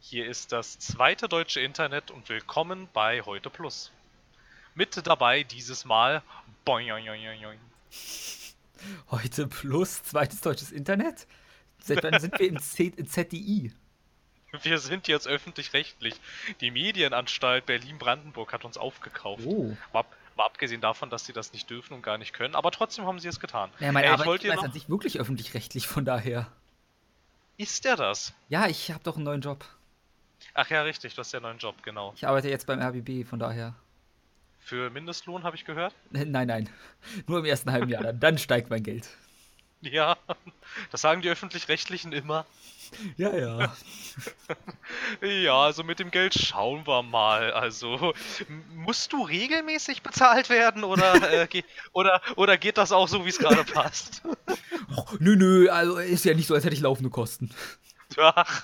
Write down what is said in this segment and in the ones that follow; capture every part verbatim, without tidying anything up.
Hier ist das zweite deutsche Internet und willkommen bei Heute Plus. Mit dabei dieses Mal boing, boing, boing, boing. Heute Plus, zweites deutsches Internet? Seit wann sind wir im C Z D I? Wir sind jetzt öffentlich-rechtlich. Die Medienanstalt Berlin-Brandenburg hat uns aufgekauft. Oh. Mal, mal abgesehen davon, dass sie das nicht dürfen und gar nicht können, aber trotzdem haben sie es getan. Naja, mein Äh, ich wollte Arbeitgeber dir ist an noch... sich wirklich öffentlich-rechtlich, von daher. Ist der das? Ja, ich habe doch einen neuen Job. Ach ja, richtig, du hast ja einen neuen Job, genau. Ich arbeite jetzt beim R B B, von daher. Für Mindestlohn habe ich gehört? Nein, nein. Nur im ersten halben Jahr. Dann, dann steigt mein Geld. Ja, das sagen die Öffentlich-Rechtlichen immer. Ja, ja. Ja, also mit dem Geld schauen wir mal. Also, m- musst du regelmäßig bezahlt werden oder, äh, ge oder, oder geht das auch so, wie es gerade passt? Och, nö, nö, also ist ja nicht so, als hätte ich laufende Kosten. Ach,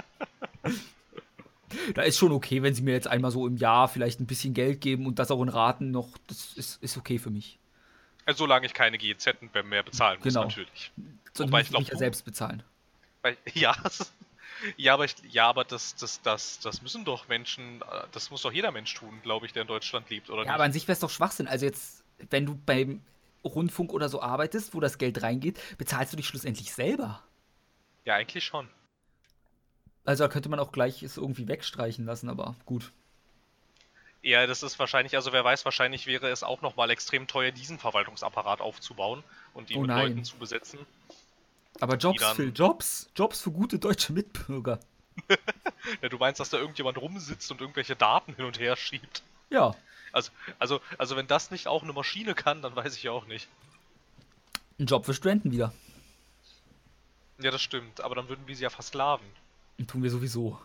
Da ist schon okay, wenn sie mir jetzt einmal so im Jahr vielleicht ein bisschen Geld geben und das auch in Raten noch. Das ist, ist okay für mich. solange ich keine G E Z mehr bezahlen muss, Genau. natürlich. Sonst Wobei muss ich ich mich glaube, ja du, selbst bezahlen. weil, ja, ja, aber ich, ja, aber das, das, das, das müssen doch Menschen, äh, das muss doch jeder Mensch tun, glaube ich, der in Deutschland lebt, oder Ja, aber nicht? an sich wäre es doch Schwachsinn. Also jetzt, wenn du beim Rundfunk oder so arbeitest, wo das Geld reingeht, bezahlst du dich schlussendlich selber. Ja, eigentlich schon. Also da könnte man auch gleich es irgendwie wegstreichen lassen, aber gut. Ja, das ist wahrscheinlich, also wer weiß, wahrscheinlich wäre es auch nochmal extrem teuer, diesen Verwaltungsapparat aufzubauen und ihn Oh mit Leuten nein. zu besetzen, Aber die Jobs, Phil, dann, Jobs. Jobs für gute deutsche Mitbürger. ja, du meinst, dass da irgendjemand rumsitzt und irgendwelche Daten hin und her schiebt. Ja, Also, also, also wenn das nicht auch eine Maschine kann, dann weiß ich auch nicht. ein Job für Studenten wieder. Ja, das stimmt, aber dann würden wir sie ja versklaven. Und tun wir sowieso.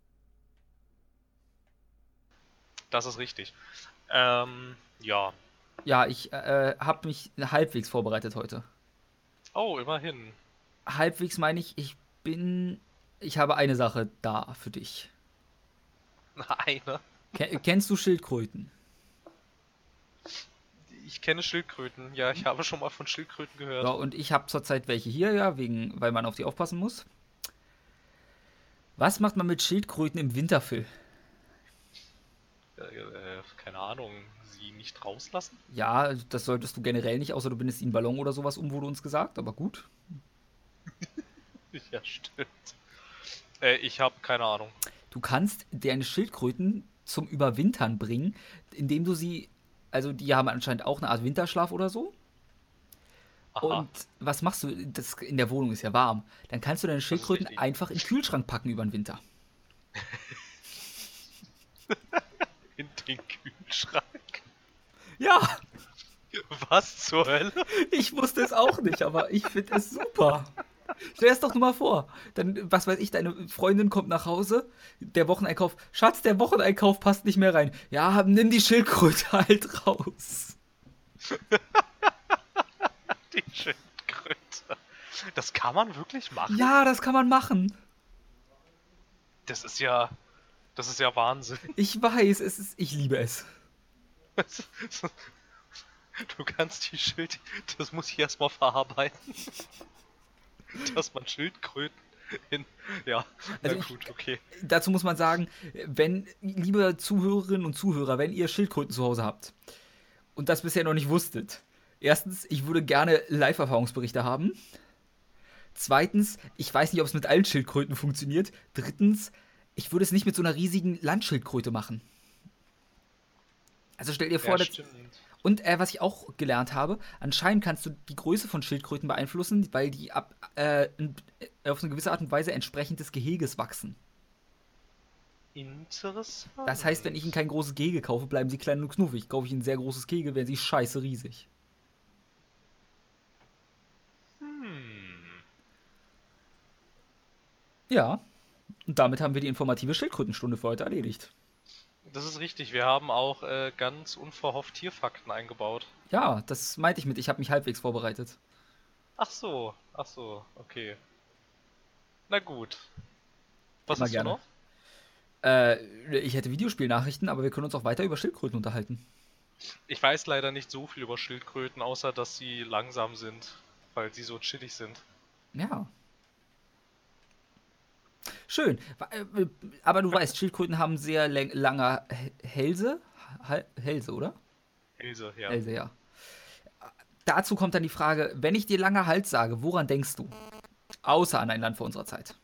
Das ist richtig. Ähm, ja. Ja, ich äh, habe mich halbwegs vorbereitet heute. Oh, immerhin. Halbwegs meine ich, ich bin. Ich habe eine Sache da für dich. Eine. Ke kennst du Schildkröten? Ich kenne Schildkröten. Ja, ich habe schon mal von Schildkröten Ja, gehört. und ich habe zurzeit welche hier, ja, wegen, weil man auf die aufpassen muss. Was macht man mit Schildkröten im Winter, Phil? Äh, äh, keine Ahnung. Sie nicht rauslassen? Ja, das solltest du generell nicht, außer du bindest ihnen einen Ballon oder sowas um, wurde uns gesagt, aber gut. Ja, stimmt. Äh, ich habe keine Ahnung. Du kannst deine Schildkröten zum Überwintern bringen, indem du sie, also die haben anscheinend auch eine Art Winterschlaf oder so. Aha. Und was machst du? Das in der Wohnung ist ja warm. Dann kannst du deine Das ist Schildkröten richtig. einfach in den Kühlschrank packen über den Winter. In den Kühlschrank. Ja, Was zur Hölle? ich wusste es auch nicht, aber ich finde es super. Stell es doch nur mal vor. Dann, was weiß ich, deine Freundin kommt nach Hause, der Wocheneinkauf. Schatz, der Wocheneinkauf passt nicht mehr rein. Ja, nimm die Schildkröte halt raus. Die Schildkröte. Das kann man wirklich machen? Ja, das kann man machen. Das ist ja. Das ist ja Wahnsinn. Ich weiß, es ist, ich liebe es. Du kannst die Schild. Das muss ich erstmal verarbeiten. Dass man Schildkröten in. Ja, na Also ich, gut, okay. dazu muss man sagen, wenn, liebe Zuhörerinnen und Zuhörer, wenn ihr Schildkröten zu Hause habt und das bisher noch nicht wusstet, erstens, ich würde gerne Live-Erfahrungsberichte haben. Zweitens, ich weiß nicht, ob es mit allen Schildkröten funktioniert. Drittens, ich würde es nicht mit so einer riesigen Landschildkröte machen. Also stell dir vor, Ja, das, stimmt. und äh, was ich auch gelernt habe, anscheinend kannst du die Größe von Schildkröten beeinflussen, weil die ab, äh, n- äh, auf eine gewisse Art und Weise entsprechend des Geheges wachsen. Interessant. Das heißt, wenn ich ihnen kein großes Gehege kaufe, bleiben sie klein und knuffig. Kaufe ich ihnen ein sehr großes Gehege, werden sie scheiße riesig. Hm. Ja, und damit haben wir die informative Schildkrötenstunde für heute erledigt. Das ist richtig. Wir haben auch äh, ganz unverhofft Tierfakten eingebaut. Ja, das meinte ich mit, ich habe mich halbwegs vorbereitet. Ach so, ach so, okay. Na gut. Was Immer hast du gerne. noch? Äh, ich hätte Videospielnachrichten, aber wir können uns auch weiter über Schildkröten unterhalten. Ich weiß leider nicht so viel über Schildkröten, außer dass sie langsam sind, weil sie so chillig sind. Ja. Schön. Wa- äh, Aber du weißt, Schildkröten haben sehr läng- lange H- Hälse. Hal- Hälse, oder? Ilse, ja. Hälse, ja. Dazu kommt dann die Frage, wenn ich dir langer Hals sage, woran denkst du? Außer an ein Land vor unserer Zeit.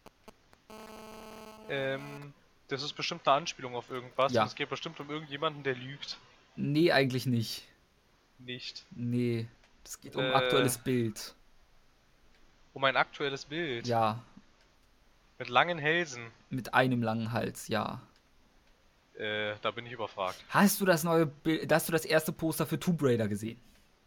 Ähm, das ist bestimmt eine Anspielung auf irgendwas und Ja. es geht bestimmt um irgendjemanden, der lügt. Nee, eigentlich nicht. Nicht. Nee. Es geht um ein Äh, aktuelles Bild. um ein aktuelles Bild. Ja. Mit langen Hälsen. Mit einem langen Hals, ja. Äh, da bin ich überfragt. Hast du das neue Bild, hast du das erste Poster für Tomb Raider gesehen?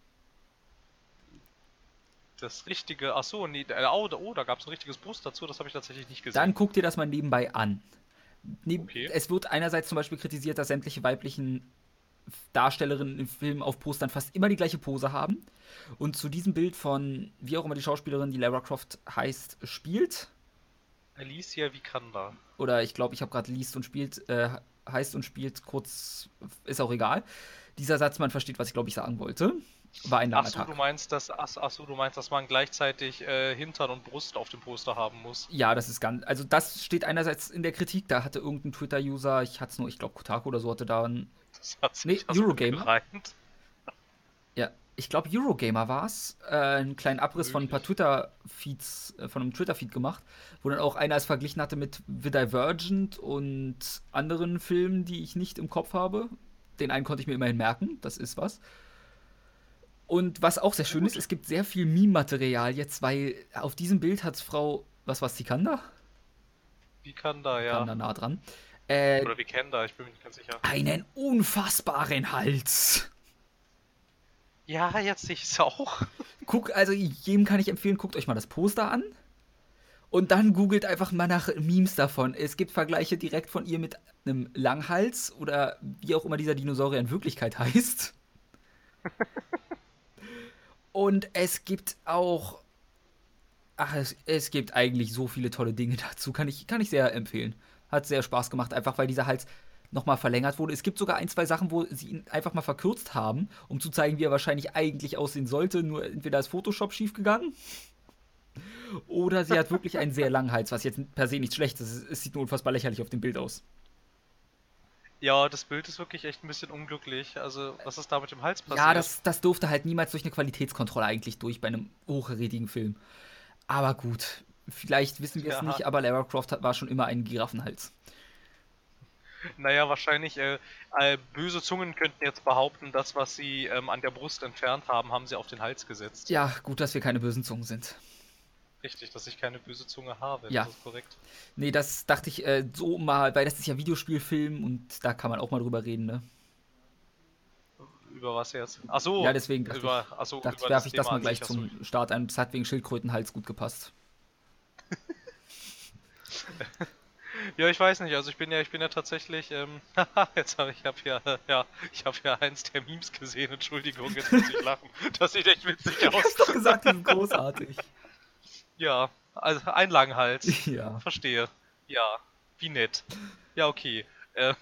Das richtige. Ach so, nee, äh, oh, da, oh, da gab es ein richtiges Post dazu, das habe ich tatsächlich nicht gesehen. Dann guck dir das mal nebenbei an. Neb Okay. Es wird einerseits zum Beispiel kritisiert, dass sämtliche weiblichen Darstellerinnen im Film auf Postern fast immer die gleiche Pose haben. Und zu diesem Bild von, wie auch immer die Schauspielerin, die Lara Croft heißt, spielt. Alicia Vikander. Oder ich glaube, ich habe gerade liest und spielt, äh, heißt und spielt, kurz, ist auch egal. Dieser Satz, man versteht, was ich glaube ich sagen wollte, war ein langer Ach so, Tag. du meinst, dass ach, ach so, du meinst, dass man gleichzeitig äh, Hintern und Brust auf dem Poster haben muss. Ja, das ist ganz, also das steht einerseits in der Kritik, da hatte irgendein Twitter-User, ich hatte es nur, ich glaube Kotaku oder so, hatte da ein, Das hat sich nee, ja so Eurogamer. gereimt. Ja, ich glaube Eurogamer war es, äh, einen kleinen Abriss von ein paar Möglich. Twitter-Feeds, äh, von einem Twitter-Feed gemacht, wo dann auch einer es verglichen hatte mit The Divergent und anderen Filmen, die ich nicht im Kopf habe. Den einen konnte ich mir immerhin merken, das ist was. Und was auch sehr schön ist, Gut. es gibt sehr viel Meme-Material jetzt, weil auf diesem Bild hat Frau, was war Sikanda? Vikander, ja. Sikanda nah dran. Äh, Oder Vikander, ich bin mir nicht ganz sicher. einen unfassbaren Hals. Ja, jetzt sehe ich es auch. Guck, also jedem kann ich empfehlen, guckt euch mal das Poster an. Und dann googelt einfach mal nach Memes davon. Es gibt Vergleiche direkt von ihr mit einem Langhals oder wie auch immer dieser Dinosaurier in Wirklichkeit heißt. Und es gibt auch. Ach, es, es gibt eigentlich so viele tolle Dinge dazu. Kann ich, kann ich sehr empfehlen. Hat sehr Spaß gemacht, einfach weil dieser Hals nochmal verlängert wurde. Es gibt sogar ein, zwei Sachen, wo sie ihn einfach mal verkürzt haben, um zu zeigen, wie er wahrscheinlich eigentlich aussehen sollte. Nur entweder ist Photoshop schiefgegangen oder sie hat wirklich einen sehr langen Hals, was jetzt per se nichts Schlechtes ist. Es sieht nur unfassbar lächerlich auf dem Bild aus. Ja, das Bild ist wirklich echt ein bisschen unglücklich. Also, was ist da mit dem Hals passiert? Ja, das, das durfte halt niemals durch eine Qualitätskontrolle eigentlich durch bei einem hochkarätigen Film. Aber gut, vielleicht wissen wir es Ja, nicht, aber Lara Croft hat, war schon immer ein Giraffenhals. naja, wahrscheinlich, äh, äh, böse Zungen könnten jetzt behaupten, das, was sie ähm, an der Brust entfernt haben, haben sie auf den Hals gesetzt. Ja, gut, dass wir keine bösen Zungen sind. Richtig, dass ich keine böse Zunge habe, Ja. das ist korrekt. Nee, das dachte ich äh, so mal, weil das ist ja Videospielfilm und da kann man auch mal drüber reden, ne? Über was jetzt? Ach so, Ja, deswegen dachte über, ich, ach so, dachte ich über werfe das ich das Thema mal an gleich sich. Ach so. zum Start ein. Das hat wegen Schildkrötenhals gut gepasst. Ja, ich weiß nicht, also ich bin ja, ich bin ja tatsächlich, ähm, haha, jetzt habe ich hab ja, ja, ich habe ja eins der Memes gesehen, Entschuldigung, jetzt muss ich lachen. Das sieht echt witzig Ich aus. hab's doch gesagt, die sind großartig. Ja, also ein Langhals. Ja. Verstehe. Ja, wie nett. Ja, okay. Ähm,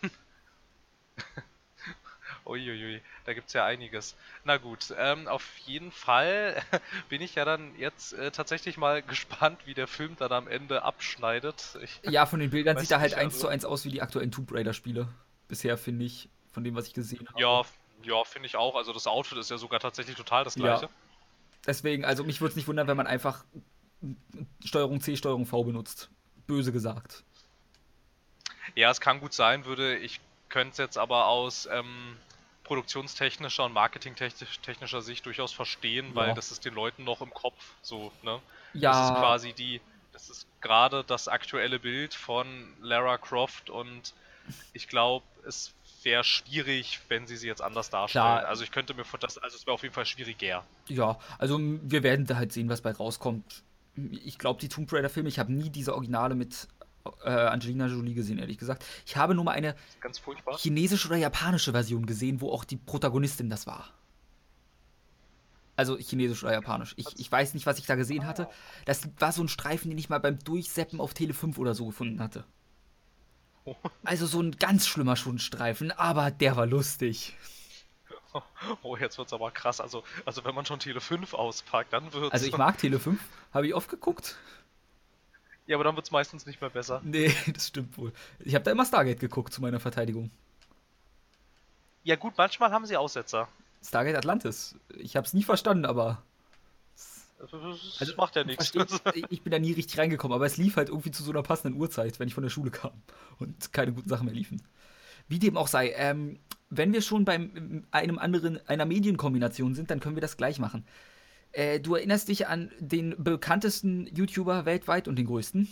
uiuiui, da gibt's ja einiges. Na gut, ähm, auf jeden Fall bin ich ja dann jetzt äh, tatsächlich mal gespannt, wie der Film dann am Ende abschneidet. Ich Ja, von den Bildern weiß sieht er halt nicht, eins also- zu eins aus wie die aktuellen Tomb Raider-Spiele. Bisher finde ich, von dem, was ich gesehen habe. Ja, ja, finde ich auch. Also das Outfit ist ja sogar tatsächlich total das Ja. gleiche. Deswegen, also mich würde es nicht wundern, wenn man einfach Steuerung C, Steuerung V benutzt. Böse gesagt. Ja, es kann gut sein, würde ich könnte es jetzt aber aus ähm, produktionstechnischer und marketingtechnischer Sicht durchaus verstehen, Ja. weil das ist den Leuten noch im Kopf so, ne? Ja. Das ist quasi die, das ist gerade das aktuelle Bild von Lara Croft und ich glaube, es wäre schwierig, wenn sie sie jetzt anders darstellen. Klar. Also ich könnte mir vor das, also es wäre auf jeden Fall schwieriger. Ja, also m, wir werden da halt sehen, was bei rauskommt. Ich glaube, die Tomb Raider-Filme, ich habe nie diese Originale mit äh, Angelina Jolie gesehen, ehrlich gesagt. Ich habe nur mal eine Ganz furchtbar. chinesische oder japanische Version gesehen, wo auch die Protagonistin das war. Also chinesisch oder japanisch. Ich, ich weiß nicht, was ich da gesehen hatte. Das war so ein Streifen, den ich mal beim Durchseppen auf Tele fünf oder so gefunden hatte. Oh. Also so ein ganz schlimmer Schundstreifen, aber der war lustig. Oh, jetzt wird's aber krass. Also, also wenn man schon Tele fünf auspackt, dann wird's. Also ich mag Tele fünf, habe ich oft geguckt. Ja, aber dann wird's meistens nicht mehr besser. Nee, das stimmt wohl. Ich habe da immer Stargate geguckt zu meiner Verteidigung. Ja gut, manchmal haben sie Aussetzer. Stargate Atlantis. Ich habe es nie verstanden, aber also Das macht ja nichts. versteht, ich bin da nie richtig reingekommen, aber es lief halt irgendwie zu so einer passenden Uhrzeit, wenn ich von der Schule kam und keine guten Sachen mehr liefen. Wie dem auch sei, ähm, wenn wir schon beim einem anderen einer Medienkombination sind, dann können wir das gleich machen. Äh, du erinnerst dich an den bekanntesten YouTuber weltweit und den größten?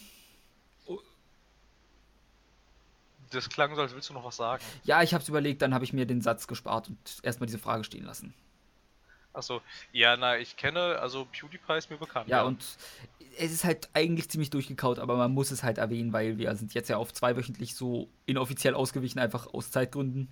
Das klang so, als willst du noch was sagen. Ja, ich hab's überlegt, dann habe ich mir den Satz gespart und erstmal diese Frage stehen lassen. Achso, ja, na, ich kenne, also PewDiePie ist mir bekannt, Ja, ja. und es ist halt eigentlich ziemlich durchgekaut, aber man muss es halt erwähnen, weil wir sind jetzt ja auf zweiwöchentlich so inoffiziell ausgewichen, einfach aus Zeitgründen.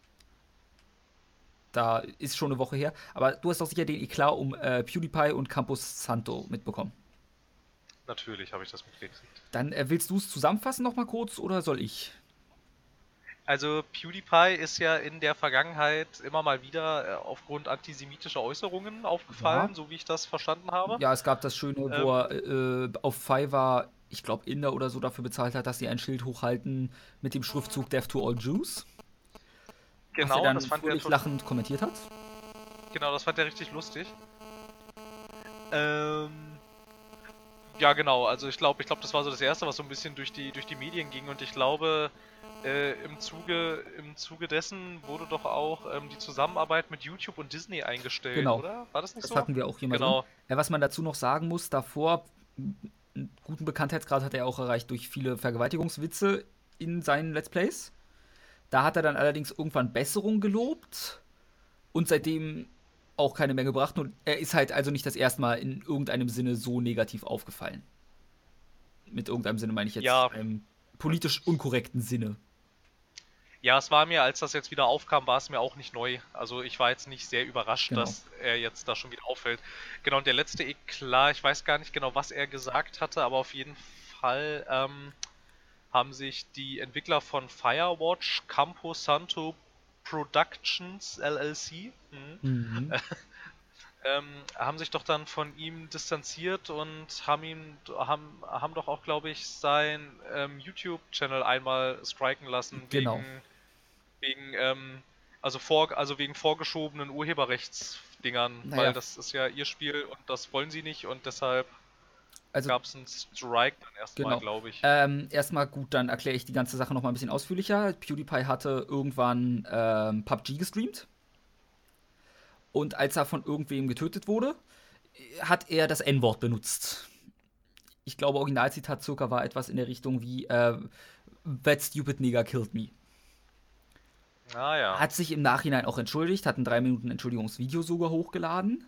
Da ist schon eine Woche her. Aber du hast doch sicher den Eklat um äh, PewDiePie und Campus Santo mitbekommen. Natürlich habe ich das mitgekriegt. Dann äh, willst du es zusammenfassen noch mal kurz oder soll ich? Also PewDiePie ist ja in der Vergangenheit immer mal wieder äh, aufgrund antisemitischer Äußerungen Ja. aufgefallen, so wie ich das verstanden habe. Ja, es gab das Schöne, wo Ähm, er äh, auf Fiverr, ich glaube Inder oder so, dafür bezahlt hat, dass sie ein Schild hochhalten mit dem Schriftzug Death to all Jews, was er genau, dann das fand er fröhlich tot- lachend kommentiert hat. genau, das fand er richtig lustig. Ähm, ja, genau, also ich glaube, ich glaube, das war so das Erste, was so ein bisschen durch die, durch die Medien ging und ich glaube, äh, im Zuge, im Zuge dessen wurde doch auch ähm, die Zusammenarbeit mit YouTube und Disney eingestellt, Genau. oder? War das nicht Das so? hatten wir auch hier mal drin. Genau. Ja, was man dazu noch sagen muss, davor, einen guten Bekanntheitsgrad hat er auch erreicht durch viele Vergewaltigungswitze in seinen Let's Plays. Da hat er dann allerdings irgendwann Besserung gelobt und seitdem auch keine mehr gebracht. Und er ist halt also nicht das erste Mal in irgendeinem Sinne so negativ aufgefallen. Mit irgendeinem Sinne meine ich jetzt Ja, einem politisch unkorrekten Sinne. ja, es war mir, als das jetzt wieder aufkam, war es mir auch nicht neu. Also ich war jetzt nicht sehr überrascht, Genau. dass er jetzt da schon wieder auffällt. Genau, und der letzte Eklat, ich weiß gar nicht genau, was er gesagt hatte, aber auf jeden Fall ähm, haben sich die Entwickler von Firewatch, Campo Santo Productions L L C, mhm, Mhm. ähm, haben sich doch dann von ihm distanziert und haben ihn, haben, haben doch auch, glaube ich, sein ähm, YouTube-Channel einmal striken lassen Genau. wegen wegen, ähm, also vor, also wegen vorgeschobenen Urheberrechtsdingern, weil Naja, das ist ja ihr Spiel und das wollen sie nicht und deshalb also gab es einen Strike dann erstmal, genau. glaube ich. Ähm, erstmal gut, dann erkläre ich die ganze Sache noch mal ein bisschen ausführlicher. PewDiePie hatte irgendwann ähm, P U B G gestreamt und als er von irgendwem getötet wurde, hat er das N-Wort benutzt. Ich glaube, Originalzitat circa war etwas in der Richtung wie äh, That stupid nigger killed me. Ah ja. Hat sich im Nachhinein auch entschuldigt, hat ein drei Minuten Entschuldigungsvideo sogar hochgeladen.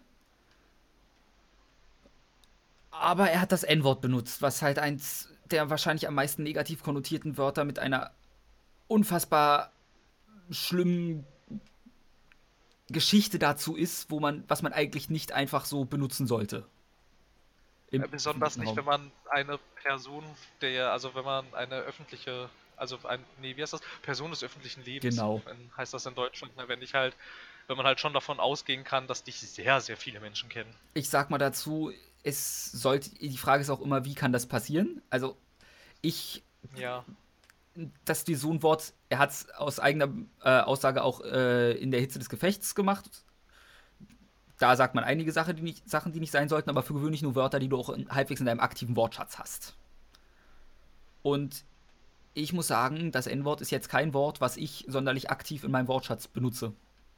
Aber er hat das N-Wort benutzt, was halt eins der wahrscheinlich am meisten negativ konnotierten Wörter mit einer unfassbar schlimmen Geschichte dazu ist, wo man, was man eigentlich nicht einfach so benutzen sollte. Äh, Im Besonders öffentlichen nicht, Raum. wenn man eine Person, der, also wenn man eine öffentliche, also ein, nee, wie heißt das? Person des öffentlichen Lebens, Genau. wenn, heißt das in Deutschland, ne? Wenn ich halt, wenn man halt schon davon ausgehen kann, dass dich sehr, sehr viele Menschen kennen. Ich sag mal dazu, es sollte, die Frage ist auch immer, wie kann das passieren? Also, ich, Ja. dass die so ein Wort, er hat es aus eigener äh, Aussage auch äh, in der Hitze des Gefechts gemacht. Da sagt man einige Sache, die nicht, Sachen, die nicht sein sollten, aber für gewöhnlich nur Wörter, die du auch in, halbwegs in deinem aktiven Wortschatz hast. Und ich muss sagen, das N-Wort ist jetzt kein Wort, was ich sonderlich aktiv in meinem Wortschatz benutze.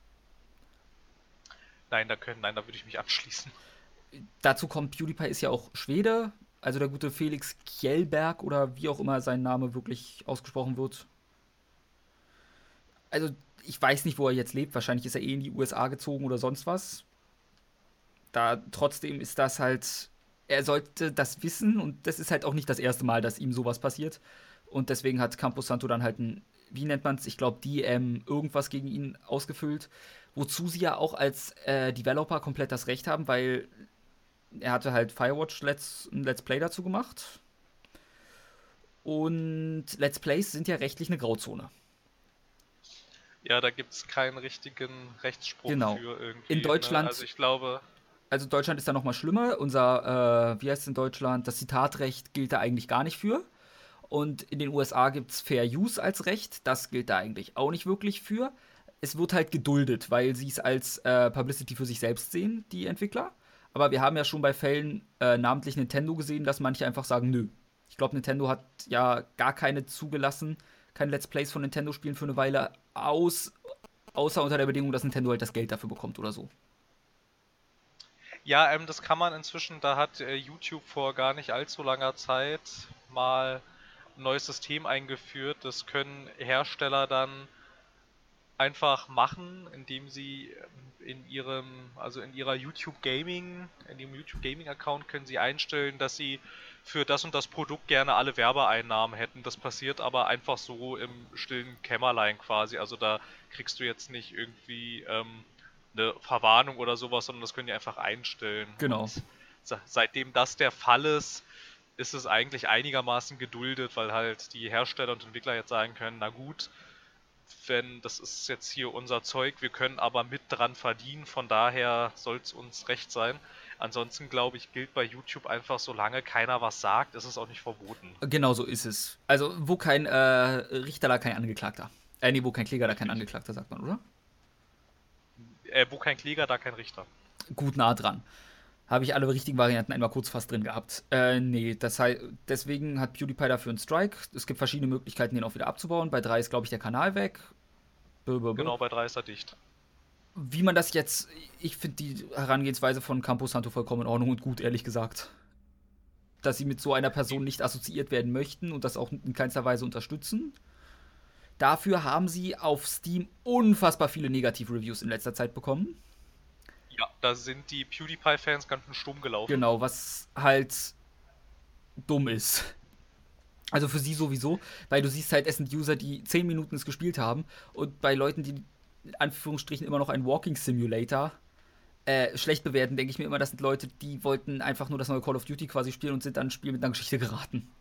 Nein, da können, nein, da würde ich mich anschließen. Dazu kommt, PewDiePie ist ja auch Schwede, also der gute Felix Kjellberg oder wie auch immer sein Name wirklich ausgesprochen wird. Also ich weiß nicht, wo er jetzt lebt, wahrscheinlich ist er eh in die U S A gezogen oder sonst was. Da trotzdem ist das halt, er sollte das wissen und das ist halt auch nicht das erste Mal, dass ihm sowas passiert. Und deswegen hat Campos Santo dann halt ein, wie nennt man es, ich glaube, D M irgendwas gegen ihn ausgefüllt. Wozu sie ja auch als äh, Developer komplett das Recht haben, weil er hatte halt Firewatch Let's, ein Let's Play dazu gemacht. Und Let's Plays sind ja rechtlich eine Grauzone. Ja, da gibt es keinen richtigen Rechtsspruch Genau. für In irgendwie. Ne? Deutschland Also ich glaube, Also Deutschland ist da noch mal schlimmer. Unser, äh, wie heißt es in Deutschland, das Zitatrecht gilt da eigentlich gar nicht für. Und in den U S A gibt es Fair Use als Recht. Das gilt da eigentlich auch nicht wirklich für. Es wird halt geduldet, weil sie es als äh, Publicity für sich selbst sehen, die Entwickler. Aber wir haben ja schon bei Fällen, äh, namentlich Nintendo, gesehen, dass manche einfach sagen, nö. Ich glaube, Nintendo hat ja gar keine zugelassen, keine Let's Plays von Nintendo-Spielen für eine Weile aus, außer unter der Bedingung, dass Nintendo halt das Geld dafür bekommt oder so. Ja, ähm, das kann man inzwischen, da hat äh, YouTube vor gar nicht allzu langer Zeit mal ein neues System eingeführt. Das können Hersteller dann einfach machen, indem sie ähm, in ihrem, also in ihrer YouTube Gaming, in ihrem YouTube Gaming Account können sie einstellen, dass sie für das und das Produkt gerne alle Werbeeinnahmen hätten. Das passiert aber einfach so im stillen Kämmerlein quasi. Also da kriegst du jetzt nicht irgendwie ähm, eine Verwarnung oder sowas, sondern das können die einfach einstellen. Genau. Und se- seitdem das der Fall ist, ist es eigentlich einigermaßen geduldet, weil halt die Hersteller und Entwickler jetzt sagen können, na gut, wenn das ist jetzt hier unser Zeug, wir können aber mit dran verdienen, von daher soll es uns recht sein. Ansonsten glaube ich, gilt bei YouTube einfach, solange keiner was sagt, ist es auch nicht verboten. Genau so ist es. Also, wo kein äh, Richter, da kein Angeklagter. Äh, nee, wo kein Kläger, da kein Richtig. Angeklagter, sagt man, oder? Äh, wo kein Kläger, da kein Richter. Gut nah dran. Habe ich alle richtigen Varianten einmal kurz fast drin gehabt. Äh, nee, das heißt, deswegen hat PewDiePie dafür einen Strike. Es gibt verschiedene Möglichkeiten, den auch wieder abzubauen. Bei drei ist, glaube ich, der Kanal weg. Bö, bö, bö. Genau, bei drei ist er dicht. Wie man das jetzt, ich finde die Herangehensweise von Campo Santo vollkommen in Ordnung und gut, ehrlich gesagt. Dass sie mit so einer Person nicht assoziiert werden möchten und das auch in keinster Weise unterstützen. Dafür haben sie auf Steam unfassbar viele Negativ-Reviews in letzter Zeit bekommen. Ja, da sind die PewDiePie-Fans ganz schön stumm gelaufen. Genau, was halt dumm ist. Also für sie sowieso, weil du siehst halt, es sind User, die zehn Minuten es gespielt haben und bei Leuten, die in Anführungsstrichen immer noch einen Walking Simulator äh, schlecht bewerten, denke ich mir immer, das sind Leute, die wollten einfach nur das neue Call of Duty quasi spielen und sind dann ein Spiel mit einer Geschichte geraten.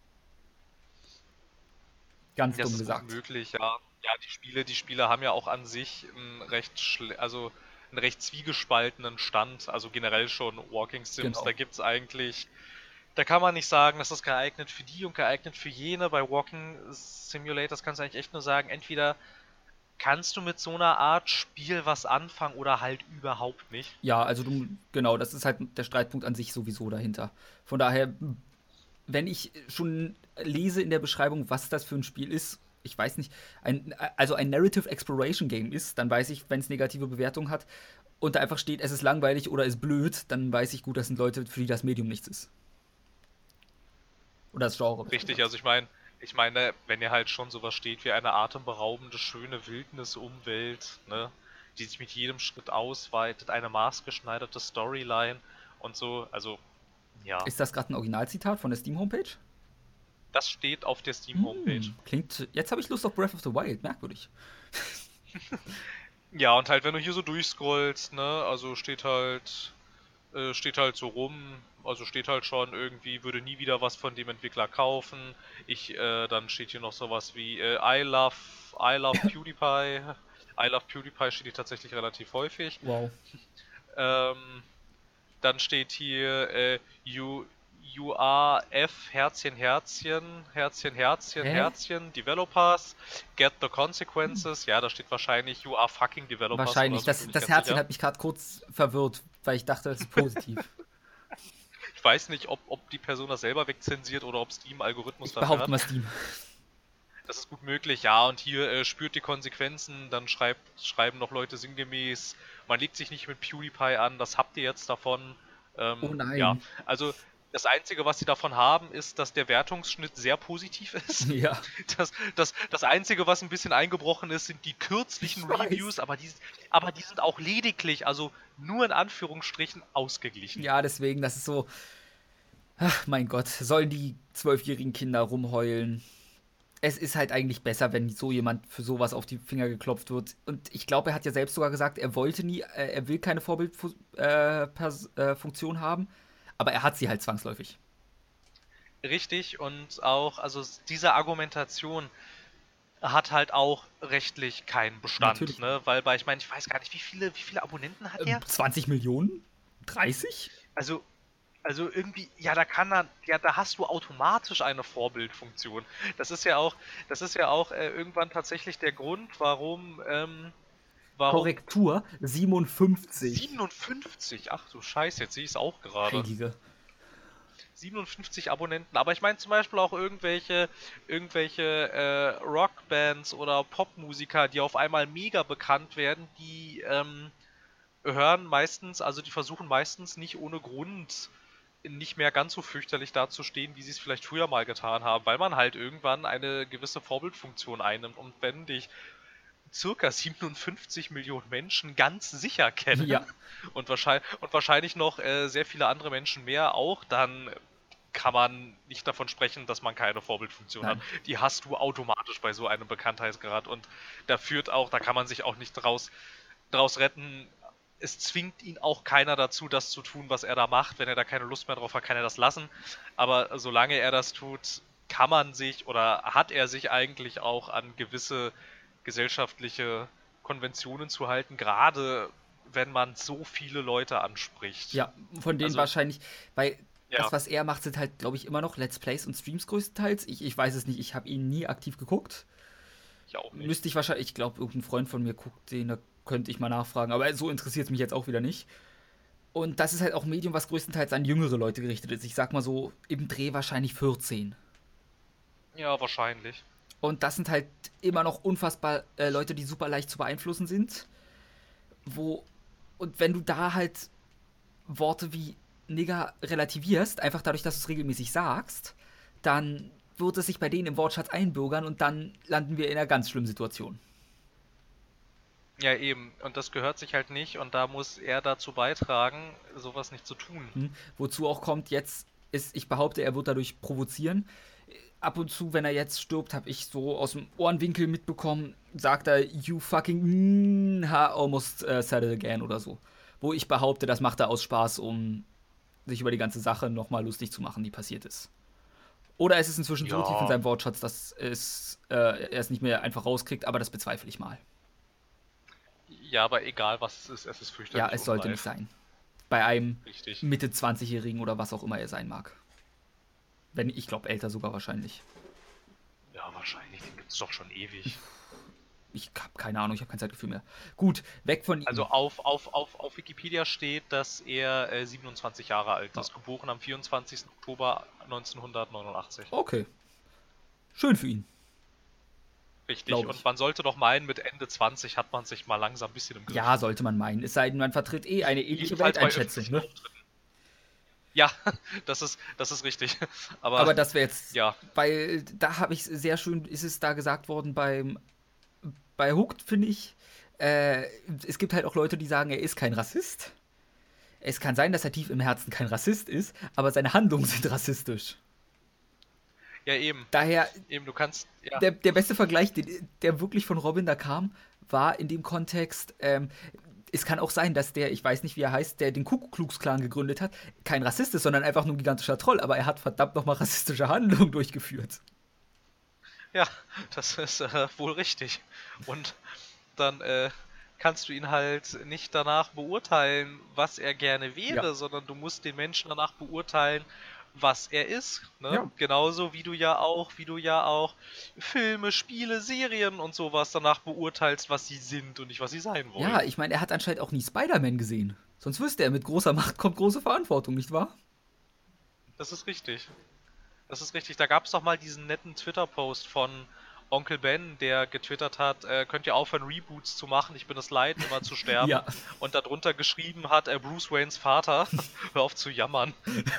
Ganz Das dumm ist gut gesagt. möglich, ja. Ja, die Spiele, die Spiele haben ja auch an sich einen recht schle also einen recht zwiegespaltenen Stand, also generell schon Walking Sims. Da Genau. gibt's eigentlich, da kann man nicht sagen, das ist geeignet für die und geeignet für jene. Bei Walking Simulators kannst du eigentlich echt nur sagen, entweder kannst du mit so einer Art Spiel was anfangen oder halt überhaupt nicht. Ja, also du, genau, das ist halt der Streitpunkt an sich sowieso dahinter. Von daher, wenn ich schon lese in der Beschreibung, was das für ein Spiel ist, ich weiß nicht, ein, also ein Narrative Exploration Game ist, dann weiß ich, wenn es negative Bewertungen hat und da einfach steht, es ist langweilig oder ist blöd, dann weiß ich gut, das sind Leute, für die das Medium nichts ist. Oder das Genre, besser Richtig, gesagt. also ich meine, ich meine, wenn ihr halt schon sowas steht wie eine atemberaubende, schöne Wildnisumwelt, ne, die sich mit jedem Schritt ausweitet, eine maßgeschneiderte Storyline und so, also ja, Ist das gerade ein Originalzitat von der Steam-Homepage? das steht auf der Steam-Homepage. Hm, klingt. Jetzt habe ich Lust auf Breath of the Wild, merkwürdig. Ja, und halt, wenn du hier so durchscrollst, ne, also steht halt, äh, steht halt so rum, also steht halt schon irgendwie, würde nie wieder was von dem Entwickler kaufen. Ich, äh, dann steht hier noch sowas wie äh, I love, I love PewDiePie. I love PewDiePie steht hier tatsächlich relativ häufig. Wow. Ähm, dann steht hier äh, you, U A F Herzchen Herzchen Herzchen Herzchen Hä? Herzchen Developers get the consequences. Ja, da steht wahrscheinlich You are fucking Developers oder Wahrscheinlich. so, ich bin Das, mir nicht das ganz Herzchen sicher. hat mich gerade kurz verwirrt, weil ich dachte, das ist positiv. Ich weiß nicht, ob, ob die Person das selber wegzensiert oder ob Steam Algorithmus Ich dafür behaupte hat. mal Steam. Das ist gut möglich, ja, und hier äh, spürt die Konsequenzen, dann schreibt, schreiben noch Leute sinngemäß, man legt sich nicht mit PewDiePie an, das habt ihr jetzt davon. Oh Ähm, ja, nein. also das Einzige, was sie davon haben, ist, dass der Wertungsschnitt sehr positiv ist. Ja. Das, das, das Einzige, was ein bisschen eingebrochen ist, sind die kürzlichen Ich Reviews, weiß. aber die, aber die sind auch lediglich, also nur in Anführungsstrichen, ausgeglichen. Ja, deswegen, das ist so. Ach, mein Gott, sollen die zwölfjährigen Kinder rumheulen? Es ist halt eigentlich besser, wenn so jemand für sowas auf die Finger geklopft wird. Und ich glaube, er hat ja selbst sogar gesagt, er wollte nie, äh, er will keine Vorbildfunktion äh, Pers- äh, Funktion haben, aber er hat sie halt zwangsläufig. Richtig, und auch, also diese Argumentation hat halt auch rechtlich keinen Bestand, Natürlich. ne? Weil bei, ich meine, ich weiß gar nicht, wie viele, wie viele Abonnenten hat Ähm, der? zwanzig Millionen? dreißig? Also, also irgendwie, ja, da kann dann, ja, da hast du automatisch eine Vorbildfunktion. Das ist ja auch, das ist ja auch äh, irgendwann tatsächlich der Grund, warum, ähm, warum Korrektur, siebenundfünfzig. siebenundfünfzig, ach du Scheiße, jetzt sehe ich es auch gerade. Heilige. siebenundfünfzig Abonnenten, aber ich meine zum Beispiel auch irgendwelche, irgendwelche äh, Rockbands oder Popmusiker, die auf einmal mega bekannt werden, die ähm, hören meistens, also die versuchen meistens nicht ohne Grund nicht mehr ganz so fürchterlich dazustehen, wie sie es vielleicht früher mal getan haben, weil man halt irgendwann eine gewisse Vorbildfunktion einnimmt. Und wenn dich circa siebenundfünfzig Millionen Menschen ganz sicher kennen Ja. und wahrscheinlich, und wahrscheinlich noch äh, sehr viele andere Menschen mehr auch, dann kann man nicht davon sprechen, dass man keine Vorbildfunktion hat. Nein. Die hast du automatisch bei so einem Bekanntheitsgrad und da führt auch, da kann man sich auch nicht draus, draus retten. Es zwingt ihn auch keiner dazu, das zu tun, was er da macht. Wenn er da keine Lust mehr drauf hat, kann er das lassen. Aber solange er das tut, kann man sich oder hat er sich eigentlich auch an gewisse gesellschaftliche Konventionen zu halten, gerade wenn man so viele Leute anspricht. Ja, von denen Also, wahrscheinlich, weil das, ja, was er macht, sind halt, glaube ich, immer noch Let's Plays und Streams größtenteils. Ich, ich weiß es nicht, ich habe ihn nie aktiv geguckt. ich auch nicht. Müsste ich wahrscheinlich, ich glaube, irgendein Freund von mir guckt den, da könnte ich mal nachfragen. Aber so interessiert es mich jetzt auch wieder nicht. Und das ist halt auch ein Medium, was größtenteils an jüngere Leute gerichtet ist. Ich sag mal so im Dreh wahrscheinlich vierzehn. Ja, wahrscheinlich. Und das sind halt immer noch unfassbar äh, Leute, die super leicht zu beeinflussen sind. Wo, und wenn du da halt Worte wie Nigger relativierst, einfach dadurch, dass du es regelmäßig sagst, dann wird es sich bei denen im Wortschatz einbürgern und dann landen wir in einer ganz schlimmen Situation. Ja, eben. Und das gehört sich halt nicht und da muss er dazu beitragen, sowas nicht zu tun. Hm? Wozu auch kommt, jetzt ist, ich behaupte, er wird dadurch provozieren. Ab und zu, wenn er jetzt stirbt, habe ich so aus dem Ohrenwinkel mitbekommen, sagt er, you fucking mm, ha, almost uh, said it again oder so. Wo ich behaupte, das macht er aus Spaß, um sich über die ganze Sache nochmal lustig zu machen, die passiert ist. Oder es ist inzwischen so tief in Ja, seinem Wortschatz, dass es, äh, er es nicht mehr einfach rauskriegt, aber das bezweifle ich mal. ja, aber egal was es ist, es ist Ja, fürchterlich es sollte nicht unreif. sein. Bei einem Richtig. Mitte zwanzig-Jährigen oder was auch immer er sein mag. Wenn, ich glaube, älter sogar wahrscheinlich. Ja, wahrscheinlich, den gibt es doch schon ewig. Ich habe keine Ahnung, ich habe kein Zeitgefühl mehr. Gut, weg von Also ihm. auf, auf, auf, auf Wikipedia steht, dass er äh, siebenundzwanzig Jahre alt Ja. ist, geboren am vierundzwanzigsten Oktober neunzehnhundertneunundachtzig. Okay, schön für ihn, Richtig, glaube und ich. man sollte doch meinen, mit Ende zwanzig hat man sich mal langsam ein bisschen im Griff. Ja, sollte man meinen. Es sei denn, man vertritt eh eine ähnliche Jedenfalls bei Welteinschätzung, öffentlichen ne? Auftritten. Ja, das ist, das ist richtig. Aber Aber das wäre jetzt, ja, weil da habe ich sehr schön, ist es da gesagt worden beim, bei Hooked, finde ich. Äh, es gibt halt auch Leute, die sagen, er ist kein Rassist. Es kann sein, dass er tief im Herzen kein Rassist ist, aber seine Handlungen sind rassistisch. ja eben. Daher, Eben, du kannst, ja, der, der beste Vergleich, den, der wirklich von Robin da kam, war in dem Kontext, ähm, es kann auch sein, dass der, ich weiß nicht, wie er heißt, der den Kuckucksklan gegründet hat, kein Rassist ist, sondern einfach nur ein gigantischer Troll, aber er hat verdammt nochmal rassistische Handlungen durchgeführt. ja, das ist äh, wohl richtig. Und dann äh, kannst du ihn halt nicht danach beurteilen, was er gerne Ja. wäre, sondern du musst den Menschen danach beurteilen, was er ist. Ne? Ja. Genauso wie du ja auch, wie du ja auch Filme, Spiele, Serien und sowas danach beurteilst, was sie sind und nicht, was sie sein wollen. Ja, ich meine, er hat anscheinend auch nie Spider-Man gesehen. Sonst wüsste er, mit großer Macht kommt große Verantwortung, nicht wahr? Das ist richtig. Das ist richtig. Da gab es doch mal diesen netten Twitter-Post von Onkel Ben, der getwittert hat, äh, könnt ihr aufhören, Reboots zu machen, ich bin es leid, immer zu sterben. Ja. Und darunter geschrieben hat, äh, Bruce Waynes Vater, hör auf zu jammern.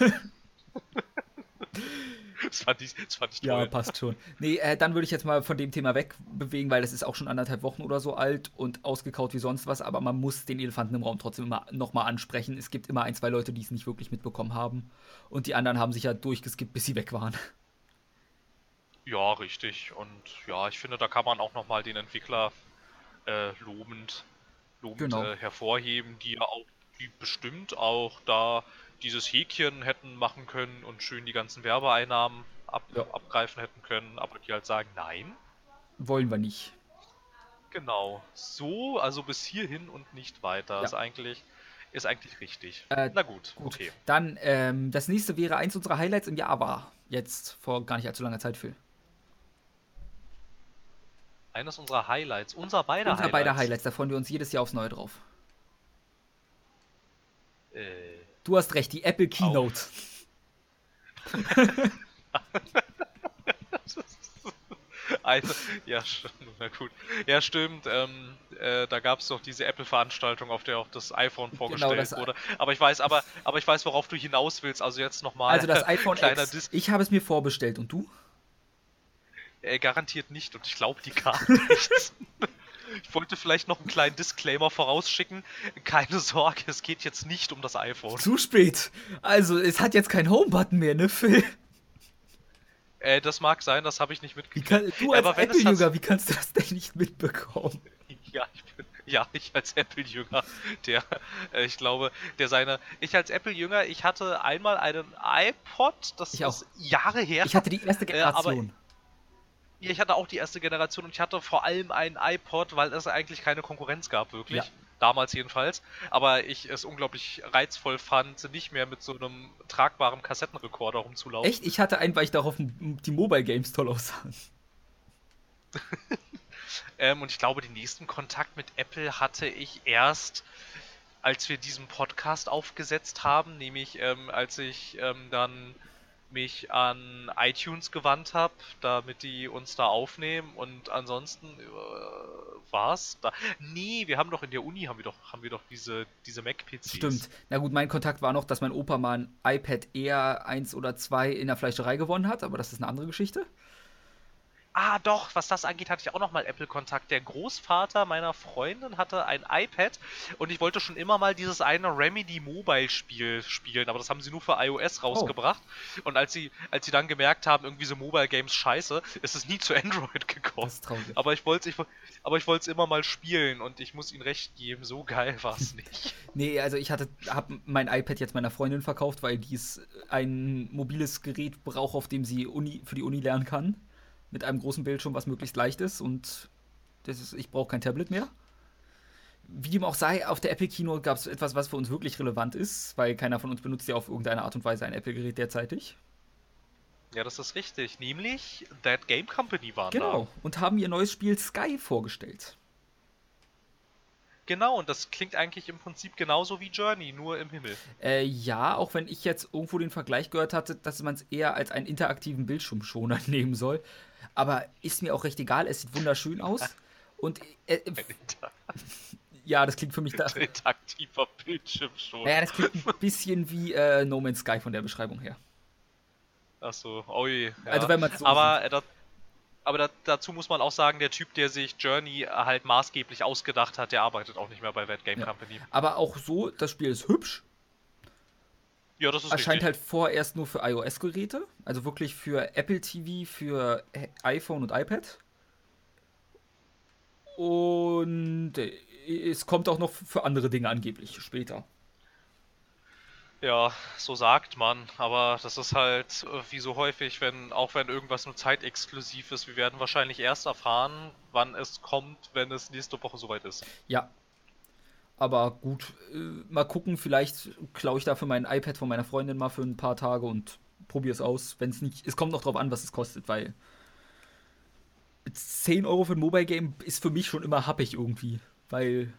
Das fand ich, das fand ich Ja, toll. passt schon. Nee, äh, dann würde ich jetzt mal von dem Thema wegbewegen, weil das ist auch schon anderthalb Wochen oder so alt und ausgekaut wie sonst was, aber man muss den Elefanten im Raum trotzdem immer nochmal ansprechen. Es gibt immer ein, zwei Leute, die es nicht wirklich mitbekommen haben. Und die anderen haben sich ja durchgeskippt, bis sie weg waren. Ja, richtig. Und ja, ich finde, da kann man auch nochmal den Entwickler äh, lobend, lobend Genau. äh, hervorheben, die ja auch, die bestimmt auch da dieses Häkchen hätten machen können und schön die ganzen Werbeeinnahmen ab, Ja. abgreifen hätten können, aber die halt sagen, nein, Wollen wir nicht. genau, so, also bis hierhin und nicht weiter. Ja. Ist eigentlich, ist eigentlich richtig. Äh, Na gut, Gut, okay. dann ähm, das nächste wäre eins unserer Highlights im Jahr war. Jetzt vor gar nicht allzu langer Zeit für. Eines unserer Highlights, unser beider Unser beider Highlights. Highlights, da freuen wir uns jedes Jahr aufs Neue drauf. Äh, Du hast recht, die Apple Keynote. Eine, ja, stimmt, na gut. Ja, stimmt. Ähm, äh, da gab es doch diese Apple-Veranstaltung, auf der auch das iPhone vorgestellt das- wurde. Aber ich weiß, aber, aber ich weiß, worauf du hinaus willst. Also jetzt nochmal Also das iPhone kleiner X. Dis Ich habe es mir vorbestellt und du? äh, garantiert nicht und ich glaube die gar nicht. Ich wollte vielleicht noch einen kleinen Disclaimer vorausschicken. Keine Sorge, es geht jetzt nicht um das iPhone. Zu spät. Also es hat jetzt keinen Home-Button mehr, ne Phil? Äh, das mag sein, das habe ich nicht Wie mitgekriegt. kann, du als Aber wenn es Apple-Jünger, wie kannst du das denn nicht mitbekommen? Ja, ich bin, ja, ich als Apple-Jünger, der, äh, ich glaube, der seine, ich als Apple-Jünger, ich hatte einmal einen iPod, das Ich ist Jahre her. Ich hatte die erste Äh, aber- Generation. Ja, ich hatte auch die erste Generation und ich hatte vor allem einen iPod, weil es eigentlich keine Konkurrenz gab, wirklich. Ja. Damals jedenfalls. Aber ich es unglaublich reizvoll fand, nicht mehr mit so einem tragbaren Kassettenrekorder rumzulaufen. Echt? Ich hatte einen, weil ich darauf m- die Mobile Games toll aussahen. Ähm, und ich glaube, den nächsten Kontakt mit Apple hatte ich erst, als wir diesen Podcast aufgesetzt haben, nämlich ähm, als ich ähm, dann mich an iTunes gewandt habe, damit die uns da aufnehmen und ansonsten äh, war's da. Nee, wir haben doch in der Uni haben wir doch haben wir doch diese diese Mac-P Cs. Stimmt. Na gut, mein Kontakt war noch, dass mein Opa mal ein iPad Air eins oder zwei in der Fleischerei gewonnen hat, aber das ist eine andere Geschichte. Ah, doch, was das angeht, hatte ich auch noch mal Apple-Kontakt. Der Großvater meiner Freundin hatte ein iPad und ich wollte schon immer mal dieses eine Remedy Mobile-Spiel spielen, aber das haben sie nur für iOS rausgebracht. Und als sie, als sie dann gemerkt haben, irgendwie so Mobile-Games scheiße, ist es nie zu Android gekommen. Das ist traurig. Aber ich wollte es ich, aber ich wollte es immer mal spielen und ich muss ihnen recht geben, so geil war es nicht. Nee, also ich hatte, hab mein iPad jetzt meiner Freundin verkauft, weil dies ein mobiles Gerät braucht, auf dem sie Uni, für die Uni lernen kann. Mit einem großen Bildschirm, was möglichst leicht ist und das ist, ich brauche kein Tablet mehr. Wie dem auch sei, auf der Apple Keynote gab es etwas, was für uns wirklich relevant ist, weil keiner von uns benutzt ja auf irgendeine Art und Weise ein Apple-Gerät derzeitig. Ja, das ist richtig. Nämlich That Game Company waren Genau. da. Und haben ihr neues Spiel Sky vorgestellt. Genau, und das klingt eigentlich im Prinzip genauso wie Journey, nur im Himmel. Äh, ja, auch wenn ich jetzt irgendwo den Vergleich gehört hatte, dass man es eher als einen interaktiven Bildschirmschoner nehmen soll. Aber ist mir auch recht egal, es sieht wunderschön aus. Und äh, äh, ja, das klingt für mich da. Interaktiver Bildschirm schon. Naja, das klingt ein bisschen wie äh, No Man's Sky von der Beschreibung her. Achso, oi. Ja. Also wenn man so aber, äh, da, aber da, dazu muss man auch sagen, der Typ, der sich Journey halt maßgeblich ausgedacht hat, der arbeitet auch nicht mehr bei That Game Ja. Company. Aber auch so, das Spiel ist hübsch. Ja, das ist Erscheint richtig. halt vorerst nur für iOS-Geräte. Also wirklich für Apple T V, für äh, iPhone und iPad. Und äh, es kommt auch noch für andere Dinge angeblich später. Ja, so sagt man, aber das ist halt äh, wie so häufig, wenn auch wenn irgendwas nur zeitexklusiv ist, wir werden wahrscheinlich erst erfahren, wann es kommt, wenn es nächste Woche soweit ist. Ja. Aber gut, äh, mal gucken, vielleicht klaue ich dafür mein iPad von meiner Freundin mal für ein paar Tage und probiere es aus. Wenn es nicht, es kommt noch drauf an, was es kostet, weil zehn Euro für ein Mobile Game ist für mich schon immer happig irgendwie, weil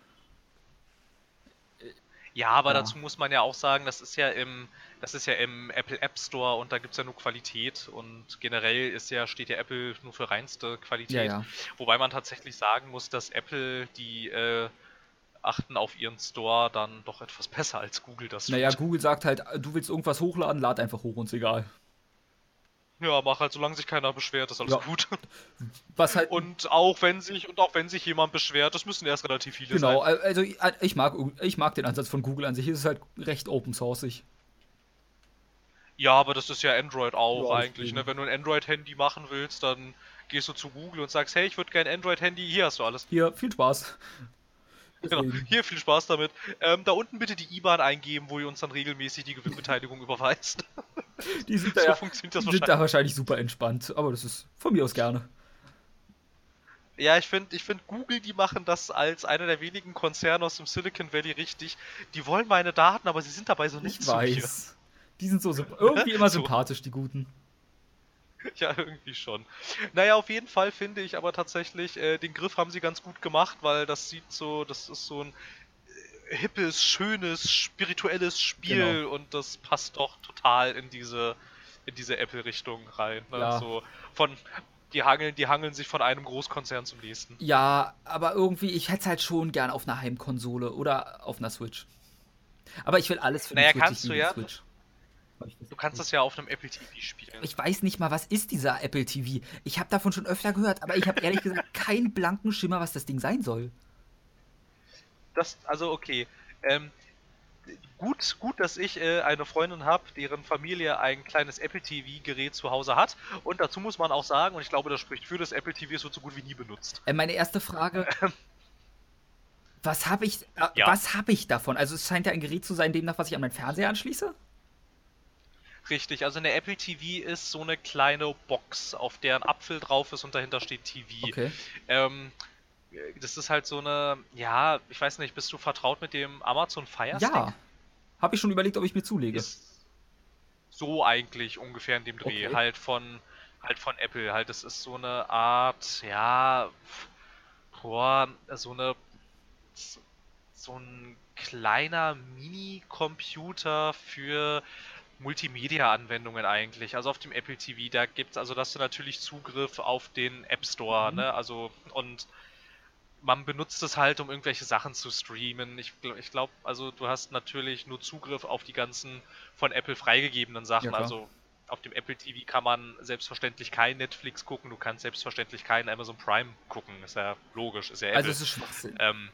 Ja, aber Ja. dazu muss man ja auch sagen, das ist ja im, das ist ja im Apple App Store und da gibt es ja nur Qualität und generell ist ja, steht ja Apple nur für reinste Qualität. Ja, ja. Wobei man tatsächlich sagen muss, dass Apple, die äh, achten auf ihren Store dann doch etwas besser als Google das tut. naja, Google sagt halt, du willst irgendwas hochladen, lad einfach hoch, uns egal. Ja, mach halt, solange sich keiner beschwert, ist alles Ja. gut. Was halt Und auch wenn sich, und auch wenn sich jemand beschwert, das müssen erst relativ viele genau, sein. also ich, ich mag ich mag den Ansatz von Google an sich, es ist halt recht open sourceig. Ja, aber das ist ja Android auch Ja, eigentlich, deswegen. ne? Wenn du ein Android-Handy machen willst, dann gehst du zu Google und sagst, hey, ich würde gerne ein Android-Handy, hier hast du alles. Hier, viel Spaß. Genau. Deswegen. Hier, viel Spaß damit. Ähm, da unten bitte die I B A N eingeben, wo ihr uns dann regelmäßig die Gewinnbeteiligung überweist. Die sind So da, ja, funktioniert das sind da wahrscheinlich. wahrscheinlich super entspannt, aber das ist von mir aus gerne. Ja, ich finde, ich find Google, die machen das als einer der wenigen Konzerne aus dem Silicon Valley richtig. Die wollen meine Daten, aber sie sind dabei so nett Ich zu mir. weiß. Die sind so symp- Ne? irgendwie immer So, sympathisch, die Guten. ja, irgendwie schon. Naja, auf jeden Fall finde ich aber tatsächlich, äh, den Griff haben sie ganz gut gemacht, weil das sieht so, das ist so ein hippes, schönes, spirituelles Genau. Spiel und das passt doch total in diese, in diese Apple-Richtung rein. Ne? Ja. So von, die hangeln, die hangeln sich von einem Großkonzern zum nächsten. Ja, aber irgendwie, ich hätte es halt schon gern auf einer Heimkonsole oder auf einer Switch. Aber ich will alles für die Naja, Switch, ich kannst du liebe die ja. Switch. Hab ich das Du kannst gut. das ja auf einem Apple T V spielen. Ich weiß nicht mal, was ist dieser Apple T V? Ich habe davon schon öfter gehört, aber ich habe ehrlich gesagt keinen blanken Schimmer, was das Ding sein soll. Das, also okay. Ähm, gut, gut, dass ich äh, eine Freundin habe, deren Familie ein kleines Apple T V-Gerät zu Hause hat. Und dazu muss man auch sagen, und ich glaube, das spricht für das Apple T V, es wird so gut wie nie benutzt. Äh, meine erste Frage, was habe ich, äh, Ja, was habe ich davon? Also es scheint ja ein Gerät zu sein, demnach, was ich an meinen Fernseher anschließe? richtig. Also eine Apple T V ist so eine kleine Box, auf der ein Apfel drauf ist und dahinter steht T V. Okay. Ähm, das ist halt so eine, ja, ich weiß nicht, bist du vertraut mit dem Amazon Fire Stick? Ja, habe ich schon überlegt, ob ich mir zulege. Ist so eigentlich ungefähr in dem Dreh. Okay. Halt von, halt von Apple. Halt, das ist so eine Art, ja, boah, so eine, so ein kleiner Mini-Computer für Multimedia-Anwendungen eigentlich. Also auf dem Apple T V, da gibt's, also dass du natürlich Zugriff auf den App Store, Mhm. ne? Also, und man benutzt es halt, um irgendwelche Sachen zu streamen. Ich, gl- ich glaube, also du hast natürlich nur Zugriff auf die ganzen von Apple freigegebenen Ja, Sachen. klar. Also auf dem Apple T V kann man selbstverständlich kein Netflix gucken, du kannst selbstverständlich kein Amazon Prime gucken. Ist ja logisch, ist ja Also Apple. es ist Schwachsinn. Ähm,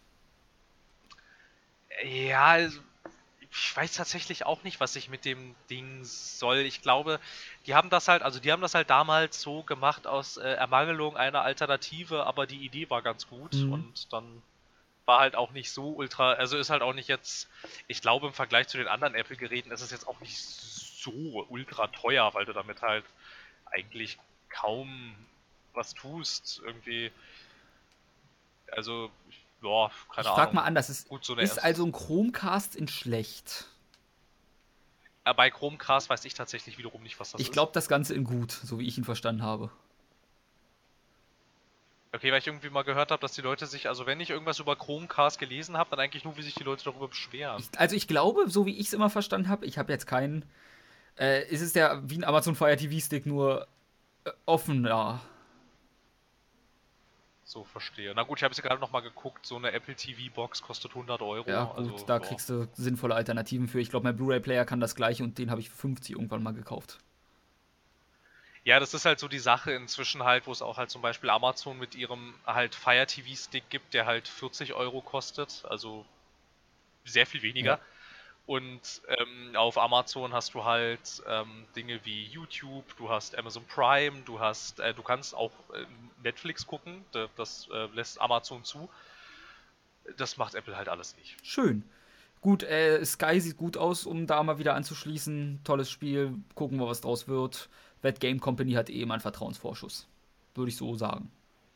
ja, also, ich weiß tatsächlich auch nicht, was ich mit dem Ding soll. Ich glaube, die haben das halt, also die haben das halt damals so gemacht aus äh, Ermangelung einer Alternative, aber die Idee war ganz gut Mhm. und dann war halt auch nicht so ultra, also ist halt auch nicht jetzt, ich glaube im Vergleich zu den anderen Apple-Geräten ist es jetzt auch nicht so ultra teuer, weil du damit halt eigentlich kaum was tust. Irgendwie, also, ja, keine Ich frage mal Ahnung. anders, es Gut, so eine ist erste. also ein Chromecast in schlecht. Äh, bei Chromecast weiß ich tatsächlich wiederum nicht, was das Ich ist. glaube, das Ganze in gut, so wie ich ihn verstanden habe. Okay, weil ich irgendwie mal gehört habe, dass die Leute sich, also wenn ich irgendwas über Chromecast gelesen habe, dann eigentlich nur, wie sich die Leute darüber beschweren. Ich, also ich glaube, so wie ich es immer verstanden habe, ich habe jetzt keinen, äh, ist es ja wie ein Amazon Fire T V Stick, nur äh, offener. So verstehe. Na gut, ich habe jetzt gerade noch mal geguckt, so eine Apple T V-Box kostet hundert Ja, Euro, gut, also da ja. kriegst du sinnvolle Alternativen für. Ich glaube, mein Blu-ray-Player kann das gleiche und den habe ich für fünfzig irgendwann mal gekauft. Ja, das ist halt so die Sache inzwischen halt, wo es auch halt zum Beispiel Amazon mit ihrem halt Fire T V-Stick gibt, der halt vierzig Euro kostet, also sehr viel Ja. weniger. Und ähm, auf Amazon hast du halt ähm, Dinge wie YouTube, du hast Amazon Prime, du hast, äh, du kannst auch äh, Netflix gucken, da- das äh, lässt Amazon zu. Das macht Apple halt alles nicht. Schön. Gut, äh, Sky sieht gut aus, um da mal wieder anzuschließen. Tolles Spiel. Gucken wir, was draus wird. Wet Game Company hat eh meinen Vertrauensvorschuss. Würde ich so sagen.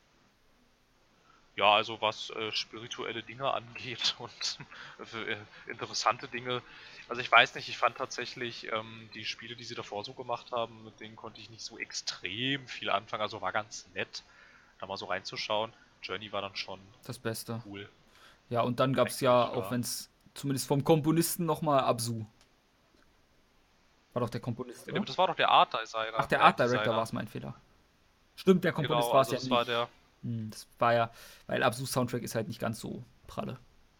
Ja, also was äh, spirituelle Dinge angeht und äh, interessante Dinge. Also ich weiß nicht, ich fand tatsächlich ähm, die Spiele, die sie davor so gemacht haben, mit denen konnte ich nicht so extrem viel anfangen. Also war ganz nett, da mal so reinzuschauen. Journey war dann schon Das Beste. cool, Ja, und dann gab es ja, eigentlich, auch ja. wenn es zumindest vom Komponisten nochmal Absu. War doch der Komponist, Ja, oder? das war doch der Art Ach, Designer, der der Art Director war Designer. es, mein Fehler. Stimmt, der Komponist Genau, war es also ja das war nicht. der. Hm, das war ja, weil Absus Soundtrack ist halt nicht ganz so pralle.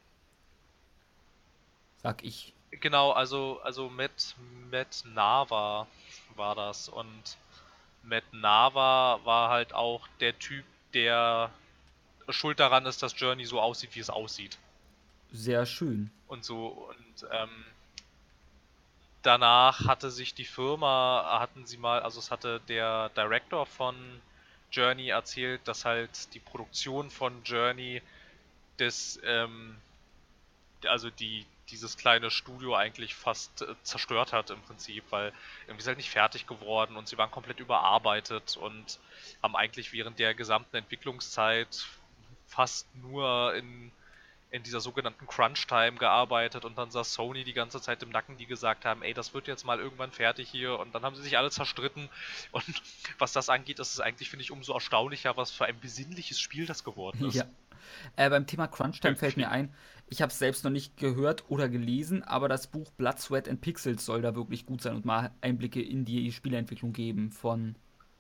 Sag ich. Genau, also, also Matt, Matt Nava war das und Matt Nava war halt auch der Typ, der schuld daran ist, dass Journey so aussieht, wie es aussieht. Sehr schön. Und so, und ähm, danach hatte sich die Firma, hatten sie mal, also es hatte der Director von Journey erzählt, dass halt die Produktion von Journey das, ähm, also die, dieses kleine Studio eigentlich fast äh, zerstört hat im Prinzip, weil irgendwie ist halt nicht fertig geworden und sie waren komplett überarbeitet und haben eigentlich während der gesamten Entwicklungszeit fast nur in, in dieser sogenannten Crunch-Time gearbeitet und dann saß Sony die ganze Zeit im Nacken, die gesagt haben, ey, das wird jetzt mal irgendwann fertig hier und dann haben sie sich alle zerstritten und was das angeht, ist es eigentlich, finde ich, umso erstaunlicher, was für ein besinnliches Spiel das geworden Ja. ist. Äh, beim Thema Crunchtime fällt mir Irgendwie. ein, ich habe es selbst noch nicht gehört oder gelesen, aber das Buch Blood, Sweat and Pixels soll da wirklich gut sein und mal Einblicke in die Spieleentwicklung geben von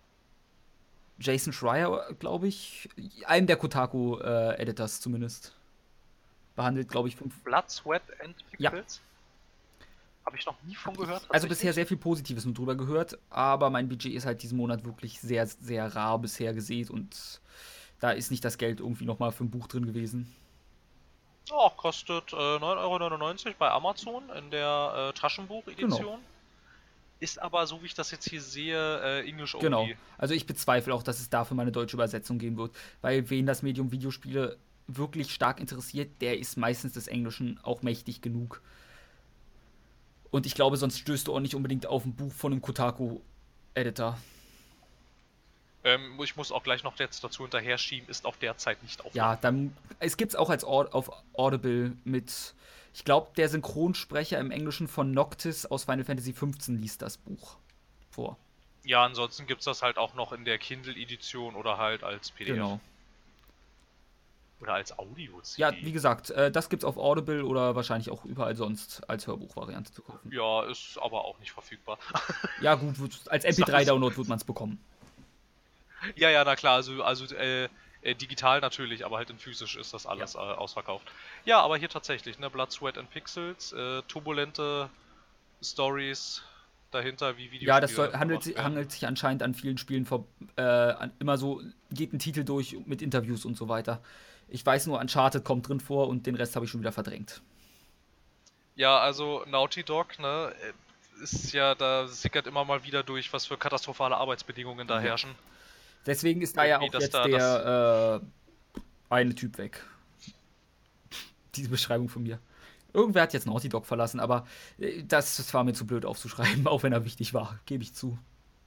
Jason Schreier, glaube ich, einem der Kotaku-Editors zumindest. Behandelt, glaube ich, fünf. Blood, Sweat and Ja, Pixels? Habe ich noch nie von gehört, also bisher tatsächlich. sehr viel Positives nur drüber gehört, aber mein Budget ist halt diesen Monat wirklich sehr, sehr rar bisher gesät und da ist nicht das Geld irgendwie nochmal für ein Buch drin gewesen. Oh, kostet äh, neun Euro neunundneunzig bei Amazon in der äh, Genau. Taschenbuch-Edition. Ist aber, so wie ich das jetzt hier sehe, äh, English Genau. only. Also ich bezweifle auch, dass es dafür mal eine deutsche Übersetzung geben wird, weil wen das Medium Videospiele wirklich stark interessiert, der ist meistens des Englischen auch mächtig genug. Und ich glaube, sonst stößt du auch nicht unbedingt auf ein Buch von einem Kotaku-Editor. Ähm, ich muss auch gleich noch jetzt dazu hinterher schieben, ist auch derzeit nicht Ja, auflagbar. dann. Es gibt es auch als Aud auf Audible mit. Ich glaube, der Synchronsprecher im Englischen von Noctis aus Final Fantasy fünfzehn liest das Buch vor. Ja, ansonsten gibt es das halt auch noch in der Kindle-Edition oder halt als P D F. Genau. Oder als Ja, wie Audio-C D. gesagt, äh, das gibt's auf Audible oder wahrscheinlich auch überall sonst als Hörbuchvariante zu kaufen. Ja, ist aber auch nicht verfügbar. Ja, gut, wird- als Ich sag so. M P drei Download wird man es bekommen. Ja, ja, na klar, also, also äh, äh, digital natürlich, aber halt in physisch ist das Ja. alles äh, ausverkauft. Ja, aber hier tatsächlich, ne, Blood, Sweat and Pixels, äh, turbulente Stories dahinter, wie Ja, das soll, Videospiele handelt, gemacht si- werden. handelt sich anscheinend an vielen Spielen vor, äh, an, immer so, geht ein Titel durch mit Interviews und so weiter. Ich weiß nur, Uncharted kommt drin vor und den Rest habe ich schon wieder verdrängt. Ja, also Naughty Dog, ne, äh, ist ja, da sickert immer mal wieder durch, was für katastrophale Arbeitsbedingungen da Ja. herrschen. Deswegen ist da ja Irgendwie, auch dass jetzt da das. der äh, eine Typ weg. Diese Beschreibung von mir. Irgendwer hat jetzt Naughty Dog verlassen, aber äh, das, das war mir zu blöd aufzuschreiben, auch wenn er wichtig war, gebe ich zu.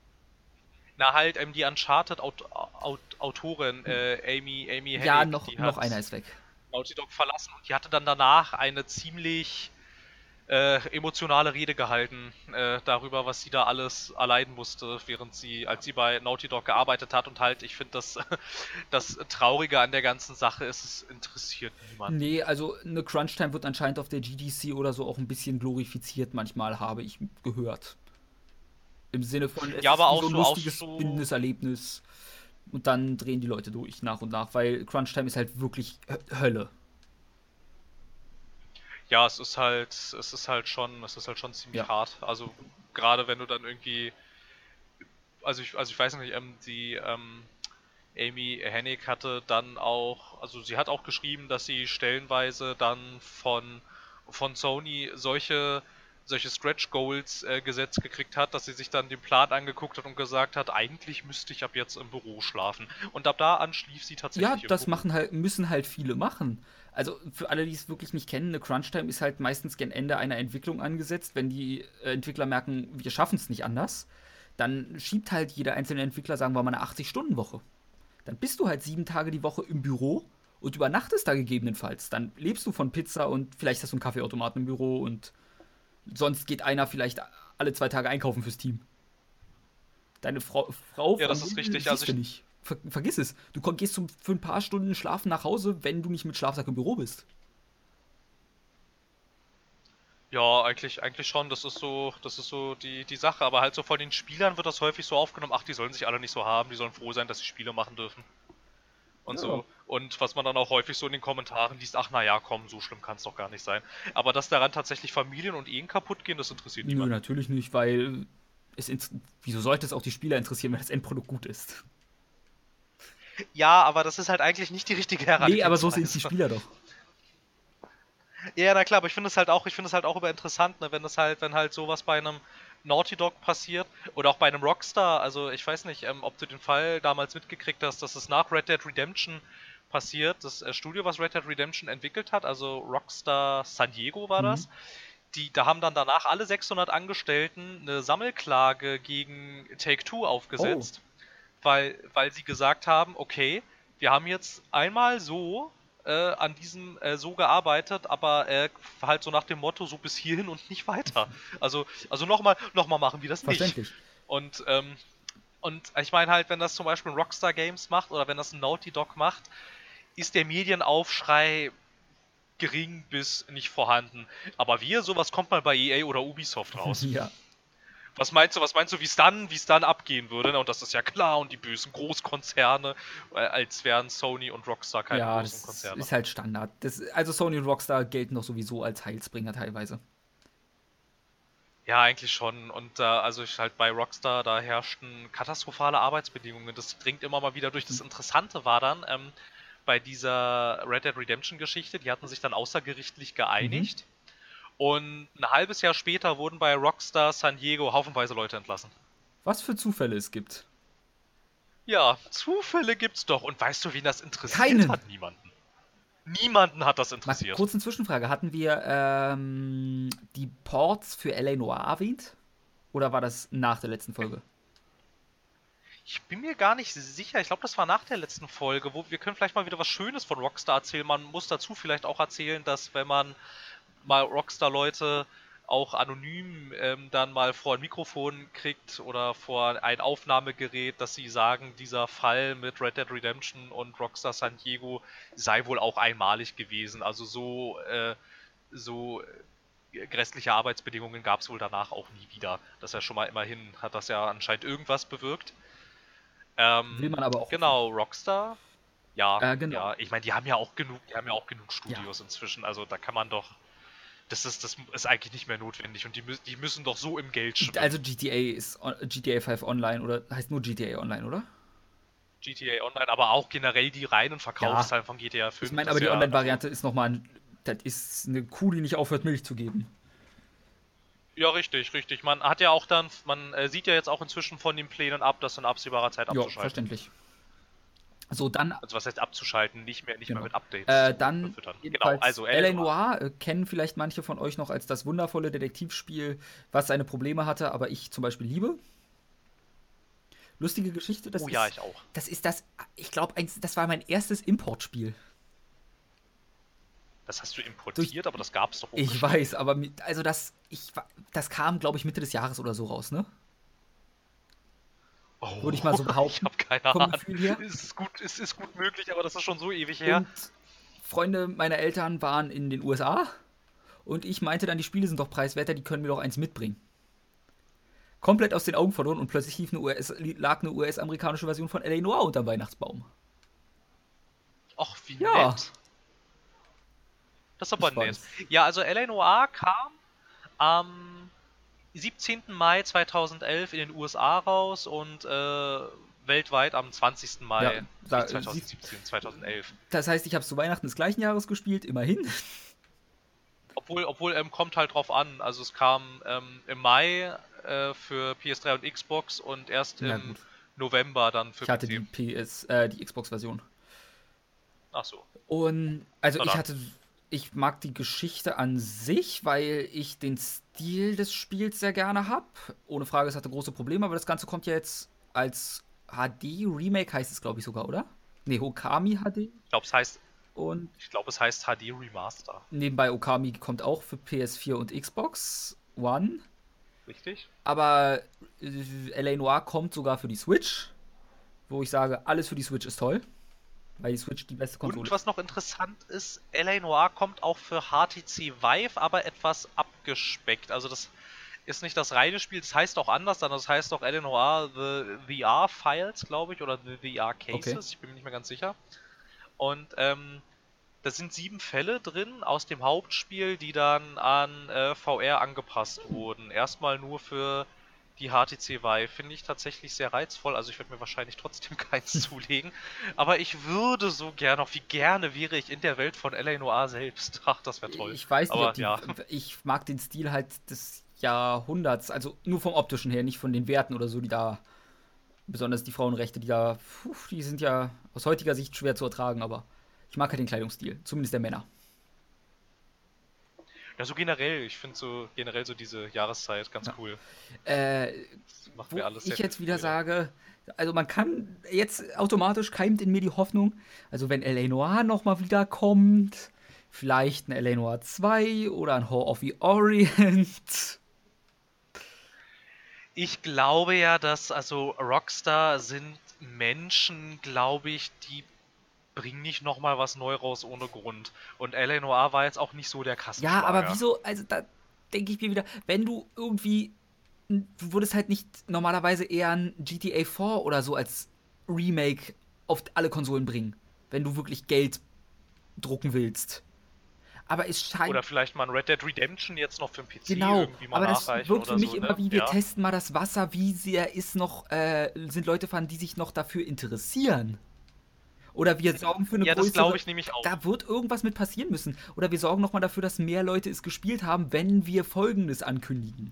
Na halt, ähm, die Uncharted-Autorin, äh, Amy, Amy Ja, Hennig, noch, die noch einer hat ist weg. Naughty Dog verlassen und die hatte dann danach eine ziemlich äh, emotionale Rede gehalten äh, darüber, was sie da alles erleiden musste, während sie, als sie bei Naughty Dog gearbeitet hat. Und halt, ich finde, das, das Traurige an der ganzen Sache ist, es interessiert niemanden. Nee, also eine Crunchtime wird anscheinend auf der G D C oder so auch ein bisschen glorifiziert, manchmal habe ich gehört. Im Sinne von, es Ja, ist aber wie auch so ein so, auch lustiges, so. bindendes Erlebnis. Und dann drehen die Leute durch nach und nach, weil Crunchtime ist halt wirklich Hö- Hölle. Ja, es ist halt, es ist halt schon, es ist halt schon ziemlich Ja. hart. Also gerade wenn du dann irgendwie, also ich, also ich weiß nicht, ähm, die ähm, Amy Hennig hatte dann auch, also sie hat auch geschrieben, dass sie stellenweise dann von, von Sony solche, solche Stretch Goals äh, gesetzt gekriegt hat, dass sie sich dann den Plan angeguckt hat und gesagt hat, eigentlich müsste ich ab jetzt im Büro schlafen. Und ab da an schlief sie Ja, tatsächlich im das Büro. machen halt, müssen halt viele machen. Also für alle, die es wirklich nicht kennen, eine Crunchtime ist halt meistens gen Ende einer Entwicklung angesetzt. Wenn die äh, Entwickler merken, wir schaffen es nicht anders, dann schiebt halt jeder einzelne Entwickler, sagen wir mal, eine achtzig-Stunden-Woche. Dann bist du halt sieben Tage die Woche im Büro und übernachtest da gegebenenfalls. Dann lebst du von Pizza und vielleicht hast du einen Kaffeeautomaten im Büro und sonst geht einer vielleicht alle zwei Tage einkaufen fürs Team. Deine Frau, Frau Ja, das ist Freundin richtig. Also siehst du ich, nicht. Ver vergiss es. Du kon- gehst zum, für ein paar Stunden schlafen nach Hause, wenn du nicht mit Schlafsack im Büro bist. ja, eigentlich, eigentlich schon. Das ist so, das ist so die, die Sache. Aber halt so von den Spielern wird das häufig so aufgenommen, ach, die sollen sich alle nicht so haben, die sollen froh sein, dass sie Spiele machen dürfen. Und Ja. so. Und was man dann auch häufig so in den Kommentaren liest, ach naja, komm, so schlimm kann es doch gar nicht sein. Aber dass daran tatsächlich Familien und Ehen kaputt gehen, das interessiert Nö, niemanden. natürlich nicht, weil es int- wieso sollte es auch die Spieler interessieren, wenn das Endprodukt gut ist? Ja, aber das ist halt eigentlich nicht die richtige Nee, aber so sind es die Herangehensweise. Spieler doch. Ja, na klar, aber ich finde es halt auch, ich finde es halt auch immer interessant, ne, wenn das halt, wenn halt sowas bei einem Naughty Dog passiert oder auch bei einem Rockstar. Also ich weiß nicht, ähm, ob du den Fall damals mitgekriegt hast, dass es nach Red Dead Redemption passiert. Das äh, Studio, was Red Dead Redemption entwickelt hat, also Rockstar San Diego war das, Mhm. die, da haben dann danach alle sechshundert Angestellten eine Sammelklage gegen Take-Two Oh, aufgesetzt, weil, weil sie gesagt haben, okay, wir haben jetzt einmal so äh, an diesem äh, so gearbeitet, aber äh, halt so nach dem Motto, so bis hierhin und nicht weiter. Also, also nochmal, nochmal machen wir das nicht. verständlich. Und, ähm, und ich meine halt, wenn das zum Beispiel ein Rockstar Games macht oder wenn das ein Naughty Dog macht, ist der Medienaufschrei gering bis nicht vorhanden. Aber wir, sowas kommt mal bei E A oder Ubisoft raus. Ja. Was meinst du, was meinst du, wie es dann, wie es dann abgehen würde? Ne? Und das ist ja klar, und die bösen Großkonzerne, äh, als wären Sony und Rockstar keine Ja, großen das Konzerne. ist halt Standard. Das, also Sony und Rockstar gelten doch sowieso als Heilsbringer teilweise. Ja, eigentlich schon. Und äh, also ich halt bei Rockstar, da herrschten katastrophale Arbeitsbedingungen. Das dringt immer mal wieder durch. Das Interessante war dann, ähm, bei dieser Red Dead Redemption Geschichte, die hatten sich dann außergerichtlich Mhm. geeinigt. Und ein halbes Jahr später wurden bei Rockstar San Diego haufenweise Leute entlassen. Was für Zufälle es gibt. Ja, Zufälle gibt's doch. Und weißt du, wen das interessiert Keinen! hat? Niemanden. Niemanden hat das Mal interessiert. kurz eine Zwischenfrage. Hatten wir ähm, die Ports für L A Noire erwähnt? Oder war das nach der letzten Folge? Ich bin mir gar nicht sicher. Ich glaube, das war nach der letzten Folge, wo wir können vielleicht mal wieder was Schönes von Rockstar erzählen. Man muss dazu vielleicht auch erzählen, dass wenn man mal Rockstar-Leute auch anonym ähm, dann mal vor ein Mikrofon kriegt oder vor ein Aufnahmegerät, dass sie sagen, dieser Fall mit Red Dead Redemption und Rockstar San Diego sei wohl auch einmalig gewesen. Also so, äh, so äh, grässliche Arbeitsbedingungen gab es wohl danach auch nie wieder. Das ist ja schon mal immerhin, hat das ja anscheinend irgendwas bewirkt. Will Ähm, man aber auch hoffen. genau, Rockstar. Ja, Äh, genau. ja. Ich meine, die haben ja auch genug, die haben ja auch genug Ja. Studios inzwischen. Also da kann man doch. Das ist, das ist eigentlich nicht mehr notwendig und die, mü- die müssen doch so im Geld Also schwimmen. G T A ist on- G T A fünf Online oder heißt nur G T A Online, oder? G T A Online, aber auch generell die reinen Ja. Verkaufszahlen von G T A Ich fünf, meine, das aber ist die ja, also, Online-Variante ist nochmal ein. Das ist eine Kuh, die nicht aufhört, Milch zu geben. ja, richtig, richtig. Man hat ja auch dann, man äh, sieht ja jetzt auch inzwischen von den Plänen ab, das in absehbarer Zeit Ja, abzuschalten. verständlich. So, dann, Also was heißt abzuschalten? Nicht mehr, nicht mehr genau. mit Updates Äh, zu dann befüttern. Genau, jedenfalls also L A L A Noire. Noire äh, kennen vielleicht manche von euch noch als das wundervolle Detektivspiel, was seine Probleme hatte, aber ich zum Beispiel liebe. Lustige Geschichte, das Oh ja, ist, ich auch. das ist das, ich glaube, das war mein erstes Importspiel. Das hast du Durch, importiert, aber das gab es doch ich umgeschrieben. weiß, aber mit, also das, ich, wa- das kam, glaube ich, Mitte des Jahres oder so raus, ne? Würde ich mal Oh, so ich behaupten, habe keine vom Ahnung. Gefühl her. Es ist gut, es ist gut möglich, aber das ist schon so ewig her. Und Freunde meiner Eltern waren in den U S A und ich meinte dann, die Spiele sind doch preiswerter, die können mir doch eins mitbringen. Komplett aus den Augen verloren und plötzlich lief eine U S, lag eine U S-amerikanische Version von L A Noire unterm Weihnachtsbaum. Ach, wie Ja, nett. Das ist aber ich nett. weiß. Ja, also L A Noire kam am siebzehnten Mai zweitausendelf in den U S A raus und äh, weltweit am zwanzigsten Ja, Mai, da, nicht siehst, zweitausendsiebzehn, zweitausendelf. das heißt, ich habe es zu Weihnachten des gleichen Jahres gespielt, immerhin. Obwohl, obwohl, ähm, kommt halt drauf an. Also es kam ähm, im Mai äh, für P S drei und Xbox und erst Ja, im gut. November dann für Ich hatte P C. die P S, äh, die Xbox-Version. Ach so, Und also na ich dann. hatte, ich mag die Geschichte an sich, weil ich den Stil des Spiels sehr gerne habe. Ohne Frage, es hatte große Probleme, aber das Ganze kommt ja jetzt als H D-Remake, heißt es, glaube ich, sogar, oder? Ne, Okami H D. Ich glaube, es heißt, Und ich glaube, es heißt H D Remaster. nebenbei Okami kommt auch für P S vier und Xbox One. Richtig? Aber äh, L A Noire kommt sogar für die Switch, wo ich sage, alles für die Switch ist toll, weil die Switch die beste Konsole Und ist. was noch interessant ist, L A Noire kommt auch für H T C Vive, aber etwas abgespeckt. Also das ist nicht das reine Spiel, das heißt auch anders, sondern das heißt auch L A Noire The V R Files, glaube ich, oder The V R Okay. Cases, ich bin mir nicht mehr ganz sicher. Und ähm, da sind sieben Fälle drin aus dem Hauptspiel, die dann an äh, V R angepasst wurden. Erstmal nur für die H T C Vive. Finde ich tatsächlich sehr reizvoll. Also ich werde mir wahrscheinlich trotzdem keins zulegen. Aber ich würde so gerne, auch wie gerne wäre ich in der Welt von L A Noire selbst. Ach, das wäre toll. Ich weiß nicht, ob Aber die. ja. Ich mag den Stil halt des Jahrhunderts, also nur vom optischen her, nicht von den Werten oder so, die da. Besonders die Frauenrechte, die da. Puh, die sind ja aus heutiger Sicht schwer zu ertragen, aber. Ich mag halt den Kleidungsstil, zumindest der Männer. Ja, so generell, ich finde so generell so diese Jahreszeit ganz Ja. cool. Äh, Das macht mir wo alles sehr ich viel jetzt wieder Freude. sage, also man kann jetzt automatisch keimt in mir die Hoffnung, also wenn L A Noir nochmal wiederkommt, vielleicht ein L A Noir zwei oder ein Horror of the Orient. Ich glaube ja, dass also Rockstar sind Menschen, glaube ich, die bringen nicht nochmal was neu raus ohne Grund. Und L A Noir war jetzt auch nicht so der Ja, aber Kassenschlager. wieso, also da denke ich mir wieder, wenn du irgendwie, du würdest halt nicht normalerweise eher ein G T A vier oder so als Remake auf alle Konsolen bringen, wenn du wirklich Geld drucken willst. Aber es scheint, Oder vielleicht mal ein Red Dead Redemption jetzt noch für den P C genau, irgendwie mal aber das nachreichen wirkt für oder mich so, immer ne? wie, wir Ja. testen mal das Wasser, wie sehr ist noch, äh, sind Leute vorhanden, die sich noch dafür interessieren. Oder wir sorgen für eine Ja, das glaube größere, ich nämlich auch. da wird irgendwas mit passieren müssen. Oder wir sorgen nochmal dafür, dass mehr Leute es gespielt haben, wenn wir Folgendes ankündigen.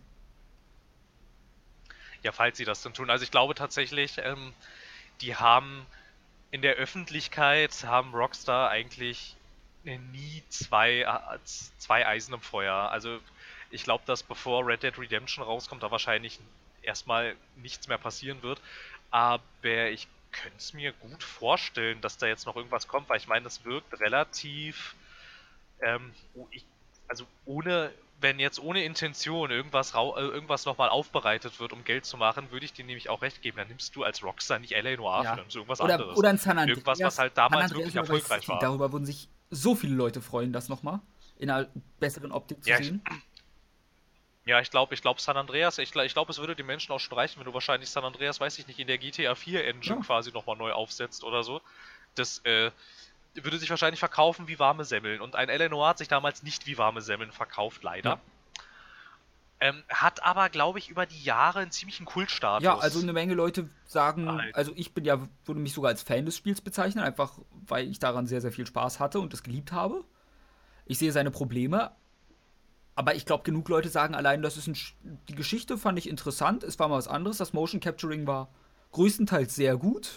Ja, falls sie das dann tun. Also ich glaube tatsächlich, ähm, die haben in der Öffentlichkeit haben Rockstar eigentlich nie zwei, äh, zwei Eisen im Feuer. Also ich glaube, dass bevor Red Dead Redemption rauskommt, da wahrscheinlich erstmal nichts mehr passieren wird. Aber ich könnte es mir gut vorstellen, dass da jetzt noch irgendwas kommt, weil ich meine, das wirkt relativ, ähm, oh, ich, also ohne, wenn jetzt ohne Intention irgendwas, rau, äh, irgendwas nochmal aufbereitet wird, um Geld zu machen, würde ich dir nämlich auch recht geben. Dann nimmst du als Rockstar nicht L A Noir für, Ja. dann nimmst du irgendwas Oder, anderes. oder in San Irgendwas, was Andreas. halt San damals Andreas wirklich oder Vice erfolgreich City. war. Darüber würden sich so viele Leute freuen, das nochmal in einer besseren Optik zu Ja, ich, sehen. ja, ich glaube, ich glaube San Andreas, ich, gl- ich glaube, es würde den Menschen auch schon reichen, wenn du wahrscheinlich San Andreas, weiß ich nicht, in der G T A vier Engine Ja. quasi nochmal neu aufsetzt oder so. Das äh, würde sich wahrscheinlich verkaufen wie warme Semmeln. Und ein L A Noir hat sich damals nicht wie warme Semmeln verkauft, leider. Ja. Ähm, hat aber, glaube ich, über die Jahre einen ziemlichen Ja, also Kultstatus eine Menge Leute sagen, erhalten. also ich bin ja, würde mich sogar als Fan des Spiels bezeichnen, einfach weil ich daran sehr, sehr viel Spaß hatte und es geliebt habe. Ich sehe seine Probleme, aber ich glaube, genug Leute sagen allein, das ist ein, die Geschichte fand ich interessant, es war mal was anderes, das Motion Capturing war größtenteils sehr gut.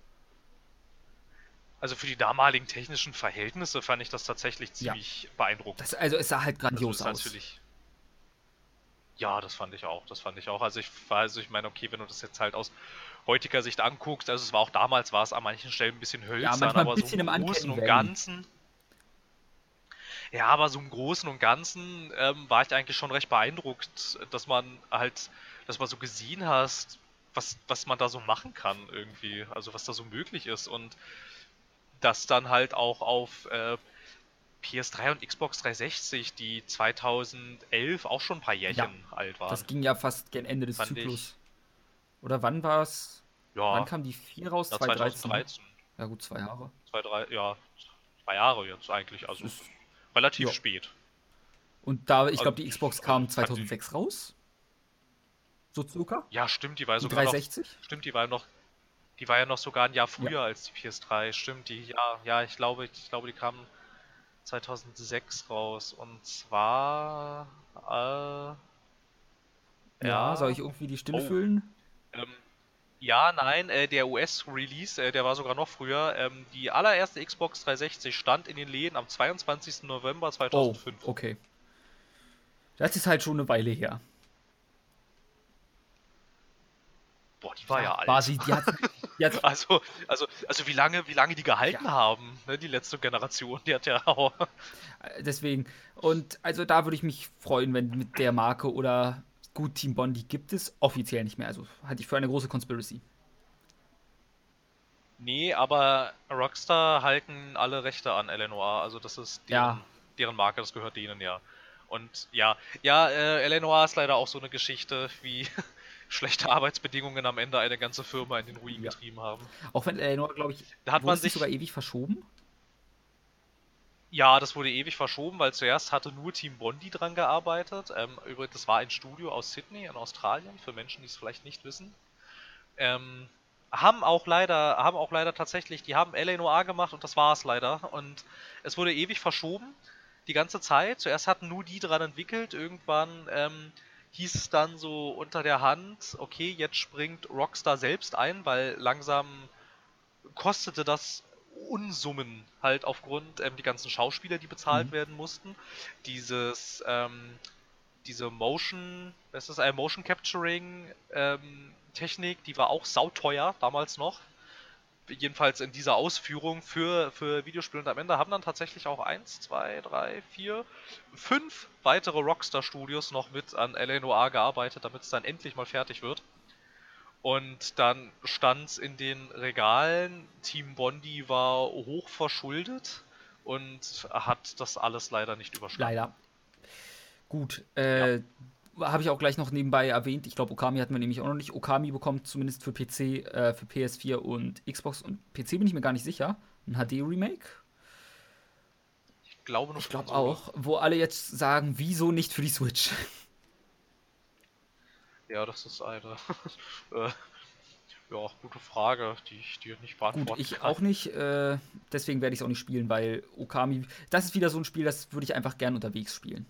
Also für die damaligen technischen Verhältnisse fand ich das tatsächlich Ja, ziemlich beeindruckend. das, also es sah halt Also grandios ist aus. natürlich. Ja, das fand ich auch. Das fand ich auch. Also ich war, also ich meine, okay, wenn du das jetzt halt aus heutiger Sicht anguckst, also es war auch damals, war es an manchen Stellen ein bisschen Ja, hölzern, manchmal ein aber so im bisschen im Großen Uncanny und Valley. Ganzen, ja, aber so im Großen und Ganzen ähm, war ich eigentlich schon recht beeindruckt, dass man halt, dass man so gesehen hast, was, was man da so machen kann irgendwie, also was da so möglich ist und das dann halt auch auf äh, P S drei und Xbox dreihundertsechzig, die zweitausendelf auch schon ein paar Ja, Jährchen alt waren, das ging ja fast gen Ende des fand ich, Zyklus. Oder wann war es? Wann ja, kam die vier raus? ja zwanzig dreizehn, ne? zweitausenddreizehn, Ja, gut, zwei Jahre. zwei, drei, ja, zwei Jahre jetzt eigentlich, Das also ist, relativ ja. spät. Und da, ich Also, glaube, die Xbox also kam fand ich, zweitausendsechs raus. So circa. ja, stimmt, die war Die sogar noch, dreihundertsechzig. stimmt, die war noch, die war ja noch sogar ein Jahr Ja. früher als die P S drei, stimmt, die, ja, ja, ich glaube, ich glaube, die kam zweitausendsechs raus und zwar, äh, Ja, soll ich ja, irgendwie die Stille oh, füllen? ähm, ja, nein, äh, der U S-Release, äh, der war sogar noch früher. Ähm, die allererste Xbox dreihundertsechzig stand in den Läden am zweiundzwanzigsten November Oh, zweitausendfünf. okay. Das ist halt schon eine Weile her. Boah, die war Ja, ja war alt. sie, die hat, die hat, Also, also, also wie lange, wie lange die ja, gehalten haben, ne? Die letzte Generation, die hat ja auch. äh, deswegen. Und also da würde ich mich freuen, wenn mit der Marke oder gut, Team Bondi gibt es offiziell nicht mehr. Also halte ich für eine große Conspiracy. Nee, aber Rockstar halten alle Rechte an L A Noire, also das ist Ja, deren, deren Marke, das gehört denen ja. Und ja, ja, äh, L A Noire ist leider auch so eine Geschichte, wie schlechte Arbeitsbedingungen am Ende eine ganze Firma in den Ruin ja. getrieben haben. Auch wenn Eleanor, glaube ich, Da hat wurde man es nicht sogar sich, ewig verschoben? ja, das wurde ewig verschoben, weil zuerst hatte nur Team Bondi dran gearbeitet. Ähm, übrigens, das war ein Studio aus Sydney in Australien, für Menschen, die es vielleicht nicht wissen. Ähm, haben auch leider, haben auch leider tatsächlich, die haben L A Noir gemacht und das war es leider. Und es wurde ewig verschoben, die ganze Zeit. Zuerst hatten nur die dran entwickelt, irgendwann ähm, hieß es dann so unter der Hand, okay, jetzt springt Rockstar selbst ein, weil langsam kostete das Unsummen halt aufgrund ähm, die ganzen Schauspieler, die bezahlt Mhm. werden mussten. Dieses, ähm, diese Motion, was ist das, äh, Motion Capturing ähm, Technik, die war auch sauteuer damals noch. Jedenfalls in dieser Ausführung für, für Videospiele. Und am Ende haben dann tatsächlich auch eins, zwei, drei, vier, fünf weitere Rockstar-Studios noch mit an L A Noire gearbeitet, damit es dann endlich mal fertig wird. Und dann stand in den Regalen, Team Bondi war hoch verschuldet und hat das alles leider nicht überstanden. Leider. Gut, Ja, äh, habe ich auch gleich noch nebenbei erwähnt. Ich glaube, Okami hatten wir nämlich auch noch nicht. Okami bekommt zumindest für P C, äh, für P S vier und Xbox und P C bin ich mir gar nicht sicher. Ein H D-Remake? ich glaube nur Ich für glaube Konsole. auch. Wo alle jetzt sagen, wieso nicht für die Switch? Ja, das ist eine äh, ja, gute Frage, die ich dir nicht Gut, beantworten ich kann. auch nicht. Äh, deswegen werde ich es auch nicht spielen, weil Okami. Das ist wieder so ein Spiel, das würde ich einfach gern unterwegs spielen.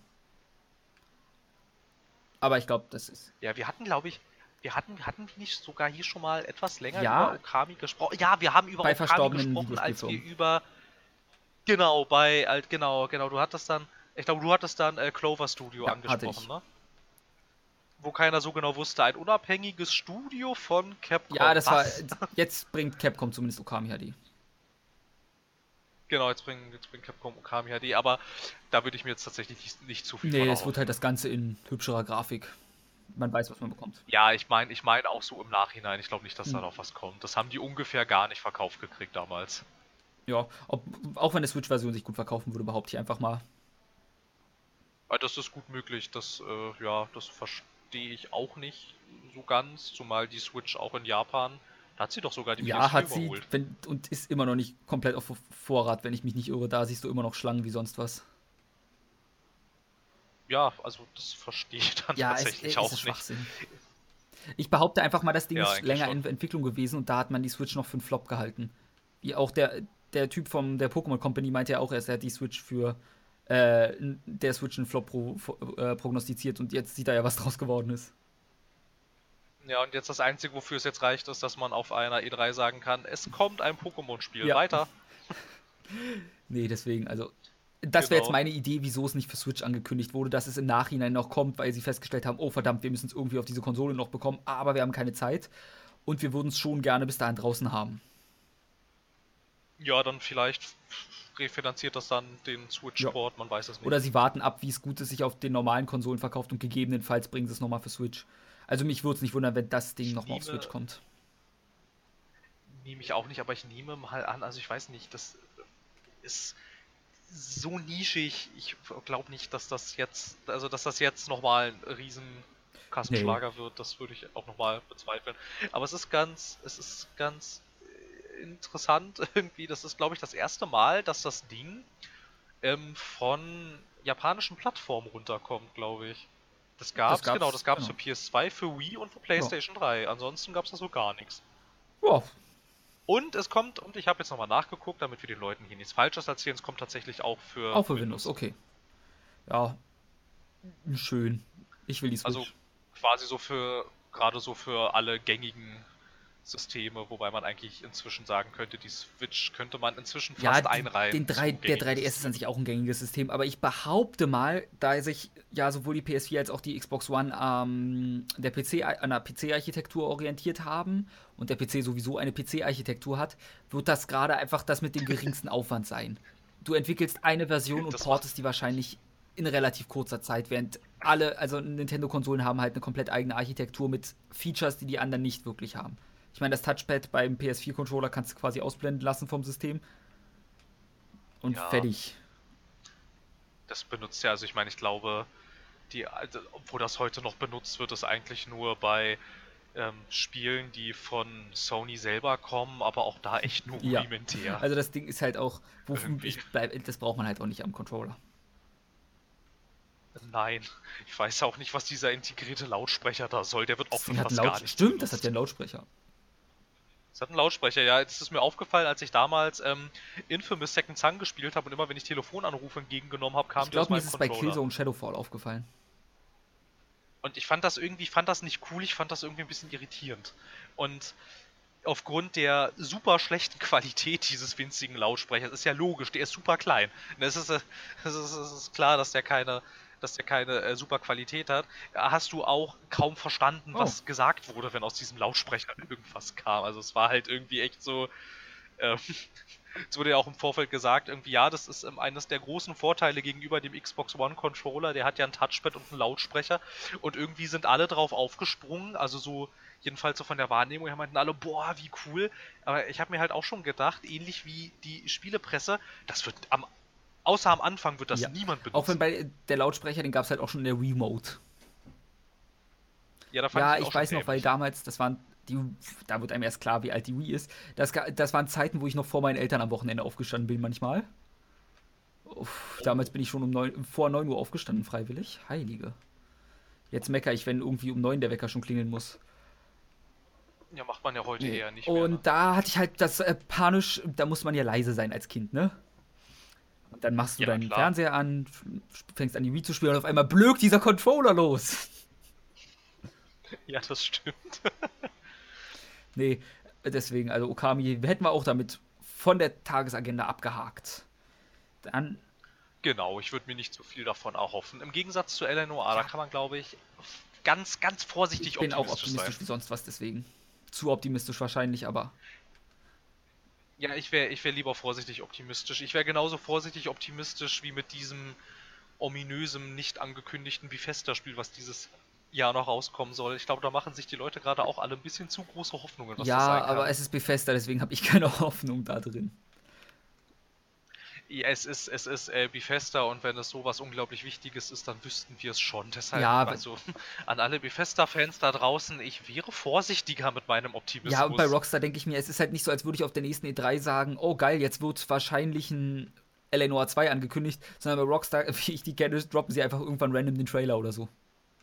Aber ich glaube, das ist. Ja, wir hatten, glaube ich, wir hatten, hatten wir nicht sogar hier schon mal etwas länger über Ja, Okami gesprochen? Ja, wir haben über bei Okami verstorbenen gesprochen, als wir Videospielfirmen. über, genau, bei, halt, genau, genau, du hattest dann, ich glaube, du hattest dann äh, Clover Studio Ja, hatte angesprochen, ich. ne? Wo keiner so genau wusste, ein unabhängiges Studio von Ja, Capcom. das war. Was? Jetzt bringt Capcom zumindest Okami H D. Genau, jetzt bringen, jetzt bringt Capcom Okami H D, aber da würde ich mir jetzt tatsächlich nicht, nicht zu viel von Nee, es wird erhoffen. halt das Ganze in hübscherer Grafik. Man weiß, was man bekommt. Ja, ich meine, ich meine auch so im Nachhinein. Ich glaube nicht, dass Hm. da noch was kommt. Das haben die ungefähr gar nicht verkauft gekriegt damals. Ja, ob, auch wenn eine Switch-Version sich gut verkaufen würde, behaupte ich einfach mal. Weil das ist gut möglich. Das, äh, ja, das verstehe ich auch nicht so ganz. Zumal die Switch auch in Japan, da hat sie doch sogar die Ja, P S vier hat sie, überholt. wenn, und ist immer noch nicht komplett auf Vorrat, wenn ich mich nicht irre. Da siehst du immer noch Schlangen wie sonst was. Ja, also das verstehe ich dann Ja, es, tatsächlich es ist auch nicht. Schwachsinn. Ich behaupte einfach mal, das Ding Ja, ist eigentlich länger schon. in Entwicklung gewesen und da hat man die Switch noch für einen Flop gehalten. Wie auch der, der Typ von der Pokémon Company meinte ja auch erst, er hat die Switch für äh, der Switch einen Flop pro, äh, prognostiziert und jetzt sieht er ja, was draus geworden ist. Ja, und jetzt das Einzige, wofür es jetzt reicht, ist, dass man auf einer E drei sagen kann, es kommt ein Pokémon-Spiel. Ja, Weiter. nee, deswegen, also das wäre jetzt Genau. meine Idee, wieso es nicht für Switch angekündigt wurde, dass es im Nachhinein noch kommt, weil sie festgestellt haben, oh verdammt, wir müssen es irgendwie auf diese Konsole noch bekommen, aber wir haben keine Zeit und wir würden es schon gerne bis dahin draußen haben. Ja, dann vielleicht refinanziert das dann den Ja. Switch-Port, man weiß es Oder nicht. sie warten ab, wie es gut ist, sich auf den normalen Konsolen verkauft und gegebenenfalls bringen sie es nochmal für Switch. Also mich würde es nicht wundern, wenn das Ding Ich nochmal auf Switch nehme, kommt. nehme ich auch nicht, aber ich nehme mal an, also ich weiß nicht, das ist so nischig. Ich glaube nicht, dass das jetzt, also dass das jetzt nochmal ein riesen Nee. Kassenschlager wird, das würde ich auch nochmal bezweifeln. Aber es ist ganz, es ist ganz äh, interessant irgendwie. Das ist, glaube ich, das erste Mal, dass das Ding ähm, von japanischen Plattformen runterkommt, glaube ich. Das Das gab's, genau, das gab's, gab's für genau. P S zwei, für Wii und für Ja. PlayStation drei. Ansonsten gab's da so gar nichts. Ja, Und es kommt, und ich habe jetzt nochmal nachgeguckt, damit wir den Leuten hier nichts Falsches erzählen, es kommt tatsächlich auch für auch für Windows, Windows. okay. Ja, schön. Ich will die Also Switch. quasi so für, gerade so für alle gängigen Systeme, wobei man eigentlich inzwischen sagen könnte, die Switch könnte man inzwischen Ja, fast die, den einreihen drei, zu der gängigen drei D S ist an Systemen. sich auch ein gängiges System, aber ich behaupte mal, da sich ja sowohl die P S vier als auch die Xbox One ähm, der P C, an der P C-Architektur orientiert haben und der P C sowieso eine P C-Architektur hat, wird das gerade einfach das mit dem geringsten Aufwand sein. Du entwickelst eine Version und Das macht, portest die wahrscheinlich in relativ kurzer Zeit, während alle, also Nintendo-Konsolen haben halt eine komplett eigene Architektur mit Features, die die anderen nicht wirklich haben. Ich meine, das Touchpad beim P S vier-Controller kannst du quasi ausblenden lassen vom System und ja, fertig. das benutzt ja, also ich meine, ich glaube, die, also, wo das heute noch benutzt wird, ist eigentlich nur bei ähm, Spielen, die von Sony selber kommen, aber auch da echt nur Ja. rudimentär. Also das Ding ist halt auch, wo Irgendwie. ich bleib, das braucht man halt auch nicht am Controller. Nein, ich weiß auch nicht, was dieser integrierte Lautsprecher da soll. Der wird auch Das für Ding hat einen fast gar Lautsprecher. nichts Stimmt, das hat ja benutzt. einen Lautsprecher. Es hat einen Lautsprecher, ja. Jetzt ist es mir aufgefallen, als ich damals ähm, Infamous Second Son gespielt habe und immer wenn ich Telefonanrufe entgegengenommen habe, Ich kamen die aus glaube, mir meinem ist es bei Controller. Killzone Shadowfall aufgefallen. Und ich fand das irgendwie, ich fand das nicht cool, ich fand das irgendwie ein bisschen irritierend. Und aufgrund der super schlechten Qualität dieses winzigen Lautsprechers, ist ja logisch, der ist super klein. Es ist, äh, es ist, es ist klar, dass der keine, dass der keine äh, super Qualität hat. Hast du auch kaum verstanden, Oh. was gesagt wurde, wenn aus diesem Lautsprecher irgendwas kam. Also es war halt irgendwie echt so. Ähm, es wurde ja auch im Vorfeld gesagt, irgendwie, ja, das ist ähm, eines der großen Vorteile gegenüber dem Xbox One Controller. Der hat ja ein Touchpad und einen Lautsprecher. Und irgendwie sind alle drauf aufgesprungen. Also so, jedenfalls so von der Wahrnehmung her meinten alle, boah, wie cool. Aber ich habe mir halt auch schon gedacht, ähnlich wie die Spielepresse, das wird am, außer am Anfang wird das Ja. niemand Auch wenn benutzen. bei der Lautsprecher, den gab es halt auch schon in der Remote. Ja, da fand ich Ja, ihn auch ich schon weiß noch, weil dämlich. damals, das waren die, da wird einem erst klar, wie alt die Wii ist. Das, ga- das waren Zeiten, wo ich noch vor meinen Eltern am Wochenende aufgestanden bin manchmal. Uff, damals Oh. bin ich schon um neun, vor neun Uhr aufgestanden, freiwillig. Heilige. Jetzt meckere ich, wenn irgendwie um neun der Wecker schon klingeln muss. Ja, macht man ja heute Nee. eher nicht mehr, ne? Und da hatte ich halt das äh, panisch, da muss man ja leise sein als Kind, ne? Und dann machst du Ja, deinen klar. Fernseher an, fängst an die Wii zu spielen und auf einmal blökt dieser Controller los. Ja, das stimmt. Nee, deswegen, also Okami hätten wir auch damit von der Tagesagenda abgehakt. Dann, Genau, ich würde mir nicht so viel davon erhoffen. Im Gegensatz zu L N O A, da ja, kann man, glaube ich, ganz, ganz ich vorsichtig bin auch optimistisch sein. optimistisch wie sonst was, deswegen. Zu optimistisch wahrscheinlich, aber Ja, ich wäre ich wär lieber vorsichtig optimistisch. Ich wäre genauso vorsichtig optimistisch wie mit diesem ominösen, nicht angekündigten Bethesda-Spiel, was dieses Jahr noch rauskommen soll. Ich glaube, da machen sich die Leute gerade auch alle ein bisschen zu große Hoffnungen, was das ja, sein aber kann. es ist Bethesda, deswegen habe ich keine Hoffnung da drin. Ja, es ist, es ist äh, Bethesda und wenn es sowas unglaublich Wichtiges ist, dann wüssten wir es schon. Deshalb, Ja, also an alle Bethesda-Fans da draußen, ich wäre vorsichtiger mit meinem ja, und bei Optimismus. Rockstar denke ich mir, es ist halt nicht so, als würde ich auf der nächsten E drei sagen, oh geil, jetzt wird wahrscheinlich ein L N O A zwei angekündigt, sondern bei Rockstar, wie ich die kenne, droppen sie einfach irgendwann random den Trailer oder so.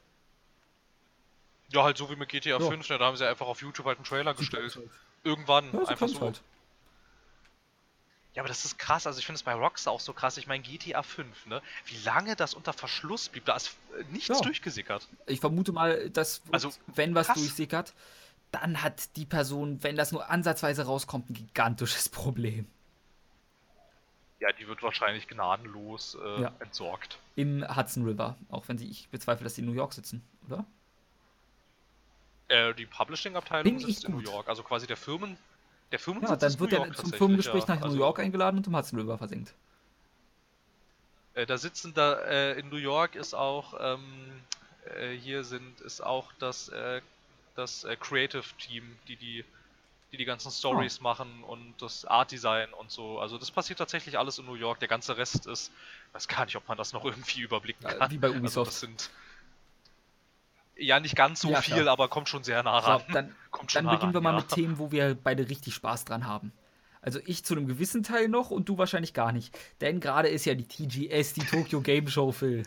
Ja, halt so wie mit G T A Ja, fünf, ne, da haben sie einfach auf YouTube halt einen Trailer sie können es gestellt. halt. Irgendwann, Ja, sie einfach können es so. halt. Ja, aber das ist krass, also ich finde es bei Rockstar auch so krass. Ich meine, G T A fünf, ne, wie lange das unter Verschluss blieb, da ist äh, nichts Ja, durchgesickert. ich vermute mal, das wird, Also, wenn was krass. durchsickert, dann hat die Person, wenn das nur ansatzweise rauskommt, ein gigantisches Problem. Ja, die wird wahrscheinlich gnadenlos äh, Ja, entsorgt. im Hudson River, auch wenn sie, ich bezweifle, dass sie in New York sitzen, oder? Äh, die Publishing-Abteilung Bin ich sitzt in New gut. York, also quasi der Firmen, der Ja, Firmensitz dann ist New wird er York zum tatsächlich, Firmengespräch ja. nach New York Also, eingeladen und im Hudson River versenkt. äh, da sitzen da, äh, in New York ist auch, ähm, äh, hier sind, ist auch das, äh, das äh, Creative-Team, die die die die ganzen Ah, Stories machen und das Art Design und so. Also das passiert tatsächlich alles in New York. Der ganze Rest ist, weiß gar nicht, ob man das noch irgendwie überblicken äh, kann. wie bei Also das Ubisoft. sind ja nicht ganz so Ja, klar. viel, aber kommt schon sehr nah ran. So, dann, Kommt schon dann nah beginnen ran, wir mal ja. mit Themen, wo wir beide richtig Spaß dran haben. Also ich zu einem gewissen Teil noch und du wahrscheinlich gar nicht. Denn gerade ist ja die T G S, die Tokyo Game Show, Phil.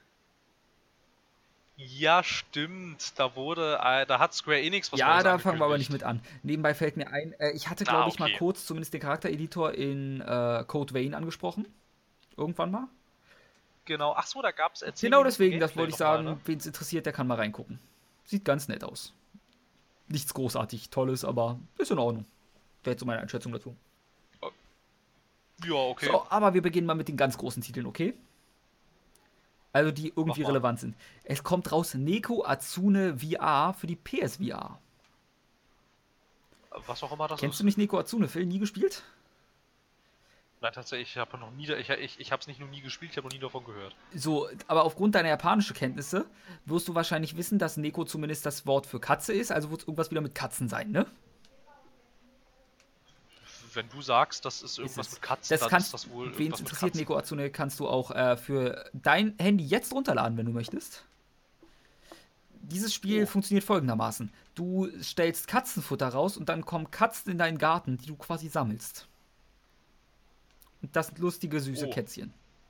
Ja, stimmt. Da wurde, äh, da hat Square Enix was Ja, Neues da fangen wir aber nicht angekündigt. mit an. Nebenbei fällt mir ein, äh, ich hatte, Ah, glaube ich, mal okay. kurz zumindest den Charaktereditor in äh, Code Vein angesprochen. Irgendwann mal. Genau. Ach so, da gab es äh, zehn Genau Minuten deswegen, das Gameplay wollte ich nochmal, ne? sagen, wen es interessiert, der kann mal reingucken. Sieht ganz nett aus. Nichts großartig Tolles, aber ist in Ordnung. Wäre jetzt so meine Einschätzung dazu. Ja, okay. So, aber wir beginnen mal mit den ganz großen Titeln, okay? Also die Mach irgendwie mal. relevant sind. Es kommt raus Neko Atsune V R für die P S V R. Was auch immer das Kennst du ist. nicht Neko Atsune, Phil? Nie gespielt? Nein, tatsächlich, ich habe noch nie, ich, ich, ich habe es nicht nur nie gespielt, ich habe noch nie davon gehört. So, aber aufgrund deiner japanischen Kenntnisse wirst du wahrscheinlich wissen, dass Neko zumindest das Wort für Katze ist, also wird es irgendwas wieder mit Katzen sein, ne? Wenn du sagst, das ist Ist irgendwas es. mit Katzen, Das dann ist kannst, das wohl wen es irgendwas mit interessiert, Katzen. Neko Atsune kannst du auch äh, für dein Handy jetzt runterladen, wenn du möchtest. Dieses Spiel Oh, funktioniert folgendermaßen. Du stellst Katzenfutter raus und dann kommen Katzen in deinen Garten, die du quasi sammelst. Und das sind lustige, süße oh, Kätzchen.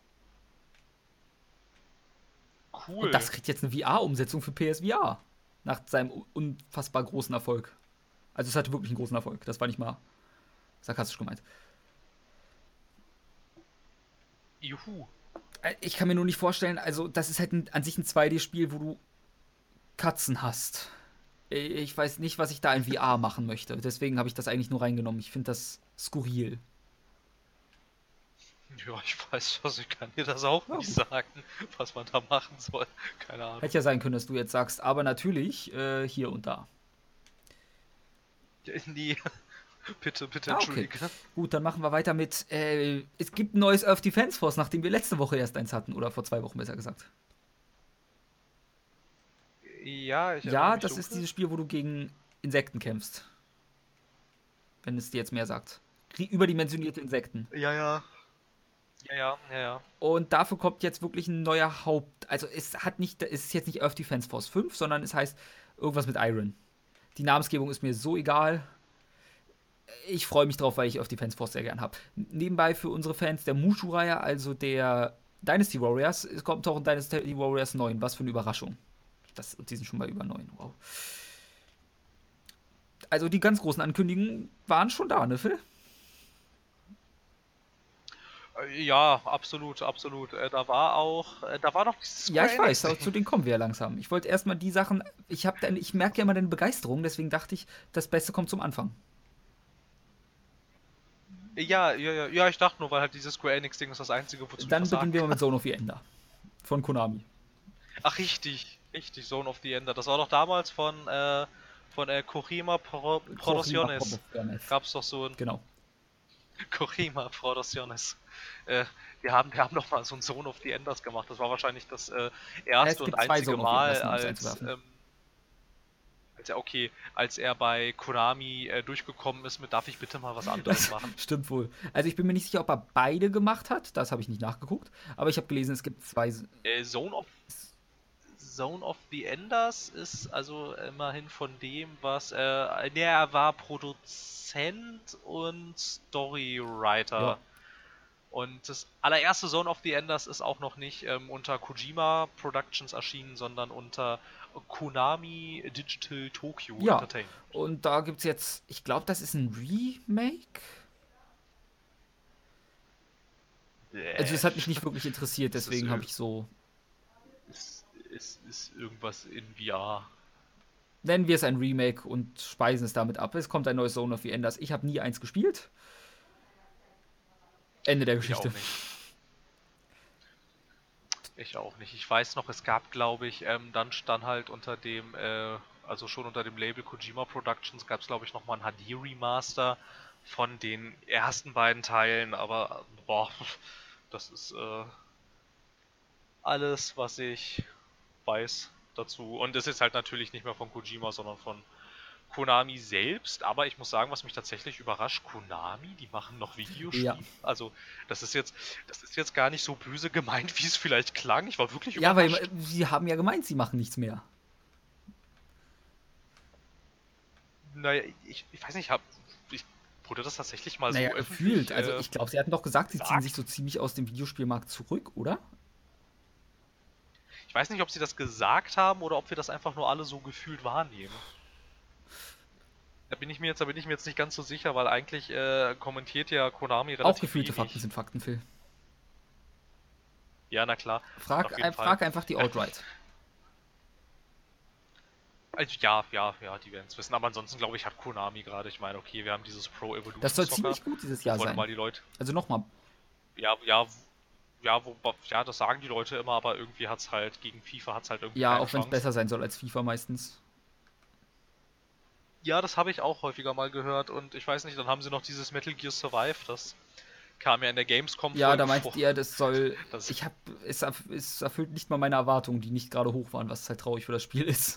Und cool. das kriegt jetzt eine V R-Umsetzung für P S V R. Nach seinem unfassbar großen Erfolg. Also es hatte wirklich einen großen Erfolg. Das war nicht mal sarkastisch gemeint. Juhu. Äh, Ich kann mir nur nicht vorstellen, also das ist halt ein, an sich ein zwei D-Spiel, wo du Katzen hast. Ich weiß nicht, was ich da in V R machen möchte. Deswegen habe ich das eigentlich nur reingenommen. Ich finde das skurril. Ja, ich weiß was, ich kann dir das auch Ja, nicht gut. sagen, was man da machen soll. Keine Ahnung. Hätte ja sein können, dass du jetzt sagst, aber natürlich äh, hier und da. Ja, nee, bitte, bitte Ah, okay. entschuldige. Gut, dann machen wir weiter mit. Äh, es gibt ein neues Earth Defense Force, nachdem wir letzte Woche erst eins hatten. Oder vor zwei Wochen besser gesagt. Ja, ich erinnere Ja, mich das ist dunkel. dieses Spiel, wo du gegen Insekten kämpfst. Wenn es dir jetzt mehr sagt. Ri- Überdimensionierte Insekten. Ja, ja. Ja, ja, ja, ja. Und dafür kommt jetzt wirklich ein neuer Haupt. Also es hat nicht, es ist jetzt nicht Earth Defense Force fünf, sondern es heißt irgendwas mit Iron. Die Namensgebung ist mir so egal. Ich freue mich drauf, weil ich Earth Defense Force sehr gern habe. Nebenbei für unsere Fans der Mushu-Reihe, also der Dynasty Warriors, es kommt auch ein Dynasty Warriors neun. Was für eine Überraschung. Das, die sind schon bei über neun. Wow. Also die ganz großen Ankündigungen waren schon da, ne, Phil? Äh, Ja, absolut, absolut. Äh, da war auch, äh, da war noch dieses Ja, Square ich weiß, aber zu Enix-Ding. denen kommen wir ja langsam. Ich wollte erstmal die Sachen, ich habe dann, ich merke ja immer deine Begeisterung, deswegen dachte ich, das Beste kommt zum Anfang. Ja, ja, ja, ja, ich dachte nur, weil halt dieses Square Enix-Ding ist das Einzige, wozu ich Dann was sagen beginnen wir mal kann. mit Zone of the Ender von Konami. Ach, richtig, richtig, Zone of the Ender. Das war doch damals von, äh, von äh, Kojima Pro Kojima Producciones. Promociones. Gab's doch so ein Genau. Kojima Producciones. Äh, die haben, die haben doch mal so ein Zone of the Enders gemacht. Das war wahrscheinlich das äh, Es erste und gibt zwei einzige Zone of the Enders, Mal, nur um es als, einzuwerfen. ähm, als er, okay, als er bei Konami äh, durchgekommen ist mit, darf ich bitte mal was anderes Das machen? stimmt wohl. Also ich bin mir nicht sicher, ob er beide gemacht hat. Das habe ich nicht nachgeguckt. Aber ich habe gelesen, es gibt zwei. Äh, Zone of Zone of the Enders ist also immerhin von dem, was äh, ne, er war Produzent und Ja. Storywriter. Und das allererste Zone of the Enders ist auch noch nicht ähm, unter Kojima Productions erschienen, sondern unter Konami Digital Tokyo Ja. Entertainment. Und da gibt es jetzt, ich glaube, das ist ein Remake. Also Äh, es hat mich nicht wirklich interessiert, ist, das deswegen habe ir- ich so. ist, ist, ist irgendwas in V R? Nennen wir es ein Remake und speisen es damit ab. Es kommt ein neues Zone of the Enders. Ich habe nie eins gespielt. Ende der Ich auch Geschichte. nicht. Ich auch nicht. Ich weiß noch, es gab, glaube ich, ähm, dann stand halt unter dem, äh, also schon unter dem Label Kojima Productions, gab es, glaube ich, nochmal ein H D-Remaster von den ersten beiden Teilen, aber boah, das ist äh, alles, was ich weiß dazu. Und es ist halt natürlich nicht mehr von Kojima, sondern von Konami selbst, aber ich muss sagen, was mich tatsächlich überrascht, Konami, die machen noch Ja. Videospiele. Also, das ist jetzt, das ist jetzt gar nicht so böse gemeint, wie es vielleicht klang. Ich war wirklich Ja, weil überrascht. sie haben ja gemeint, sie machen nichts mehr. Naja, ich, ich weiß nicht, hab, ich, wurde das tatsächlich mal Naja, so gefühlt. öffentlich Also äh, ich glaube, sie hatten doch gesagt, sie ziehen sich gesagt? so ziemlich aus dem Videospielmarkt zurück, oder? Ich weiß nicht, ob sie das gesagt haben oder ob wir das einfach nur alle so gefühlt wahrnehmen. Da bin ich mir jetzt, da bin ich mir jetzt nicht ganz so sicher, weil eigentlich äh, kommentiert ja Konami Auch relativ gefühlte Fakten wenig. sind Fakten, Phil. Ja, na klar, Frag, auf jeden äh, Fall. frag einfach die Outright. Also ja, ja, ja, die werden es wissen. Aber ansonsten glaube ich, hat Konami gerade, ich meine, okay, wir haben dieses Pro Evolution Das soll Soccer, ziemlich gut dieses Jahr wovon sein. mal die Leute, Also nochmal. ja, ja, ja, wo, ja, das sagen die Leute immer, aber irgendwie hat's halt, gegen FIFA hat's halt irgendwie Ja, keine auch wenn es Chance. besser sein soll als FIFA meistens. Ja, das habe ich auch häufiger mal gehört und ich weiß nicht, dann haben sie noch dieses Metal Gear Survive, das kam ja in der Gamescom Ja, Folge da vor. meintet ihr, das soll. Das, Ich hab. Es, erf es erfüllt nicht mal meine Erwartungen, die nicht gerade hoch waren, was halt traurig für das Spiel ist.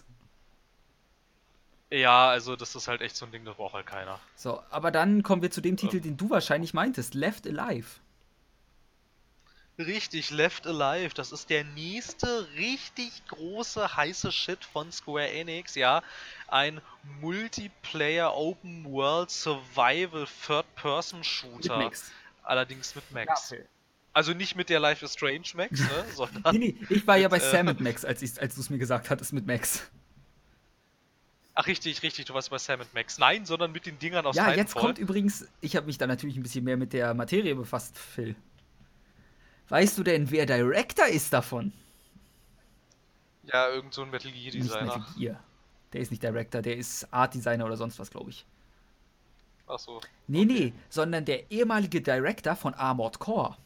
ja, also das ist halt echt so ein Ding, das braucht halt keiner. So, aber dann kommen wir zu dem Titel, Ähm, den du wahrscheinlich meintest: Left Alive. Richtig, Left Alive, das ist der nächste richtig große heiße Shit von Square Enix, ja. Ein Multiplayer Open World Survival Third-Person Mit Shooter, Max. allerdings mit Ja, Max. Phil. Also nicht mit der Life is Strange Max, ne, Nee, sondern nee, ich war ja mit, bei äh, Sam mit Max, als, ich's- als du es mir gesagt hattest, mit Max. ach richtig, richtig, du warst bei Sam und Max. Nein, sondern mit den Dingern aus Ja, jetzt Titanfall. kommt übrigens, ich habe mich da natürlich ein bisschen mehr mit der Materie befasst, Phil. Weißt du denn, wer Director ist davon? Ja, irgend so ein Metal Gear Nicht Metal Designer. Gear. Der ist nicht Director, der ist Art Designer oder sonst was, glaube ich. Ach so. Nee, Okay. nee, sondern der ehemalige Director von Armored Core.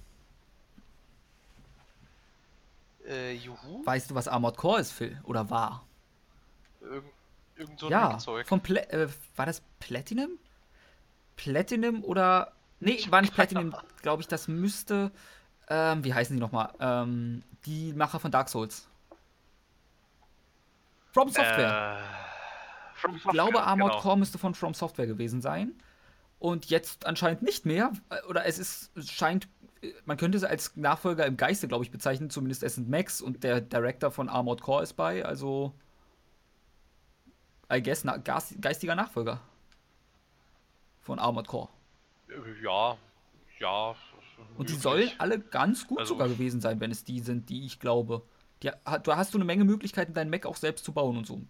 Äh, juhu? Weißt du, was Armored Core ist, Phil? Oder war? Irgend, irgend so ein Ja, Hackzeug. von Pla äh, war das Platinum? Platinum oder. Nee, Ich hab war nicht keine Platinum, Ahnung. glaube ich, das müsste. Ähm, wie heißen die nochmal? Ähm, die Macher von Dark Souls. From Software. Äh, From Ich glaube, Software, Armored genau. Core müsste von From Software gewesen sein. Und jetzt anscheinend nicht mehr. äh, Oder es ist, es scheint, äh, man könnte es als Nachfolger im Geiste, glaube ich, bezeichnen. Zumindest es sind Max und der Director von Armored Core ist bei. Also, I guess, na, gas- geistiger Nachfolger von Armored Core. Äh, Ja, ja, Und die sollen möglich. alle ganz gut Also, sogar gewesen sein, wenn es die sind, die ich glaube. Die, ha- da hast du eine Menge Möglichkeiten, deinen Mac auch selbst zu bauen und so.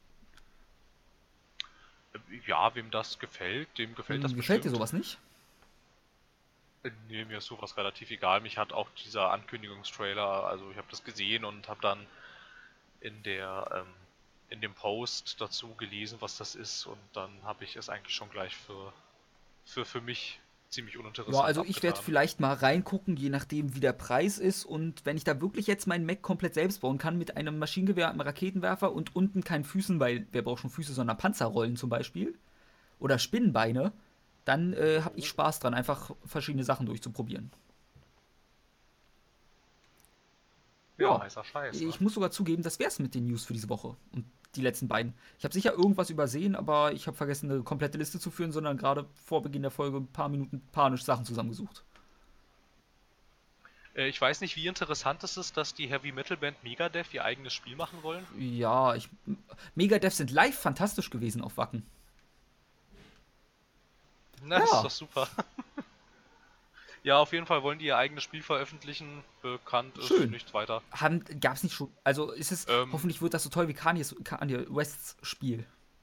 äh, ja, wem das gefällt, dem gefällt das Hm, gefällt dir bestimmt. sowas nicht? Äh, Nee, mir ist sowas relativ egal. Mich hat auch dieser Ankündigungstrailer, also ich habe das gesehen und habe dann in der ähm, in dem Post dazu gelesen, was das ist, und dann habe ich es eigentlich schon gleich für für für mich ziemlich Ja, uninteressant also ich werde abgetan. vielleicht mal reingucken, je nachdem, wie der Preis ist. Und wenn ich da wirklich jetzt meinen Mac komplett selbst bauen kann, mit einem Maschinengewehr, einem Raketenwerfer und unten keinen Füßen, weil wer braucht schon Füße, sondern Panzerrollen zum Beispiel, oder Spinnenbeine, dann äh, habe ich Jo. Spaß dran, einfach verschiedene Sachen durchzuprobieren. Ja, Ja, heißer Scheiß, ne? ich muss sogar zugeben, das wär's mit den News für diese Woche und die letzten beiden. Ich habe sicher irgendwas übersehen, aber ich habe vergessen, eine komplette Liste zu führen, sondern gerade vor Beginn der Folge ein paar Minuten panisch Sachen zusammengesucht. Äh, ich weiß nicht, wie interessant es ist, dass die Heavy Metal Band Megadeth ihr eigenes Spiel machen wollen. Ja, ich. Megadeth sind live fantastisch gewesen auf Wacken. Na, ist Ja, doch super. Ja, auf jeden Fall wollen die ihr eigenes Spiel veröffentlichen. Bekannt ist schön. nichts weiter. Haben, gab's nicht schon. Also ist es. Ähm, Hoffentlich wird das so toll wie Kanye's, Kanye Wests Spiel.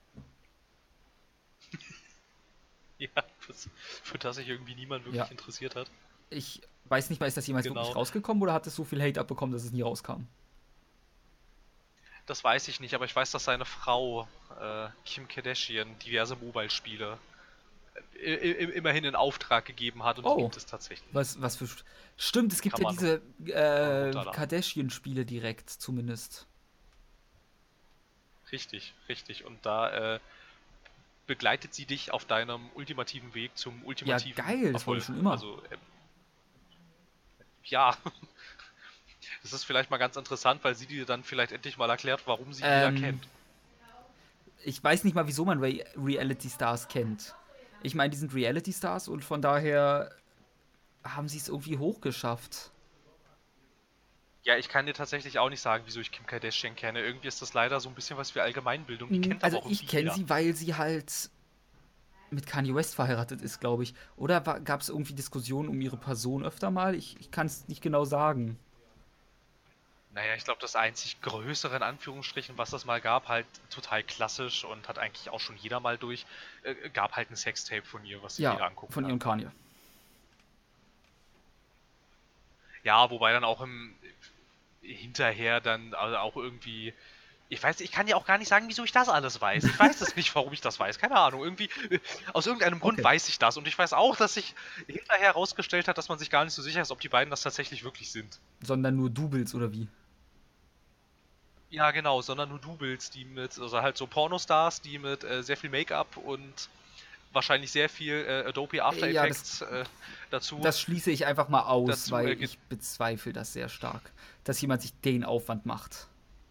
ja, das, für das sich irgendwie niemand wirklich Ja. interessiert hat. Ich weiß nicht mal, ist das jemals wirklich Genau. rausgekommen oder hat es so viel Hate abbekommen, dass es nie rauskam? Das weiß ich nicht, aber ich weiß, dass seine Frau, äh, Kim Kardashian, diverse Mobile-Spiele äh, i- immerhin in Auftrag gegeben hat, und die Oh. gibt es tatsächlich. Was, was für. Stimmt, es gibt Kann ja man, diese kann man äh, runterladen. Kardashian-Spiele direkt, zumindest. Richtig, richtig. Und da äh, begleitet sie dich auf deinem ultimativen Weg zum Ja, ultimativen geil, das wollte ich Erfolg. schon immer. Also, äh, ja, das ist vielleicht mal ganz interessant, weil sie dir dann vielleicht endlich mal erklärt, warum sie jeder Ähm, kennt. ich weiß nicht mal, wieso man Re Reality Stars kennt. Ich meine, die sind Reality Stars und von daher haben sie es irgendwie hochgeschafft. Ja, ich kann dir tatsächlich auch nicht sagen, wieso ich Kim Kardashian kenne. Irgendwie ist das leider so ein bisschen was für Allgemeinbildung. Die Mm, kennt also aber auch ich irgendwie kenne jeder. sie, weil sie halt mit Kanye West verheiratet ist, glaube ich. Oder gab es irgendwie Diskussionen um ihre Person öfter mal? Ich, ich kann es nicht genau sagen. Naja, ich glaube, das einzig Größere in Anführungsstrichen, was das mal gab, halt total klassisch und hat eigentlich auch schon jeder mal durch, äh, gab halt ein Sextape von ihr, was sich Ja, jeder angucken von ihr kann. und Kanye. Ja, wobei dann auch im hinterher dann also auch irgendwie. Ich weiß, ich kann ja auch gar nicht sagen, wieso ich das alles weiß. Ich weiß es nicht, warum ich das weiß. Keine Ahnung. Irgendwie, äh, aus irgendeinem Grund Okay. weiß ich das. Und ich weiß auch, dass sich hinterher herausgestellt hat, dass man sich gar nicht so sicher ist, ob die beiden das tatsächlich wirklich sind. Sondern nur Doubles oder wie? Ja, genau, sondern nur Doubles, die mit, also halt so Pornostars, die mit äh, sehr viel Make-up und wahrscheinlich sehr viel äh, Adobe After Ja, das, Effects äh, dazu, das schließe ich einfach mal aus, dazu äh, weil ge- ich bezweifle das sehr stark, dass jemand sich den Aufwand macht.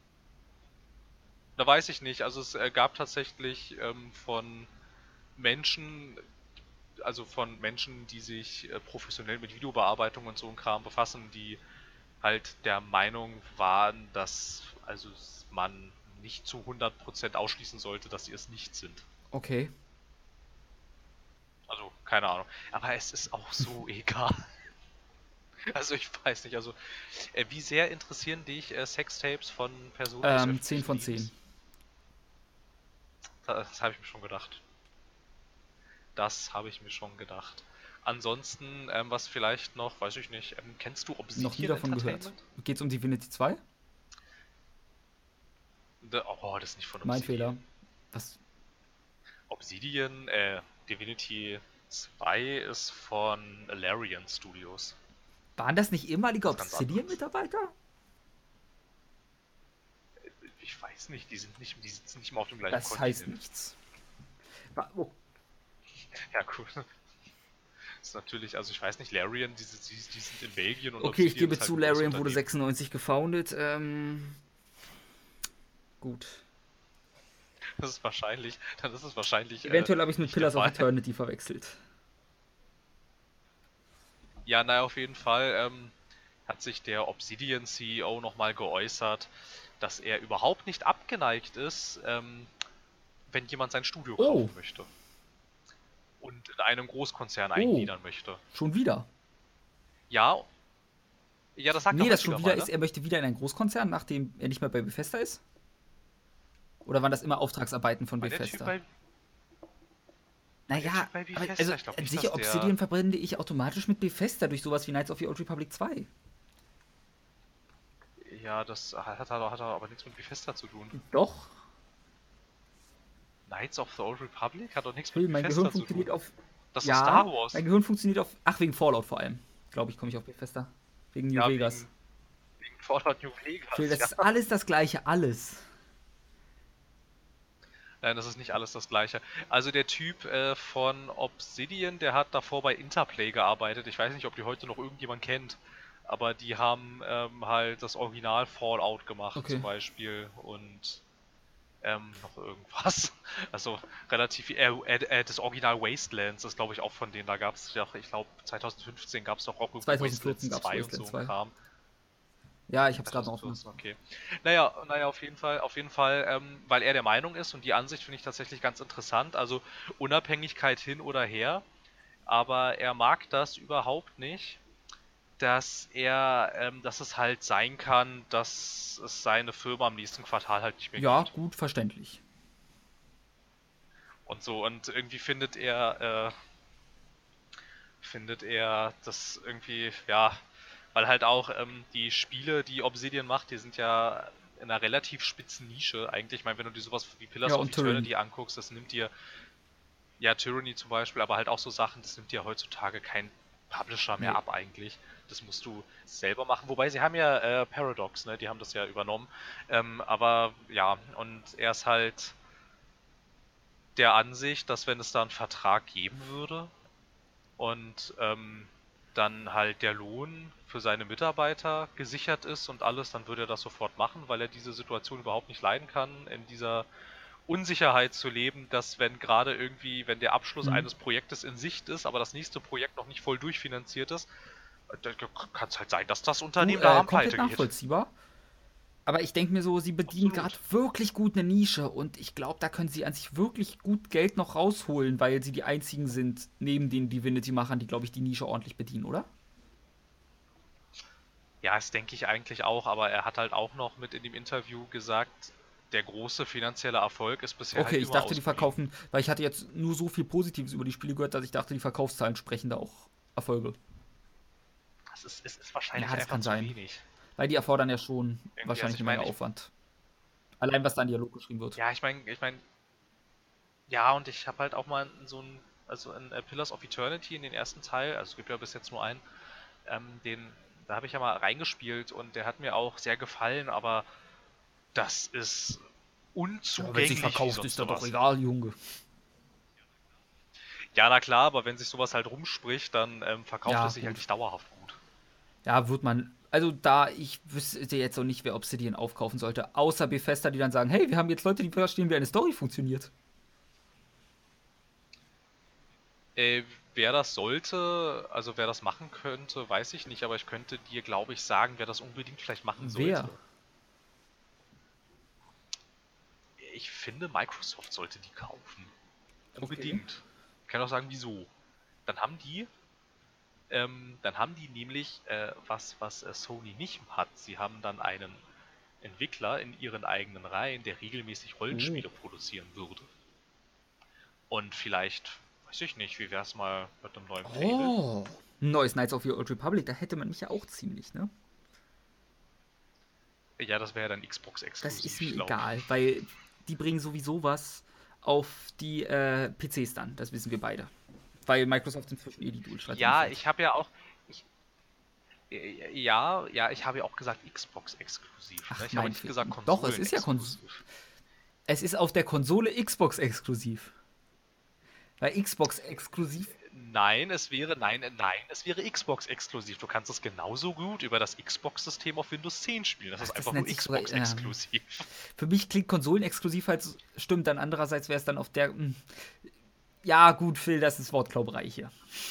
da weiß ich nicht. Also es äh, gab tatsächlich ähm, von Menschen, also von Menschen, die sich äh, professionell mit Videobearbeitung und so ein Kram befassen, die halt der Meinung waren, dass also man nicht zu hundert Prozent ausschließen sollte, dass sie es nicht sind. Okay. Also, keine Ahnung. Aber es ist auch so egal. Also, ich weiß nicht. Also, äh, wie sehr interessieren dich äh, Sextapes von Personen des Ähm, zehn öffentlichen von zehn. Lebens? Das, das habe ich mir schon gedacht. Das habe ich mir schon gedacht. Ansonsten, ähm, was vielleicht noch, weiß ich nicht, ähm, kennst du Noch nie Obsidian davon gehört. Entertainment? Geht's um Divinity zwei? Da- Oh, das ist nicht von Mein Obsidian. Fehler. Was? Obsidian, äh, Divinity zwei ist von Larian Studios. Waren das nicht ehemalige Was ganz anderes. Obsidian-Mitarbeiter? Ich weiß nicht, die sind nicht, die sitzen nicht mal auf dem gleichen Das heißt Kontinent. nichts. Wa- oh, Ja, cool. Das ist natürlich, also ich weiß nicht, Larian, die, sind- die, die sind in Belgien und Okay, ich Obsidian gebe ist halt zu, ein großes Larian wurde Unternehmen. sechsundneunzig gefoundet. Ähm, gut. Das ist wahrscheinlich, dann ist es wahrscheinlich äh, Eventuell habe ich es mit nicht der Pillars of Fall. Eternity verwechselt. Ja, naja, auf jeden Fall ähm, hat sich der Obsidian C E O nochmal geäußert, dass er überhaupt nicht abgeneigt ist, ähm, wenn jemand sein Studio Oh, kaufen möchte und in einem Großkonzern oh, eingliedern möchte. schon wieder. Ja, ja, das sagt er Nee, das schon häufiger wieder mal, ist, ne? er möchte wieder in einen Großkonzern, nachdem er nicht mehr bei Bethesda ist? Oder waren das immer Auftragsarbeiten von War der Typ Bethesda? bei, war der Naja, Typ bei aber also Bethesda? Ich glaube nicht, dass sicher der... Obsidian verbinde ich automatisch mit Bethesda durch sowas wie Knights of the Old Republic zwei. Ja, das hat, hat, hat aber nichts mit Bethesda zu tun. Doch. Knights of the Old Republic hat doch nichts Hey, mit mein Gehirn Bethesda zu funktioniert tun. auf. Das ist Star Ja, Wars. mein Gehirn funktioniert auf. Ach, wegen Fallout vor allem. Glaube ich, komme ich auf Bethesda. Wegen New Ja, Vegas. wegen, wegen Fallout New Phil, Vegas, das ja. ist alles das gleiche, alles. Nein, das ist nicht alles das gleiche. Also der Typ äh, von Obsidian, der hat davor bei Interplay gearbeitet. Ich weiß nicht, ob die heute noch irgendjemand kennt, aber die haben ähm, halt das Original Fallout gemacht zum Okay. Beispiel und ähm, noch irgendwas. Also relativ viel. Äh, äh, äh, das Original Wastelands ist, glaube ich, auch von denen. Da gab es ja, ich glaube, zwanzig fünfzehn gab es doch auch irgendwie zwanzig vierzehn Wastelands gab es zwei und so Wasteland ein zwei. Kram. Ja, ich hab's gerade noch offen. zwanzig vierzehn, okay. Naja, naja, auf jeden Fall, auf jeden Fall, ähm, weil er der Meinung ist und die Ansicht finde ich tatsächlich ganz interessant. Also Unabhängigkeit hin oder her, aber er mag das überhaupt nicht, dass er, ähm, dass es halt sein kann, dass es seine Firma im nächsten Quartal halt nicht mehr Ja, gibt. gut, verständlich. Und so, und irgendwie findet er, äh, findet er das irgendwie, ja, weil halt auch ähm, die Spiele, die Obsidian macht, die sind ja in einer relativ spitzen Nische eigentlich. Ich meine, wenn du dir sowas wie Ja, Pillars of und Tyranny. Eternity anguckst, das nimmt dir, ja, Tyranny zum Beispiel, aber halt auch so Sachen, das nimmt dir heutzutage kein Publisher mehr Nee. ab eigentlich. Das musst du selber machen. Wobei sie haben ja äh, Paradox, ne? Die haben das ja übernommen. Ähm, aber ja, und er ist halt der Ansicht, dass wenn es da einen Vertrag geben würde, und ähm, dann halt der Lohn für seine Mitarbeiter gesichert ist und alles, dann würde er das sofort machen, weil er diese Situation überhaupt nicht leiden kann, in dieser Unsicherheit zu leben, dass wenn gerade irgendwie, wenn der Abschluss Hm. eines Projektes in Sicht ist, aber das nächste Projekt noch nicht voll durchfinanziert ist, dann kann es halt sein, dass das Du, Unternehmen da äh, am komplett Pleite geht. nachvollziehbar. Aber ich denke mir so, sie bedienen gerade Absolut. wirklich gut eine Nische und ich glaube, da können sie an sich wirklich gut Geld noch rausholen, weil sie die einzigen sind, neben den Divinity-Machern, die, glaube ich, die Nische ordentlich bedienen, oder? Ja, das denke ich eigentlich auch, aber er hat halt auch noch mit in dem Interview gesagt, der große finanzielle Erfolg ist bisher Okay, halt ich immer dachte, die ausgeblieben. verkaufen, weil ich hatte jetzt nur so viel Positives über die Spiele gehört, dass ich dachte, die Verkaufszahlen sprechen da auch Erfolge. Das ist, es ist Ja, wahrscheinlich das einfach kann zu sein. wenig. Weil die erfordern ja schon Irgendwie, also wahrscheinlich ich eine Menge meine, ich, Aufwand. Allein, was da in Dialog geschrieben wird. ja, ich meine, ich meine, ja, und ich habe halt auch mal so ein, also in äh, Pillars of Eternity in den ersten Teil, also es gibt ja bis jetzt nur einen, ähm, den, da habe ich ja mal reingespielt und der hat mir auch sehr gefallen, aber das ist Ja, wenn sich unzugänglich wie verkauft, ist sonst das doch sowas. egal, Junge. Ja, na klar, aber wenn sich sowas halt rumspricht, dann ähm, verkauft Ja, es sich halt gut. nicht dauerhaft gut. Ja, wird man. Also da, ich wüsste jetzt auch nicht, wer Obsidian aufkaufen sollte. Außer Bethesda, die dann sagen, hey, wir haben jetzt Leute, die verstehen, wie eine Story funktioniert. Äh, wer das sollte, also wer das machen könnte, weiß ich nicht, aber ich könnte dir, glaube ich, sagen, wer das unbedingt vielleicht machen Wer? sollte. Ich finde, Microsoft sollte die kaufen. Okay. Unbedingt. Ich kann auch sagen, wieso. Dann haben die, ähm, dann haben die nämlich äh, was, was äh, Sony nicht hat. Sie haben dann einen Entwickler in ihren eigenen Reihen, der regelmäßig Oh. Rollenspiele produzieren würde. Und vielleicht, weiß ich nicht, wie wär's mal mit einem neuen Fable? Oh. Neues Knights of the Old Republic, da hätte man mich ja auch ziemlich, ne? Ja, das wäre ja dann Das Xbox-exklusiv, ist ich mir glaube. egal, weil die bringen sowieso was auf die äh, P Cs dann. Das wissen wir beide. Weil Microsoft inzwischen eh die Dual-Strategie Ja, fährt. ich habe ja auch. Ich, äh, ja, ja, ich habe ja auch gesagt Xbox-exklusiv. Ne? Ach, Ich habe nicht gesagt meinetwegen. Doch, es ist ja Kons Konsolen-exklusiv. es ist auf der Konsole Xbox exklusiv. Weil Xbox exklusiv. Nein, es wäre, nein, äh, nein, es wäre Xbox-exklusiv. Du kannst es genauso gut über das Xbox-System auf Windows zehn spielen. Das Ach, ist das einfach nur nennt sich sogar. Ähm, Xbox-exklusiv. für mich klingt Konsolen-exklusiv halt so- stimmt, dann andererseits wäre es dann auf der. Mh, ja, gut, Phil, das ist Wortklauberei hier.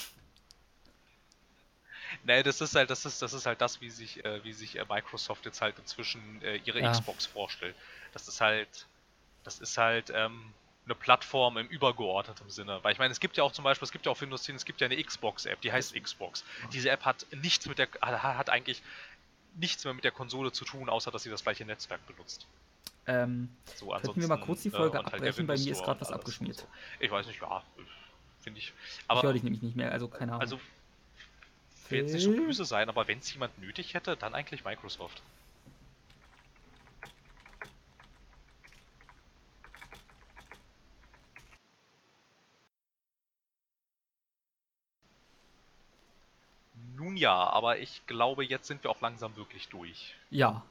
Nee, das ist halt, das ist, das ist halt das, wie sich, äh, wie sich äh, Microsoft jetzt halt inzwischen äh, ihre Ja. Xbox vorstellt. Das ist halt, das ist halt ähm, eine Plattform im übergeordneten Sinne. Weil ich meine, es gibt ja auch zum Beispiel, es gibt ja auf Windows zehn, es gibt ja eine Xbox-App, die heißt Das, Xbox. Diese App hat nichts mit der, hat eigentlich nichts mehr mit der Konsole zu tun, außer dass sie das gleiche Netzwerk benutzt. ähm, So könnten wir mal kurz ansonsten, die ne, Folge und halt der abbrechen? Bei Windows mir ist Store gerade und was alles und abgeschmiert. so. Ich weiß nicht, ja, finde ich. Ich höre Aber, dich nämlich nicht mehr, also keine Ahnung. also, will jetzt nicht so Phil? böse sein, aber wenn es jemand nötig hätte, dann eigentlich Microsoft. Nun ja, aber ich glaube, jetzt sind wir auch langsam wirklich durch. Ja,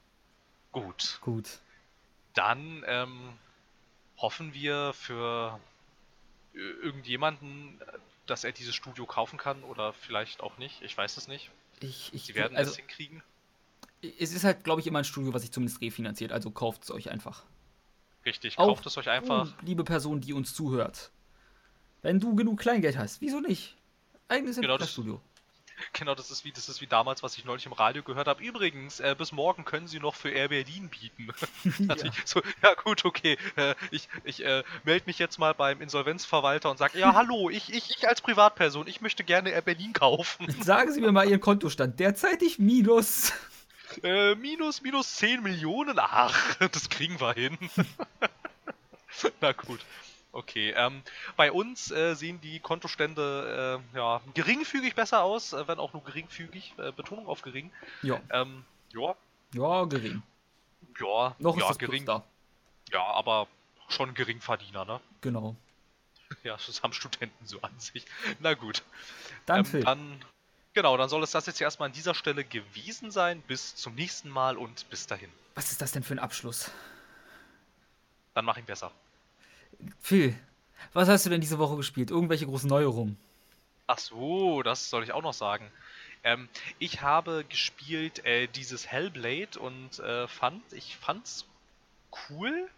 Gut, gut. dann ähm, hoffen wir für äh, irgendjemanden, äh, dass er dieses Studio kaufen kann oder vielleicht auch nicht. Ich weiß es nicht. Ich, ich, Sie gl- werden also, es hinkriegen. es ist halt, glaube ich, immer ein Studio, was sich zumindest refinanziert, also kauft es euch einfach. Richtig, Auch kauft es euch du, einfach. liebe Person, die uns zuhört. Wenn du genug Kleingeld hast, wieso nicht? Eigenes Genau das, Entwicklerstudio. genau das ist wie das ist wie damals, was ich neulich im Radio gehört habe. Übrigens, äh, bis morgen können Sie noch für Air Berlin bieten. Dachte ich Ja. so, ja gut, okay. Äh, ich ich äh, melde mich jetzt mal beim Insolvenzverwalter und sage, ja hallo, ich, ich, ich als Privatperson, ich möchte gerne Air Berlin kaufen. Sagen Sie mir mal Ihren Kontostand. Derzeitig Minus. Äh, minus, minus zehn Millionen? Ach, das kriegen wir hin. Na gut. Okay, ähm, bei uns äh, sehen die Kontostände äh, ja, geringfügig besser aus, äh, wenn auch nur geringfügig, äh, Betonung auf gering. Ja, Ähm, ja, ja, gering. ja, Noch ist ja, das Plus gering, da. ja, aber schon Geringverdiener, ne? Genau. Ja, das haben Studenten so an sich. Na gut, Dann ähm, Phil. dann, genau, dann soll es das jetzt erstmal an dieser Stelle gewesen sein. Bis zum nächsten Mal und bis dahin. Was ist das denn für ein Abschluss? Dann mach ihn besser. Phil, was hast du denn diese Woche gespielt? Irgendwelche großen Neuerungen? Ach so, das soll ich auch noch sagen. Ähm, ich habe gespielt äh, dieses Hellblade und äh, fand, ich fand's cool.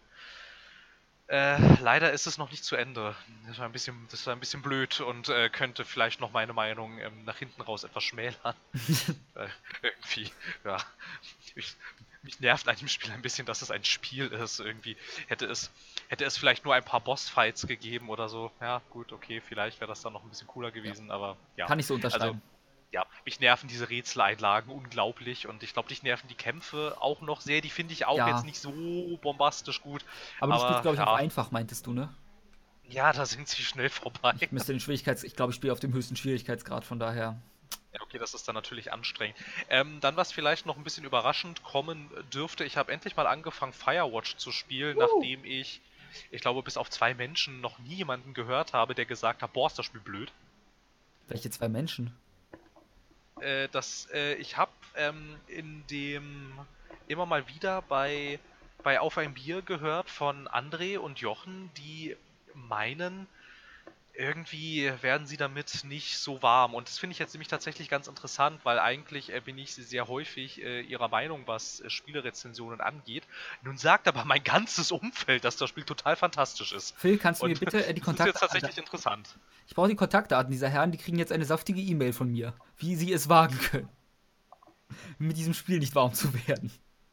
Äh, leider ist es noch nicht zu Ende. Das war ein bisschen, das war ein bisschen blöd und äh, könnte vielleicht noch meine Meinung ähm, nach hinten raus etwas schmälern. Äh, irgendwie, ja. Ich, mich nervt an dem Spiel ein bisschen, dass es ein Spiel ist. Irgendwie hätte es, hätte es vielleicht nur ein paar Bossfights gegeben oder so. Ja, gut, okay, vielleicht wäre das dann noch ein bisschen cooler Ja, gewesen, aber ja. kann ich so Also, unterschreiben. ja, mich nerven diese Rätseleinlagen unglaublich und ich glaube, dich nerven die Kämpfe auch noch sehr. Die finde ich auch jetzt Ja, nicht so bombastisch gut, aber du spielst, aber glaube ich, auf ja, einfach, meintest du, ne? ja, da sind sie schnell vorbei. Ich müsste den Schwierigkeits... Ich glaube, ich spiele auf dem höchsten Schwierigkeitsgrad, von daher... Ja, okay, das ist dann natürlich anstrengend. Ähm, dann, was vielleicht noch ein bisschen überraschend kommen dürfte, ich habe endlich mal angefangen, Firewatch zu spielen, Uh. nachdem ich, ich glaube, bis auf zwei Menschen noch nie jemanden gehört habe, der gesagt hat, boah, ist das Spiel blöd. Welche zwei Menschen? Äh, das, äh, ich habe ähm, in dem immer mal wieder bei, bei Auf ein Bier gehört von André und Jochen, die meinen, irgendwie werden sie damit nicht so warm. Und das finde ich jetzt nämlich tatsächlich ganz interessant, weil eigentlich äh, bin ich sehr häufig äh, ihrer Meinung, was äh, Spielerezensionen angeht. Nun sagt aber mein ganzes Umfeld, dass das Spiel total fantastisch ist. Phil, kannst du mir Und bitte äh, die das ist jetzt Kontaktdaten... tatsächlich interessant. Ich brauche die Kontaktdaten dieser Herren, die kriegen jetzt eine saftige E-Mail von mir. Wie sie es wagen können, mit diesem Spiel nicht warm zu werden.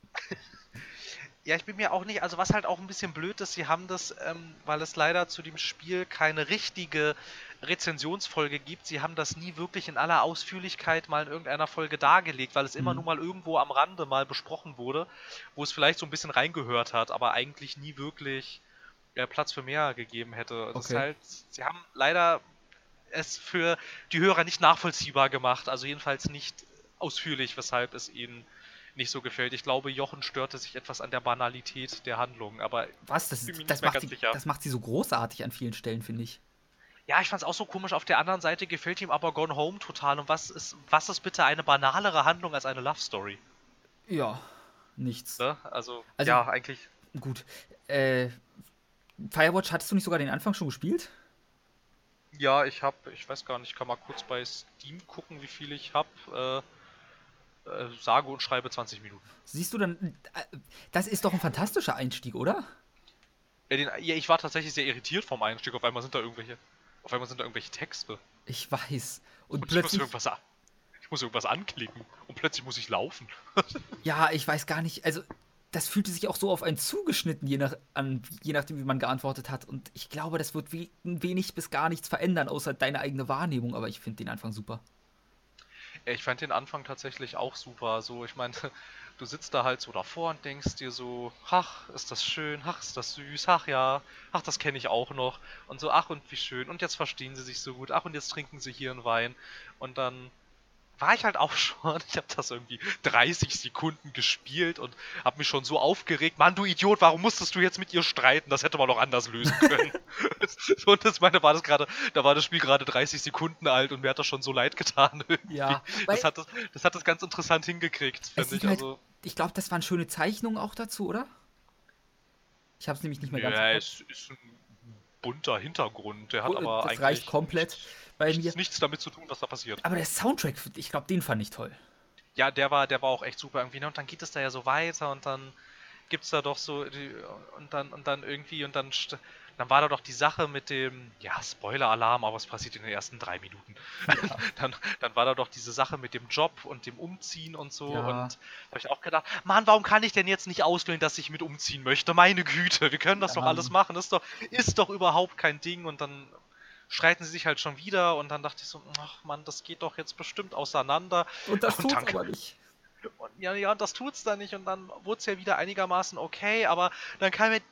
Ja, ich bin mir auch nicht, also was halt auch ein bisschen blöd ist, sie haben das, ähm, weil es leider zu dem Spiel keine richtige Rezensionsfolge gibt, sie haben das nie wirklich in aller Ausführlichkeit mal in irgendeiner Folge dargelegt, weil es immer Hm. nur mal irgendwo am Rande mal besprochen wurde, wo es vielleicht so ein bisschen reingehört hat, aber eigentlich nie wirklich äh, Platz für mehr gegeben hätte. Das ist Okay. halt, sie haben leider es für die Hörer nicht nachvollziehbar gemacht, also jedenfalls nicht ausführlich, weshalb es ihnen nicht so gefällt. Ich glaube, Jochen störte sich etwas an der Banalität der Handlung, aber Was? Das, bin mir das, nicht mehr macht ganz sie, sicher. das macht sie so großartig an vielen Stellen, finde ich. Ja, ich fand's auch so komisch. Auf der anderen Seite gefällt ihm aber Gone Home total. Und was ist, was ist bitte eine banalere Handlung als eine Love Story? Ja, nichts. Ne? Also, Also, ja, eigentlich. gut. Äh, Firewatch, hattest du nicht sogar den Anfang schon gespielt? Ja, ich hab, ich weiß gar nicht, ich kann mal kurz bei Steam gucken, wie viel ich hab. Äh, äh, sage und schreibe zwanzig Minuten. Siehst du dann, äh, das ist doch ein fantastischer Einstieg, oder? Ja, den, ja, ich war tatsächlich sehr irritiert vom Einstieg. Auf einmal sind da irgendwelche, auf einmal sind da irgendwelche Texte. Ich weiß. Und Und ich muss plötzlich, irgendwas, a- ich muss irgendwas anklicken. Und plötzlich muss ich laufen. ja, ich weiß gar nicht, also das fühlte sich auch so auf einen zugeschnitten, je, nach, an, je nachdem, wie man geantwortet hat. Und ich glaube, das wird we wenig bis gar nichts verändern, außer deine eigene Wahrnehmung. Aber ich finde den Anfang super. Ja, ich fand den Anfang tatsächlich auch super. So, ich meine, du sitzt da halt so davor und denkst dir so, ach, ist das schön, ach, ist das süß, ach ja, ach, das kenne ich auch noch. Und so, ach, und wie schön. Und jetzt verstehen sie sich so gut, ach, und jetzt trinken sie hier einen Wein. Und dann war ich halt auch schon, ich habe das irgendwie dreißig Sekunden gespielt und habe mich schon so aufgeregt. Mann, du Idiot, warum musstest du jetzt mit ihr streiten? Das hätte man doch anders lösen können. Und das meine, war das gerade, da war das Spiel gerade dreißig Sekunden alt und mir hat das schon so leid getan irgendwie. Ja, Das weil hat das, das hat das ganz interessant hingekriegt, es finde sieht ich. halt, Also, ich glaube, das waren schöne Zeichnungen auch dazu, oder? Ich habe es nämlich nicht mehr ganz im ja, Kopf. es ist ein bunter Hintergrund. Der hat Gu- aber Das reicht eigentlich komplett nichts, bei mir. nichts, nichts damit zu tun, was da passiert. Aber der Soundtrack, ich glaube, den fand ich toll. Ja, der war, der war auch echt super irgendwie, ne? Und dann geht es da ja so weiter und dann gibt's da doch so die, und dann und dann irgendwie und dann st- dann war da doch die Sache mit dem, ja, Spoiler-Alarm, aber es passiert in den ersten drei Minuten. Ja. Dann, dann war da doch diese Sache mit dem Job und dem Umziehen und so Ja. und da habe ich auch gedacht, Mann, warum kann ich denn jetzt nicht auswählen, dass ich mit umziehen möchte? Meine Güte, wir können das doch Ja. alles machen, ist doch, ist doch überhaupt kein Ding und dann streiten sie sich halt schon wieder und dann dachte ich so, ach Mann, das geht doch jetzt bestimmt auseinander. Und das Und tut's dann- aber nicht. Und ja, ja, und das tut's dann nicht und dann wurde es ja wieder einigermaßen okay, aber dann kam ja,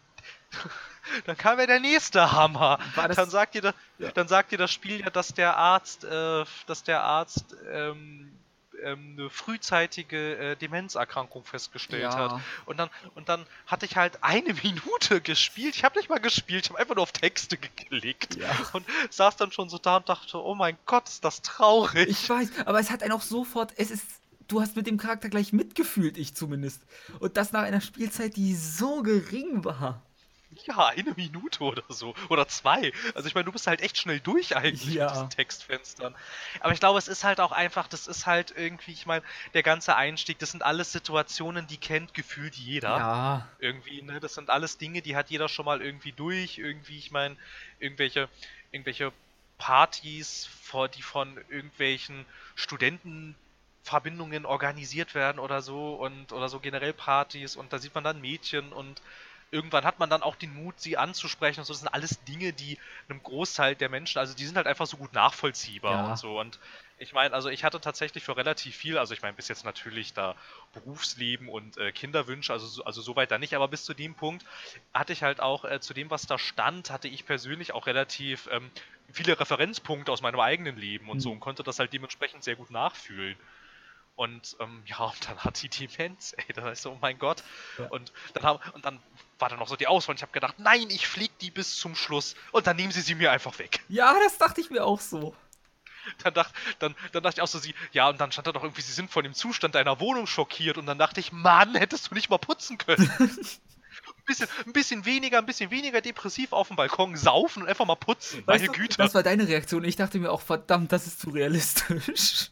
dann kam ja der nächste Hammer. War das- Dann sagt dir, da, Ja. dann sagt dir das Spiel ja, dass der Arzt, äh, dass der Arzt ähm, ähm, eine frühzeitige äh, Demenzerkrankung festgestellt Ja. hat. Und dann, und dann hatte ich halt eine Minute gespielt. Ich habe nicht mal gespielt, ich habe einfach nur auf Texte geklickt Ja. und saß dann schon so da und dachte, oh mein Gott, ist das traurig. Ich weiß, aber es hat einen auch sofort, es ist, du hast mit dem Charakter gleich mitgefühlt, ich zumindest. Und das nach einer Spielzeit, die so gering war. Ja, eine Minute oder so. Oder zwei. Also ich meine, du bist halt echt schnell durch eigentlich Ja. mit diesen Textfenstern. Aber ich glaube, es ist halt auch einfach, das ist halt irgendwie, ich meine, der ganze Einstieg, das sind alles Situationen, die kennt gefühlt jeder. Ja. Irgendwie, ne? Das sind alles Dinge, die hat jeder schon mal irgendwie durch. Irgendwie, ich meine, irgendwelche, irgendwelche Partys, vor, die von irgendwelchen Studentenverbindungen organisiert werden oder so und oder so generell Partys und da sieht man dann Mädchen und irgendwann hat man dann auch den Mut, sie anzusprechen und so. Das sind alles Dinge, die einem Großteil der Menschen, also die sind halt einfach so gut nachvollziehbar Ja. und so. Und ich meine, also ich hatte tatsächlich für relativ viel, also ich meine, bis jetzt natürlich da Berufsleben und äh, Kinderwünsche, also, so- also soweit da nicht, aber bis zu dem Punkt hatte ich halt auch, äh, zu dem, was da stand, hatte ich persönlich auch relativ ähm, viele Referenzpunkte aus meinem eigenen Leben und so Mhm. und konnte das halt dementsprechend sehr gut nachfühlen. Und ähm, ja, und dann hat die Demenz, ey, da ist so, oh mein Gott. Ja. Und dann haben, und dann war da noch so die Auswahl und ich habe gedacht, nein, ich flieg die bis zum Schluss und dann nehmen sie sie mir einfach weg. Ja, das dachte ich mir auch so. Dann, dacht, dann, dann dachte ich auch so, sie, ja, und dann stand da doch irgendwie, sie sind von dem Zustand deiner Wohnung schockiert und dann dachte ich, Mann, hättest du nicht mal putzen können. Ein bisschen, ein bisschen weniger, ein bisschen weniger depressiv auf dem Balkon saufen und einfach mal putzen. Weißt Meine du, Güte. das war deine Reaktion. Ich dachte mir auch, verdammt, das ist zu realistisch.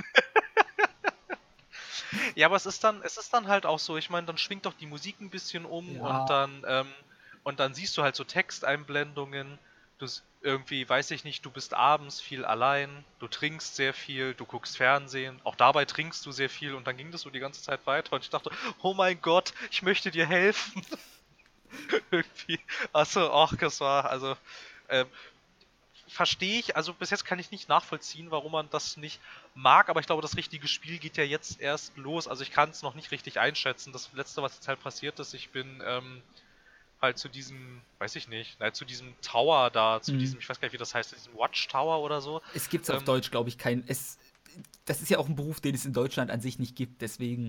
Ja, aber es ist dann, es ist dann halt auch so, ich meine, dann schwingt doch die Musik ein bisschen um Ja. und dann, ähm, und dann siehst du halt so Texteinblendungen, du s- irgendwie, weiß ich nicht, du bist abends viel allein, du trinkst sehr viel, du guckst Fernsehen, auch dabei trinkst du sehr viel und dann ging das so die ganze Zeit weiter und ich dachte, oh mein Gott, ich möchte dir helfen. Irgendwie, achso, ach, das war, also, ähm, verstehe ich, also bis jetzt kann ich nicht nachvollziehen, warum man das nicht mag, aber ich glaube, das richtige Spiel geht ja jetzt erst los, also ich kann es noch nicht richtig einschätzen. Das letzte, was jetzt halt passiert ist, ich bin ähm, halt zu diesem, weiß ich nicht, nein, zu diesem Tower da, zu Mhm. diesem, ich weiß gar nicht, wie das heißt, zu diesem Watchtower oder so. Es gibt's auf Ähm, Deutsch, glaube ich, kein. Es, das ist ja auch ein Beruf, den es in Deutschland an sich nicht gibt, deswegen.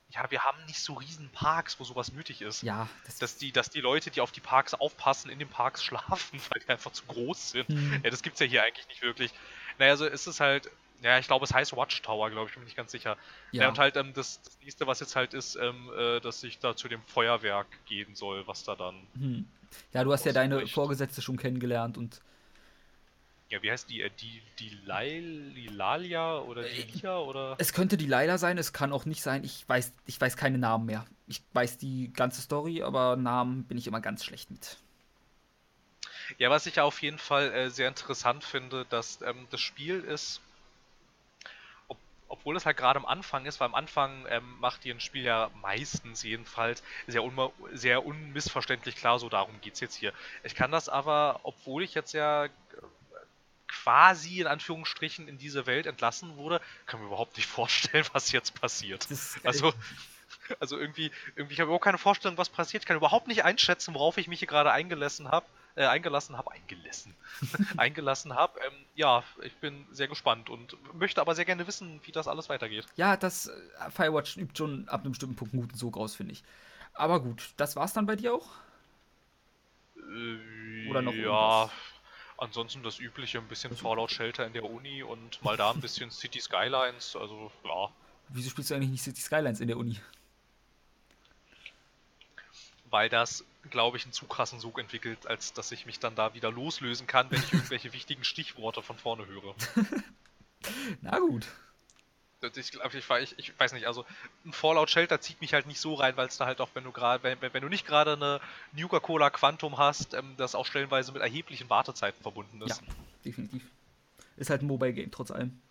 ja, wir haben nicht so riesen Parks, wo sowas nötig ist. Ja, das Dass die, dass die Leute, die auf die Parks aufpassen, in den Parks schlafen, weil die einfach zu groß sind. hm, Ja, das gibt's ja hier eigentlich nicht wirklich. Naja, also ist es halt, ja, ich glaube, es heißt Watchtower, glaube ich, bin mir nicht ganz sicher. Ja, ja. und halt ähm, das, das nächste, was jetzt halt ist, ähm, äh, dass ich da zu dem Feuerwerk gehen soll, was da dann Hm. Ja, du hast ja deine ausbricht. Vorgesetzte schon kennengelernt und Ja, wie heißt die? Äh, die, die Lail, die Lalia oder die äh, Lia oder? es könnte die Laila sein, es kann auch nicht sein. Ich weiß, ich weiß keine Namen mehr. Ich weiß die ganze Story, aber Namen bin ich immer ganz schlecht mit. Ja, was ich ja auf jeden Fall äh, sehr interessant finde, dass ähm, das Spiel ist, ob, obwohl es halt gerade am Anfang ist, weil am Anfang ähm, macht ihr ein Spiel ja meistens jedenfalls sehr, unma sehr unmissverständlich klar, so darum geht's jetzt hier. Ich kann das aber, obwohl ich jetzt ja quasi in Anführungsstrichen in diese Welt entlassen wurde, kann mir überhaupt nicht vorstellen, was jetzt passiert. Das, äh, Also, also irgendwie, irgendwie, ich habe überhaupt keine Vorstellung, was passiert. Ich kann überhaupt nicht einschätzen, worauf ich mich hier gerade eingelassen habe. Äh, eingelassen habe, eingelassen, eingelassen habe. Ähm, ja, ich bin sehr gespannt und möchte aber sehr gerne wissen, wie das alles weitergeht. ja, das äh, Firewatch übt schon ab einem bestimmten Punkt einen guten Sog aus, finde ich. Aber gut, das war's dann bei dir auch? Oder noch Äh, ja, irgendwas? ansonsten das übliche, ein bisschen Das Fallout Übliche. Shelter in der Uni und mal da ein bisschen City Skylines. Also ja, Wieso spielst du eigentlich nicht City Skylines in der Uni? weil das, glaube ich, einen zu krassen Sog entwickelt, als dass ich mich dann da wieder loslösen kann, wenn ich irgendwelche wichtigen Stichworte von vorne höre. Na gut. Ich glaube, ich, ich, ich weiß nicht, also ein Fallout Shelter zieht mich halt nicht so rein, weil es da halt auch, wenn du gerade, wenn, wenn du nicht gerade eine Nuka-Cola Quantum hast, ähm, das auch stellenweise mit erheblichen Wartezeiten verbunden Ja, ist. definitiv. Ist halt ein Mobile-Game, trotz allem.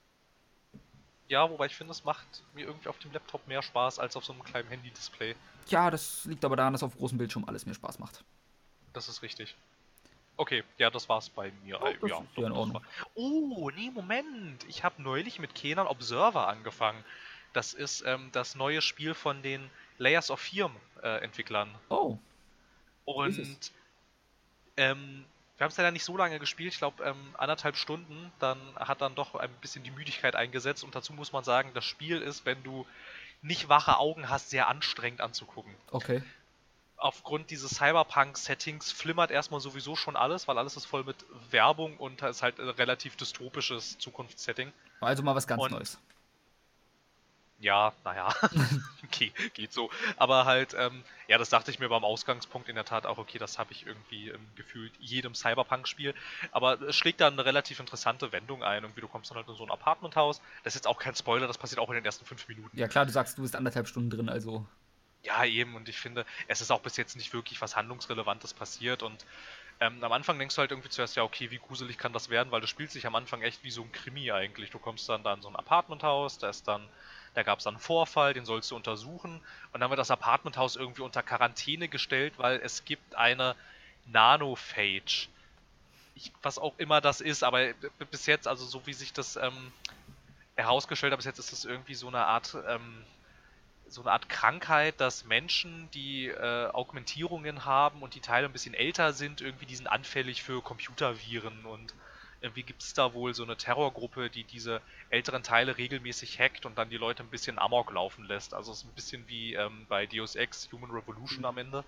Ja, wobei ich finde, es macht mir irgendwie auf dem Laptop mehr Spaß als auf so einem kleinen Handy-Display. Ja, das liegt aber daran, dass auf großem Bildschirm alles mehr Spaß macht. Das ist richtig. Okay, ja, das war's bei mir. Oh, Äh, das Ja, ist ja doch, in das Ordnung. war. Oh, nee, Moment. Ich habe neulich mit Kenan Observer angefangen. Das ist ähm, das neue Spiel von den Layers of Fear äh, Entwicklern. Oh, wie ist es? Und ähm, wir haben es leider nicht so lange gespielt, ich glaube ähm, anderthalb Stunden. Dann hat dann doch ein bisschen die Müdigkeit eingesetzt. Und dazu muss man sagen, das Spiel ist, wenn du nicht wache Augen hast, sehr anstrengend anzugucken. Okay. Aufgrund dieses Cyberpunk-Settings flimmert erstmal sowieso schon alles, weil alles ist voll mit Werbung und es ist halt ein relativ dystopisches Zukunftssetting. Also mal was ganz Und Neues. ja, naja, okay, geht so. Aber halt, ähm, ja, das dachte ich mir beim Ausgangspunkt in der Tat auch, okay, das habe ich irgendwie ähm, gefühlt jedem Cyberpunk-Spiel. Aber es schlägt dann eine relativ interessante Wendung ein. Irgendwie, du kommst dann halt in so ein Apartmenthaus. Das ist jetzt auch kein Spoiler, das passiert auch in den ersten fünf Minuten. Ja klar, du sagst, du bist anderthalb Stunden drin, also. Ja, eben, und ich finde, es ist auch bis jetzt nicht wirklich was Handlungsrelevantes passiert und ähm, am Anfang denkst du halt irgendwie zuerst, ja, okay, wie gruselig kann das werden, weil das spielt sich am Anfang echt wie so ein Krimi eigentlich. Du kommst dann da in so ein Apartmenthaus, da ist dann, da gab es dann einen Vorfall, den sollst du untersuchen und dann wird das Apartmenthaus irgendwie unter Quarantäne gestellt, weil es gibt eine Nanophage. Ich, was auch immer das ist, aber b- bis jetzt, also so wie sich das ähm, herausgestellt hat, bis jetzt ist das irgendwie so eine Art ähm, so eine Art Krankheit, dass Menschen, die äh, Augmentierungen haben und die Teile ein bisschen älter sind, irgendwie die sind anfällig für Computerviren und irgendwie gibt es da wohl so eine Terrorgruppe, die diese älteren Teile regelmäßig hackt und dann die Leute ein bisschen Amok laufen lässt. Also es ist ein bisschen wie ähm, bei Deus Ex Human Revolution am Ende.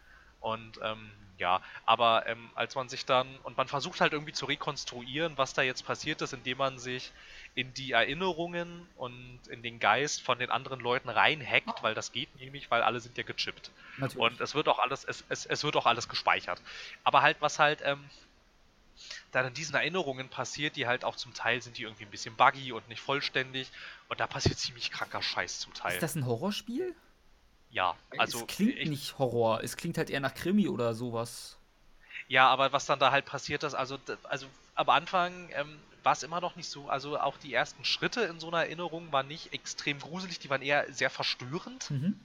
Und ähm, ja, aber ähm, als man sich dann, und man versucht halt irgendwie zu rekonstruieren, was da jetzt passiert ist, indem man sich in die Erinnerungen und in den Geist von den anderen Leuten reinhackt, weil das geht nämlich, weil alle sind ja gechippt. Und Natürlich. es wird auch alles, es, es, es wird auch alles gespeichert. Aber halt, was halt ähm, dann in diesen Erinnerungen passiert, die halt auch zum Teil sind die irgendwie ein bisschen buggy und nicht vollständig. Und da passiert ziemlich kranker Scheiß zum Ist Teil. das ein Horrorspiel? Ja, Es also klingt ich, nicht Horror, es klingt halt eher nach Krimi oder sowas. ja, aber was dann da halt passiert ist, also, d- also am Anfang ähm, war es immer noch nicht so, also auch die ersten Schritte in so einer Erinnerung waren nicht extrem gruselig, die waren eher sehr verstörend. Mhm.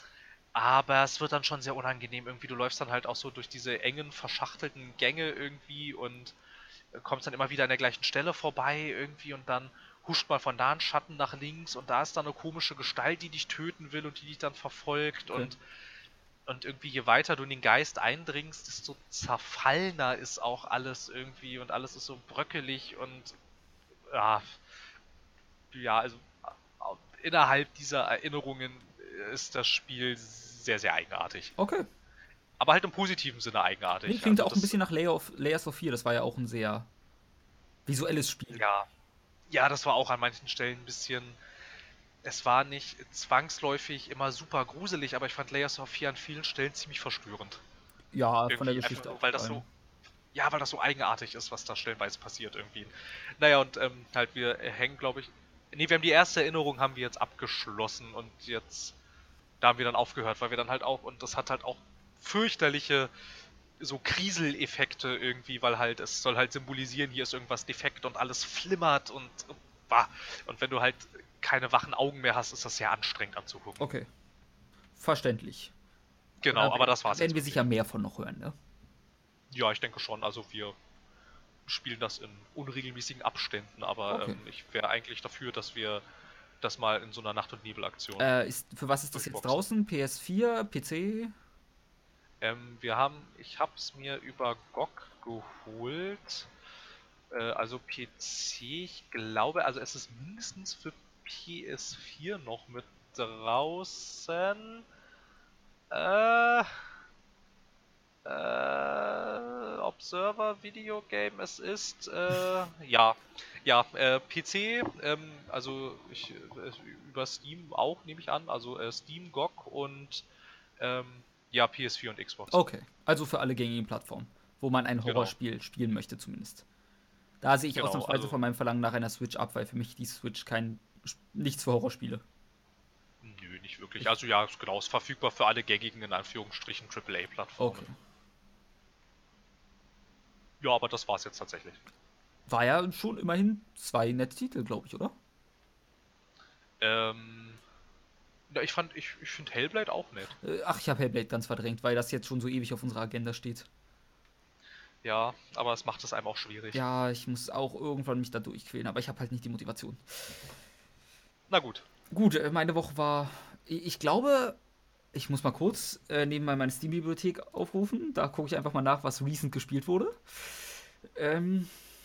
Aber es wird dann schon sehr unangenehm irgendwie. Du läufst dann halt auch so durch diese engen, verschachtelten Gänge irgendwie und äh, kommst dann immer wieder an der gleichen Stelle vorbei irgendwie und dann huscht mal von da ein Schatten nach links und da ist dann eine komische Gestalt, die dich töten will und die dich dann verfolgt Okay. und und irgendwie je weiter du in den Geist eindringst, desto zerfallener ist auch alles irgendwie und alles ist so bröckelig und ja, ja, also innerhalb dieser Erinnerungen ist das Spiel sehr, sehr eigenartig. Okay. Aber halt im positiven Sinne eigenartig. Nee, klingt Also auch ein das, bisschen nach Layer of, Layers of vier. Das war ja auch ein sehr visuelles Spiel. ja. Ja, das war auch an manchen Stellen ein bisschen. Es war nicht zwangsläufig immer super gruselig, aber ich fand Layers of vier an vielen Stellen ziemlich verstörend. Ja, von der Irgendwie Geschichte einfach, auch. weil das vor so, allem. ja, weil das so eigenartig ist, was da stellenweise passiert irgendwie. Naja, und ähm, halt wir hängen, glaube ich, nee, wir haben die erste Erinnerung haben wir jetzt abgeschlossen und jetzt, da haben wir dann aufgehört, weil wir dann halt auch, und das hat halt auch fürchterliche so Kriseleffekte irgendwie, weil halt, es soll halt symbolisieren, hier ist irgendwas defekt und alles flimmert und, bah. Und wenn du halt keine wachen Augen mehr hast, ist das sehr anstrengend anzugucken. Okay. Verständlich. Genau, Da aber das war's werden jetzt wir wirklich. sicher mehr von noch hören, ne? Ja, ich denke schon. Also wir spielen das in unregelmäßigen Abständen, aber Okay. ähm, ich wäre eigentlich dafür, dass wir das mal in so einer Nacht- und Nebel-Aktion Äh, ist, für was ist das jetzt durchboxen. draußen? P S vier, P C? Ähm, wir haben, ich habe es mir über G O G geholt. Äh, also P C, ich glaube, also es ist mindestens für P S vier noch mit draußen. Äh, äh, Observer Video Game, es ist, äh, ja, ja, äh, P C, ähm, also ich, äh, über Steam auch, nehme ich an, also äh, Steam, G O G und, ähm, ja, P S vier und Xbox. Okay. Also für alle gängigen Plattformen, wo man ein Genau, Horrorspiel spielen möchte, zumindest. Da sehe ich genau, ausnahmsweise also, von meinem Verlangen nach einer Switch ab, weil für mich die Switch kein nichts für Horrorspiele. nö, nicht wirklich. Also ja, ist genau, ist verfügbar für alle gängigen, in Anführungsstrichen, Triple A-Plattformen. Okay. Ja, aber das war's jetzt tatsächlich. War ja schon immerhin zwei nette Titel, glaube ich, oder? Ähm, ja, ich fand, ich, ich finde Hellblade auch nett. Äh, Ach, ich habe Hellblade ganz verdrängt, weil das jetzt schon so ewig auf unserer Agenda steht. Ja, aber es macht es einem auch schwierig. Ja, ich muss auch irgendwann mich da durchquälen, aber ich habe halt nicht die Motivation. Na gut. Gut, äh, meine Woche war. Ich ich glaube, ich muss mal kurz äh, nebenbei meine Steam-Bibliothek aufrufen. Da gucke ich einfach mal nach, was recent gespielt wurde. Ähm,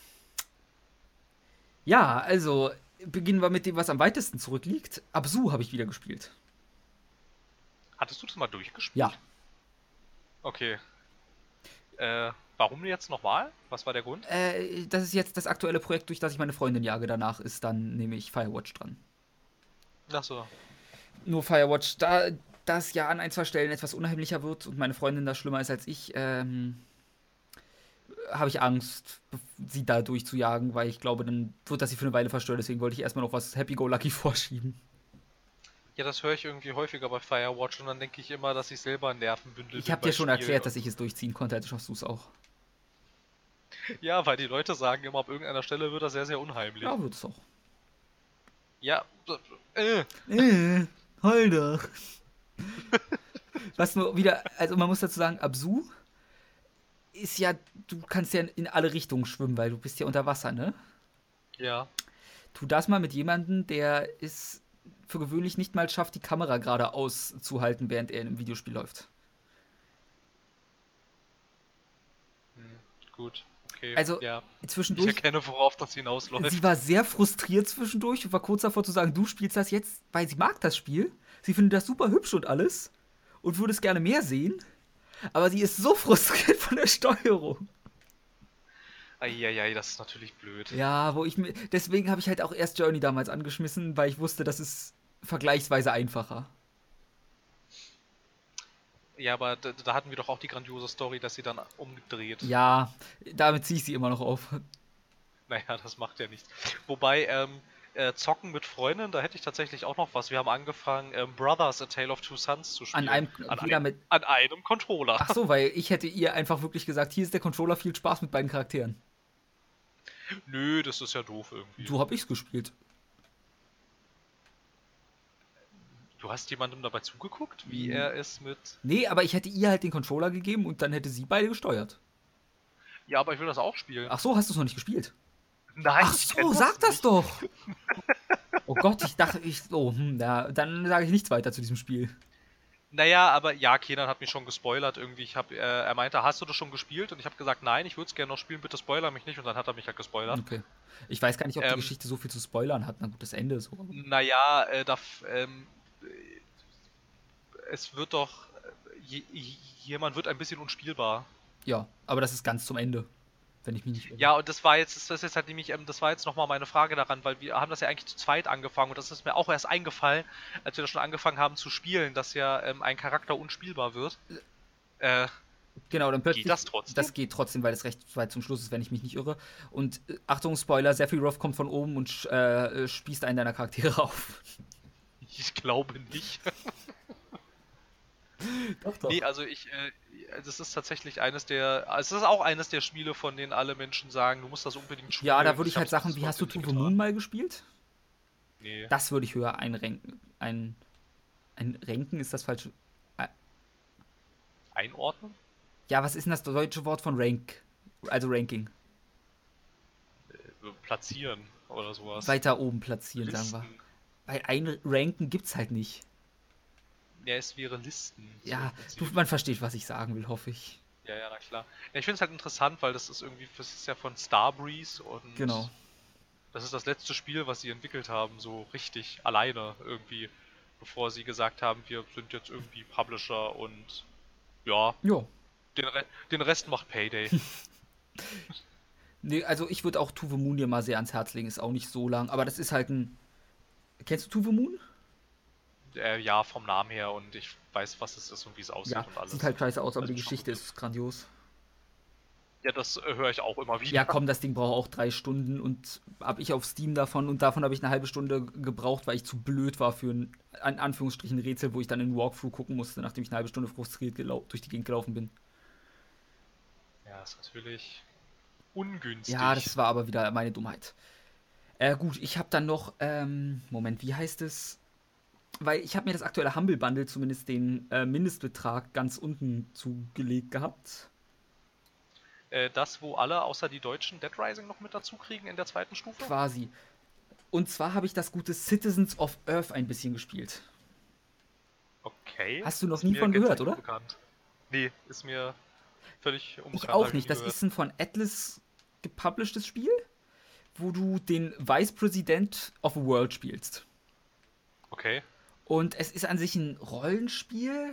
ja, also beginnen wir mit dem, was am weitesten zurückliegt. Absu habe ich wieder gespielt. Hattest du das mal durchgespielt? Ja, Okay. Äh, warum jetzt nochmal? Was war der Grund? äh, das ist jetzt das aktuelle Projekt, durch das ich meine Freundin jage. Danach ist dann nämlich Firewatch dran. Achso. Nur Firewatch, da das ja an ein, zwei Stellen etwas unheimlicher wird und meine Freundin da schlimmer ist als ich, ähm, habe ich Angst, sie da durchzujagen, weil ich glaube, dann wird das sie für eine Weile verstören. Deswegen wollte ich erstmal noch was Happy-Go-Lucky vorschieben. Ja, das höre ich irgendwie häufiger bei Firewatch und dann denke ich immer, dass ich selber ein Nervenbündel Ich bin habe bei dir schon Spielen. erklärt, dass ich es durchziehen konnte, also schaffst du es auch. Ja, weil die Leute sagen immer, ab irgendeiner Stelle wird das sehr, sehr unheimlich. Ja, wird es auch. Ja, äh, Äh, heul doch. Was nur wieder, also man muss dazu sagen, Absu ist ja, du kannst ja in alle Richtungen schwimmen, weil du bist ja unter Wasser, ne? ja. Tu das mal mit jemandem, der es für gewöhnlich nicht mal schafft, die Kamera gerade auszuhalten, während er in einem Videospiel läuft. Hm, gut, okay, Also ja. Ich zwischendurch, erkenne, worauf das hinausläuft. sie war sehr frustriert zwischendurch und war kurz davor zu sagen, du spielst das jetzt, weil sie mag das Spiel. Sie findet das super hübsch und alles und würde es gerne mehr sehen. Aber sie ist so frustriert von der Steuerung. Eieiei, das ist natürlich blöd. Ja, wo ich mir. Deswegen habe ich halt auch erst Journey damals angeschmissen, weil ich wusste, das ist vergleichsweise einfacher. Ja, aber da, da hatten wir doch auch die grandiose Story, dass sie dann umgedreht. Ja, damit ziehe ich sie immer noch auf. Naja, das macht ja nichts. Wobei, ähm, äh, zocken mit Freunden, da hätte ich tatsächlich auch noch was. Wir haben angefangen, ähm, Brothers, A Tale of Two Sons zu spielen. An einem. An, Jeder ein, mit. an einem Controller. Ach so, weil ich hätte ihr einfach wirklich gesagt, hier ist der Controller, viel Spaß mit beiden Charakteren. Nö, das ist ja doof irgendwie. So hab ich's gespielt. Du hast jemandem dabei zugeguckt, wie er es mit... Nee, aber ich hätte ihr halt den Controller gegeben und dann hätte sie beide gesteuert. Ja, aber ich will das auch spielen. Ach so, hast du es noch nicht gespielt? Nein, Ach ich kenn so, sag das nicht. doch! Oh Gott, ich dachte, ich. Oh, hm, ja, dann sage ich nichts weiter zu diesem Spiel. Naja, aber ja, Kenan hat mich schon gespoilert irgendwie. Ich hab, äh, er meinte, hast du das schon gespielt? Und ich habe gesagt, nein, ich würde es gerne noch spielen, bitte spoiler mich nicht. Und dann hat er mich halt gespoilert. Okay. Ich weiß gar nicht, ob die Ähm, Geschichte so viel zu spoilern hat. Na gut, das Ende so. Naja, äh, da, f- ähm, es wird doch, je, jemand wird ein bisschen unspielbar. Ja, aber das ist ganz zum Ende, wenn ich mich nicht irre. Ja, und das war jetzt, das ist jetzt halt nämlich, ähm, das war jetzt nochmal meine Frage daran, weil wir haben das ja eigentlich zu zweit angefangen und das ist mir auch erst eingefallen, als wir da schon angefangen haben zu spielen, dass ja ähm, ein Charakter unspielbar wird. Äh, Genau, dann plötzlich. geht das trotzdem? Das geht trotzdem, weil es recht weit zum Schluss ist, wenn ich mich nicht irre. Und äh, Achtung, Spoiler, Sephiroth kommt von oben und sch- äh, spießt einen deiner Charaktere auf. Ich glaube nicht. Doch, doch. Nee, also ich, äh, das ist tatsächlich eines der, also es ist auch eines der Spiele, von denen alle Menschen sagen, du musst das unbedingt spielen. Ja, da würde ich hab's halt sagen, bis wie hast du heute To nicht the getan. Moon mal gespielt? Nee. Das würde ich höher einrenken. Ein, ein Renken ist das falsche. Äh, Einordnen? ja, was ist denn das deutsche Wort von Rank? Also Ranking. Äh, Platzieren oder sowas. Weiter oben platzieren, sagen wir. Listen. Weil ein Ranken gibt's halt nicht. Ja, es wäre Listen. so Ja, im du, Prinzip. man versteht, was ich sagen will, hoffe ich. Ja, ja, na klar. Ja, ich finde es halt interessant, weil das ist irgendwie, das ist ja von Starbreeze und Genau. das ist das letzte Spiel, was sie entwickelt haben, so richtig alleine irgendwie, bevor sie gesagt haben, wir sind jetzt irgendwie Publisher und ja, Jo. den, Re den Rest macht Payday. Nee, also ich würde auch To the Moon dir mal sehr ans Herz legen, ist auch nicht so lang, aber das ist halt ein. Kennst du To the Moon? äh, ja, vom Namen her und ich weiß, was es ist und wie es aussieht Ja, und alles. sieht halt scheiße aus, aber Also die schon Geschichte gut. ist grandios. Ja, das äh, höre ich auch immer wieder. Ja, komm, das Ding braucht auch drei Stunden und hab ich auf Steam davon und davon habe ich eine halbe Stunde gebraucht, weil ich zu blöd war für ein, in Anführungsstrichen, Rätsel, wo ich dann in Walkthrough gucken musste, nachdem ich eine halbe Stunde frustriert durch die Gegend gelaufen bin. Ja, ist natürlich ungünstig. Ja, das war aber wieder meine Dummheit. Äh, gut, ich habe dann noch, ähm, Moment, wie heißt es? Weil ich habe mir das aktuelle Humble Bundle zumindest den äh, Mindestbetrag ganz unten zugelegt gehabt. Äh, das, wo alle außer die Deutschen Dead Rising noch mit dazu kriegen in der zweiten Stufe? Quasi. Und zwar habe ich das gute Citizens of Earth ein bisschen gespielt. Okay. Hast du noch Ist nie mir von gehört, gänzlich oder? unbekannt. Nee, ist mir völlig unbekannt. Ich hab auch nie nicht. Das gehört. ist ein von Atlas gepublishtes Spiel, wo du den Vice President of a World spielst. Okay. Und es ist an sich ein Rollenspiel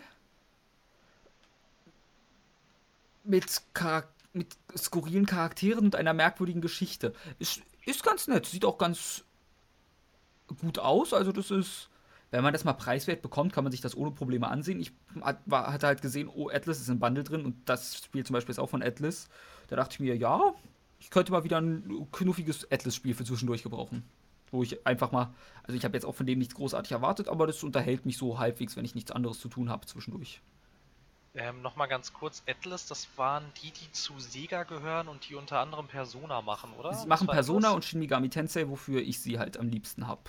mit, Charak mit skurrilen Charakteren und einer merkwürdigen Geschichte. Ist, ist ganz nett, sieht auch ganz gut aus. Also das ist, wenn man das mal preiswert bekommt, kann man sich das ohne Probleme ansehen. Ich hat, war, hatte halt gesehen, oh, Atlas ist im Bundle drin und das Spiel zum Beispiel ist auch von Atlas. Da dachte ich mir, ja, ich könnte mal wieder ein knuffiges Atlas-Spiel für zwischendurch gebrauchen. Wo ich einfach mal, also ich habe jetzt auch von dem nichts großartig erwartet, aber das unterhält mich so halbwegs, wenn ich nichts anderes zu tun habe zwischendurch. Ähm, Nochmal ganz kurz, Atlas, das waren die, die zu Sega gehören und die unter anderem Persona machen, oder? Sie Das machen war Persona Atlas? und Shin Megami Tensei, wofür ich sie halt am liebsten habe.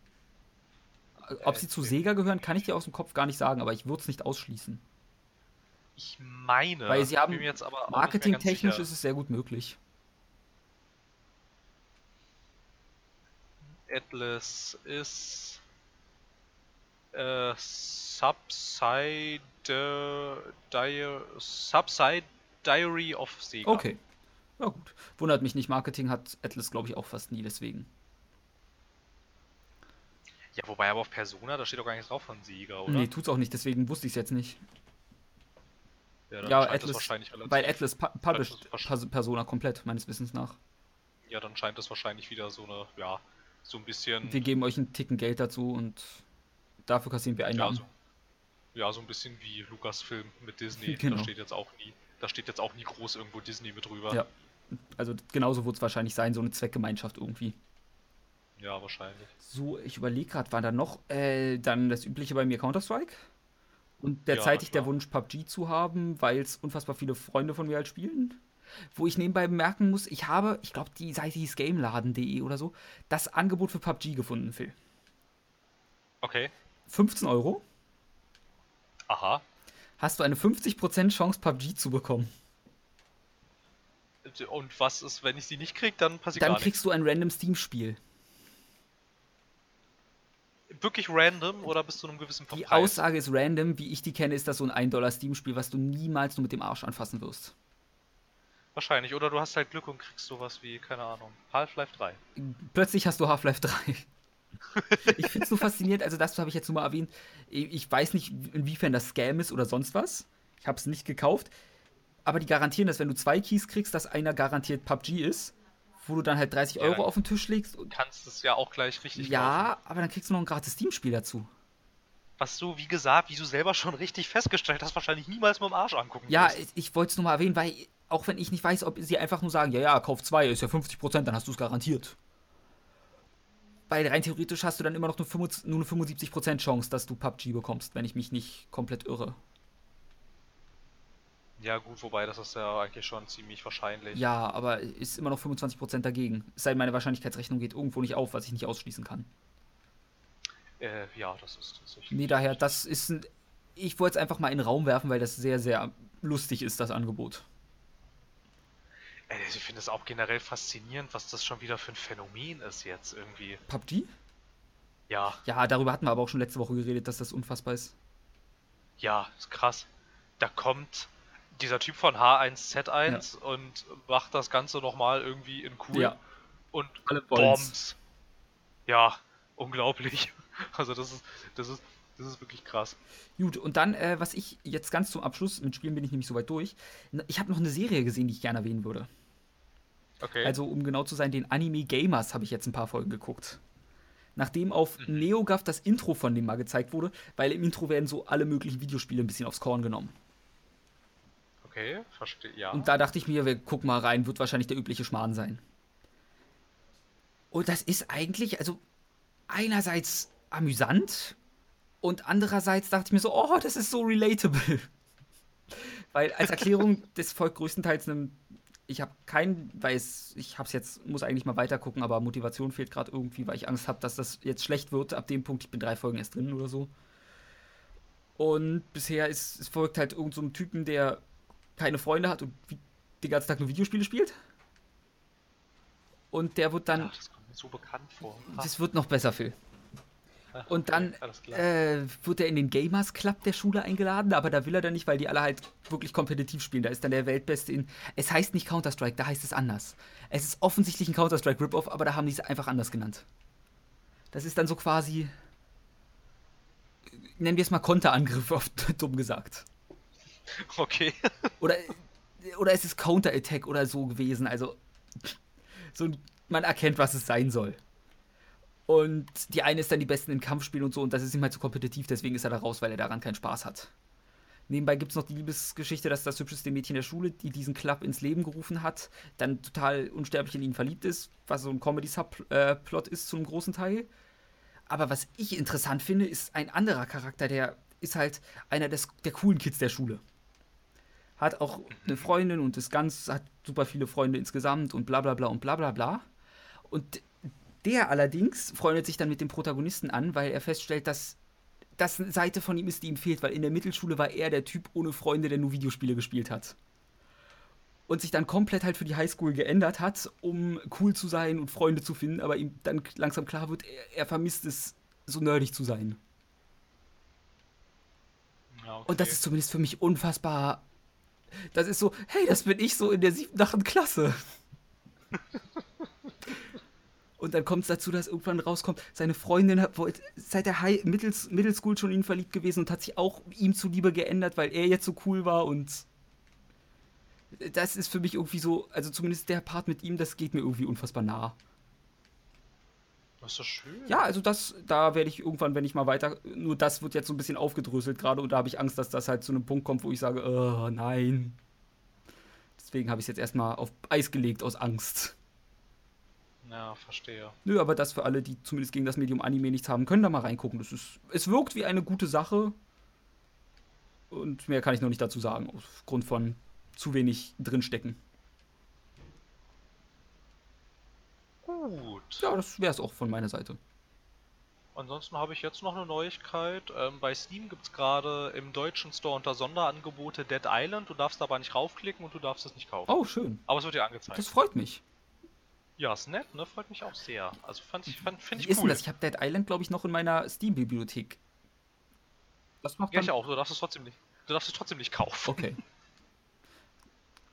Ob Äh, sie zu Sega gehören, kann ich dir aus dem Kopf gar nicht sagen, aber ich würde es nicht ausschließen. Ich meine, Weil sie bin haben, mir jetzt aber auch nicht mehr ganz marketingtechnisch sicher. ist es sehr gut möglich. Atlas ist äh, Subside Di Subsidiary of Sega. Okay, ja gut. Wundert mich nicht, Marketing hat Atlas, glaube ich, auch fast nie, deswegen. Ja, wobei aber auf Persona, da steht doch gar nichts drauf von Sega, oder? Nee, tut's auch nicht, deswegen wusste ich es jetzt nicht. Ja, dann Ja, scheint das Atlas, wahrscheinlich relativ. weil Atlas pu published scheint das wahrsch- Pers- Persona komplett, meines Wissens nach. Ja, dann scheint das wahrscheinlich wieder so eine, ja, so ein bisschen. Wir geben euch einen Ticken Geld dazu und dafür kassieren wir Ja, Einnahmen. so, ja, so ein bisschen wie Lucasfilm mit Disney. Genau. Da steht jetzt auch nie, da steht jetzt auch nie groß irgendwo Disney mit drüber. Ja, also genauso wird es wahrscheinlich sein, so eine Zweckgemeinschaft irgendwie. Ja, wahrscheinlich. So, ich überlege gerade, war da noch äh, dann das Übliche bei mir Counter-Strike? Und derzeitig Ja, der klar. Wunsch, P U B G zu haben, weil es unfassbar viele Freunde von mir halt spielen. Wo ich nebenbei bemerken muss, ich habe, ich glaube, die Seite hieß gameladen punkt de oder so, das Angebot für P U B G gefunden, Phil. Okay. fünfzehn Euro, Aha. hast du eine fünfzig Prozent Chance, P U B G zu bekommen. Und was ist, wenn ich sie nicht krieg, dann passiert Dann gar kriegst du ein random Steam-Spiel. nichts. Wirklich random oder bis zu einem gewissen Die Preis? Aussage ist random, wie ich die kenne, ist das so ein ein Dollar Steam-Spiel, was du niemals nur mit dem Arsch anfassen wirst. Wahrscheinlich. Oder du hast halt Glück und kriegst sowas wie, keine Ahnung, Half-Life drei. Plötzlich hast du Half-Life drei. Ich finde es so faszinierend, also das habe ich jetzt nur mal erwähnt. Ich weiß nicht, inwiefern das Scam ist oder sonst was. Ich habe es nicht gekauft. Aber die garantieren, dass wenn du zwei Keys kriegst, dass einer garantiert P U B G ist, wo du dann halt dreißig Ja, Euro dann auf den Tisch legst. Und kannst du es ja auch gleich richtig kaufen. ja, aber dann kriegst du noch ein gratis Steam-Spiel dazu. Was du, wie gesagt, wie du selber schon richtig festgestellt hast, wahrscheinlich niemals mit dem Arsch angucken Ja, wirst. ich, ich wollte es nur mal erwähnen, weil auch wenn ich nicht weiß, ob sie einfach nur sagen, ja, ja, kauf zwei, ist ja fünfzig Prozent, dann hast du es garantiert. Weil rein theoretisch hast du dann immer noch nur, fünfundsiebzig, nur eine fünfundsiebzig Prozent Chance, dass du P U B G bekommst, wenn ich mich nicht komplett irre. Ja gut, wobei das ist ja eigentlich schon ziemlich wahrscheinlich. Ja, aber ist immer noch fünfundzwanzig Prozent dagegen. Es sei denn, meine Wahrscheinlichkeitsrechnung geht irgendwo nicht auf, was ich nicht ausschließen kann. Äh, ja, das ist tatsächlich Nee, daher, richtig. das ist ein. Ich wollte es einfach mal in den Raum werfen, weil das sehr, sehr lustig ist, das Angebot. Äh, ich finde es auch generell faszinierend, was das schon wieder für ein Phänomen ist jetzt irgendwie. P U B G? Ja, Ja, darüber hatten wir aber auch schon letzte Woche geredet, dass das unfassbar ist. ja, ist krass. Da kommt dieser Typ von H eins Z Ja. eins und macht das Ganze nochmal irgendwie in cool Ja, und alle wollen's. Bombs. Ja, unglaublich. Also das ist, das ist, das ist wirklich krass. Gut, und dann, äh, was ich jetzt ganz zum Abschluss, mit Spielen bin ich nämlich soweit durch. Ich habe noch eine Serie gesehen, die ich gerne erwähnen würde. Okay. Also, um genau zu sein, den Anime Gamers habe ich jetzt ein paar Folgen geguckt. Nachdem auf Mhm. NeoGAF das Intro von dem mal gezeigt wurde, weil im Intro werden so alle möglichen Videospiele ein bisschen aufs Korn genommen. Okay, verstehe. Und Ja. da dachte ich mir, wir gucken mal rein, wird wahrscheinlich der übliche Schmarrn sein. Und das ist eigentlich, also einerseits amüsant und andererseits dachte ich mir so, oh, das ist so relatable. Weil als Erklärung, das folgt größtenteils einem. Ich habe keinen, weil es, ich habe es jetzt, muss eigentlich mal weiter gucken, aber Motivation fehlt gerade irgendwie, weil ich Angst habe, dass das jetzt schlecht wird. Ab dem Punkt, ich bin drei Folgen erst drin oder so. Und bisher ist es folgt halt irgend so einem Typen, der keine Freunde hat und wie, den ganzen Tag nur Videospiele spielt. Und der wird dann, Ach, das kommt mir so bekannt vor. Ha. das wird noch besser, Phil. Ach, Und okay, dann alles klar. äh, wird er in den Gamers Club der Schule eingeladen, aber da will er dann nicht, weil die alle halt wirklich kompetitiv spielen. Da ist dann der Weltbeste in. Es heißt nicht Counter-Strike, da heißt es anders. Es ist offensichtlich ein Counter-Strike Rip-Off, aber da haben die es einfach anders genannt. Das ist dann so quasi, nennen wir es mal Konterangriff, auf dumm gesagt. Okay. Oder, oder es ist Counter-Attack oder so gewesen. Also, so man erkennt, was es sein soll. Und die eine ist dann die Besten in Kampfspielen und so, und das ist ihm halt zu kompetitiv, deswegen ist er da raus, weil er daran keinen Spaß hat. Nebenbei gibt es noch die Liebesgeschichte, dass das hübscheste Mädchen der Schule, die diesen Club ins Leben gerufen hat, dann total unsterblich in ihn verliebt ist, was so ein Comedy-Subplot ist zum großen Teil. Aber was ich interessant finde, ist ein anderer Charakter, der ist halt einer des, der coolen Kids der Schule. Hat auch eine Mhm. Freundin und ist ganz, hat super viele Freunde insgesamt und bla bla bla und bla bla bla. Und der allerdings freundet sich dann mit dem Protagonisten an, weil er feststellt, dass das eine Seite von ihm ist, die ihm fehlt, weil in der Mittelschule war er der Typ ohne Freunde, der nur Videospiele gespielt hat. Und sich dann komplett halt für die Highschool geändert hat, um cool zu sein und Freunde zu finden, aber ihm dann langsam klar wird, er, er vermisst es, so nerdig zu sein. Ja, Und das okay. ist zumindest für mich unfassbar. Das ist so, hey, das bin ich so in der siebten, achten Klasse. Und dann kommt es dazu, dass irgendwann rauskommt, seine Freundin hat, wollte, seit der High, Mittels, Middle School schon in ihn verliebt gewesen und hat sich auch ihm zuliebe geändert, weil er jetzt so cool war. Und das ist für mich irgendwie so, also zumindest der Part mit ihm, das geht mir irgendwie unfassbar nah. Das ist doch schön. Ja, also das, da werde ich irgendwann, wenn ich mal weiter, nur das wird jetzt so ein bisschen aufgedröselt gerade, und da habe ich Angst, dass das halt zu einem Punkt kommt, wo ich sage, oh, nein. Deswegen habe ich es jetzt erstmal auf Eis gelegt aus Angst. Ja, verstehe. Nö, aber das für alle, die zumindest gegen das Medium Anime nichts haben, können da mal reingucken. Das ist, es wirkt wie eine gute Sache, und mehr kann ich noch nicht dazu sagen, aufgrund von zu wenig drinstecken. Gut. Ja, das wäre es auch von meiner Seite. Ansonsten habe ich jetzt noch eine Neuigkeit. Ähm, bei Steam gibt es gerade im deutschen Store unter Sonderangebote Dead Island. Du darfst aber nicht raufklicken und du darfst es nicht kaufen. Oh, schön. Aber es wird dir Das angezeigt. freut mich. Ja, ist nett, ne? Freut mich auch sehr. Also fand ich, fand, finde Wie ich ist denn cool. das? Ich habe Dead Island, glaube ich, noch in meiner Steam-Bibliothek. Das macht Ja, ich dann. auch. Du darfst es trotzdem nicht. Du darfst es trotzdem nicht kaufen. Okay.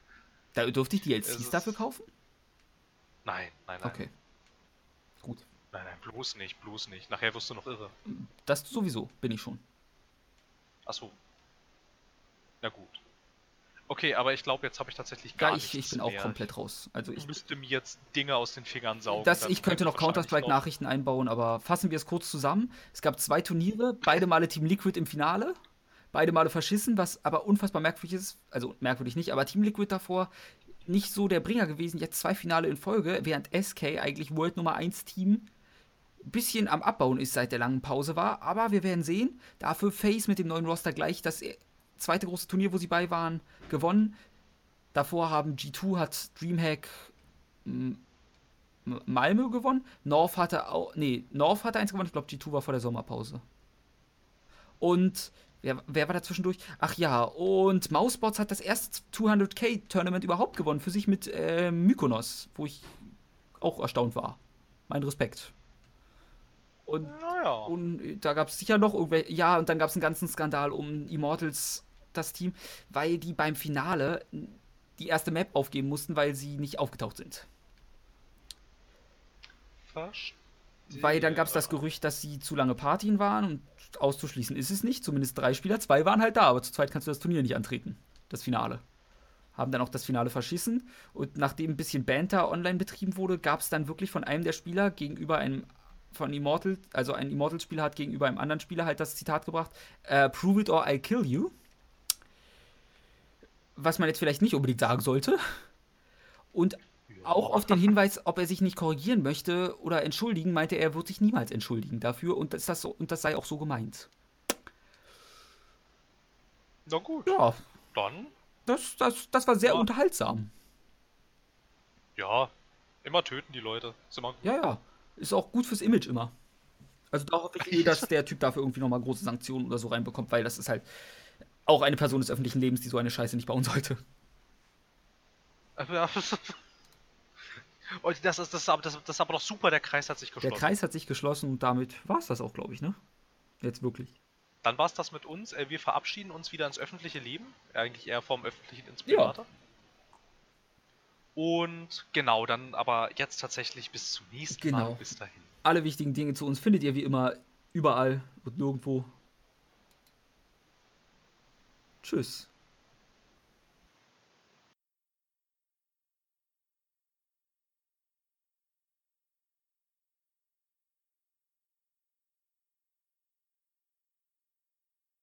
Da dürfte ich die Es D L Cs dafür ist. kaufen? Nein, nein, nein. Okay. Gut. Nein, nein, bloß nicht, bloß nicht. Nachher wirst du noch irre. Das sowieso, bin ich schon. Achso. Na gut. Okay, aber ich glaube, jetzt habe ich tatsächlich Ja, gar ich, ich nichts bin auch mehr. komplett raus. Also Ich ich, müsste mir jetzt Dinge aus den Fingern saugen. das, dann ich könnte noch ich wahrscheinlich Counter-Strike-Nachrichten einbauen, aber fassen wir es kurz zusammen. Es gab zwei Turniere, beide Male Team Liquid im Finale. Beide Male verschissen, was aber unfassbar merkwürdig ist. Also merkwürdig nicht, aber Team Liquid davor nicht so der Bringer gewesen. Jetzt zwei Finale in Folge, während S K eigentlich World Nummer eins Team ein bisschen am Abbauen ist seit der langen Pause war. Aber wir werden sehen. Dafür FaZe mit dem neuen Roster gleich das zweite große Turnier, wo sie bei waren, gewonnen. Davor haben G zwei hat Dreamhack M- Malmö gewonnen. North hatte auch. Nee, North hatte eins gewonnen. Ich glaube, G zwei war vor der Sommerpause. Und wer, wer war da zwischendurch? Ach ja, und Mousebots hat das erste zweihundert K-Tournament überhaupt gewonnen für sich mit äh, Mykonos, wo ich auch erstaunt war. Mein Respekt. Und, Naja. und da gab es sicher noch irgendwelche. Ja, und dann gab es einen ganzen Skandal um Immortals, das Team, weil die beim Finale die erste Map aufgeben mussten, weil sie nicht aufgetaucht sind. Verstehe. Weil dann gab es das Gerücht, dass sie zu lange Partien waren und auszuschließen ist es nicht. Zumindest drei Spieler, zwei waren halt da, aber zu zweit kannst du das Turnier nicht antreten. Das Finale. Haben dann auch das Finale verschissen und nachdem ein bisschen Banter online betrieben wurde, gab es dann wirklich von einem der Spieler gegenüber einem von Immortal, also ein Immortal-Spieler hat gegenüber einem anderen Spieler halt das Zitat gebracht, äh, prove it or I'll kill you. Was man jetzt vielleicht nicht unbedingt sagen sollte. Und auch auf den Hinweis, ob er sich nicht korrigieren möchte oder entschuldigen, meinte er, er wird sich niemals entschuldigen dafür und das, das, so, und das sei auch so gemeint. Na gut. Ja, Dann, das, das, das war sehr Ja. unterhaltsam. ja. Immer töten die Leute. Ist immer gut. Ja, ja. Ist auch gut fürs Image immer. Also da hoffe ich eh, dass der Typ dafür irgendwie nochmal große Sanktionen oder so reinbekommt, weil das ist halt auch eine Person des öffentlichen Lebens, die so eine Scheiße nicht bauen sollte. Ja. Und das ist, das, ist aber, das, das ist aber doch super, der Kreis hat sich Der geschlossen. Kreis hat sich geschlossen und damit war es das auch, glaube ich, ne? Jetzt wirklich. Dann war es das mit uns. Äh, Wir verabschieden uns wieder ins öffentliche Leben. Eigentlich eher vom öffentlichen ins Ja. Private. Und genau, dann aber jetzt tatsächlich bis zum nächsten Genau. Mal. Bis dahin. Alle wichtigen Dinge zu uns findet ihr wie immer überall und nirgendwo. Tschüss.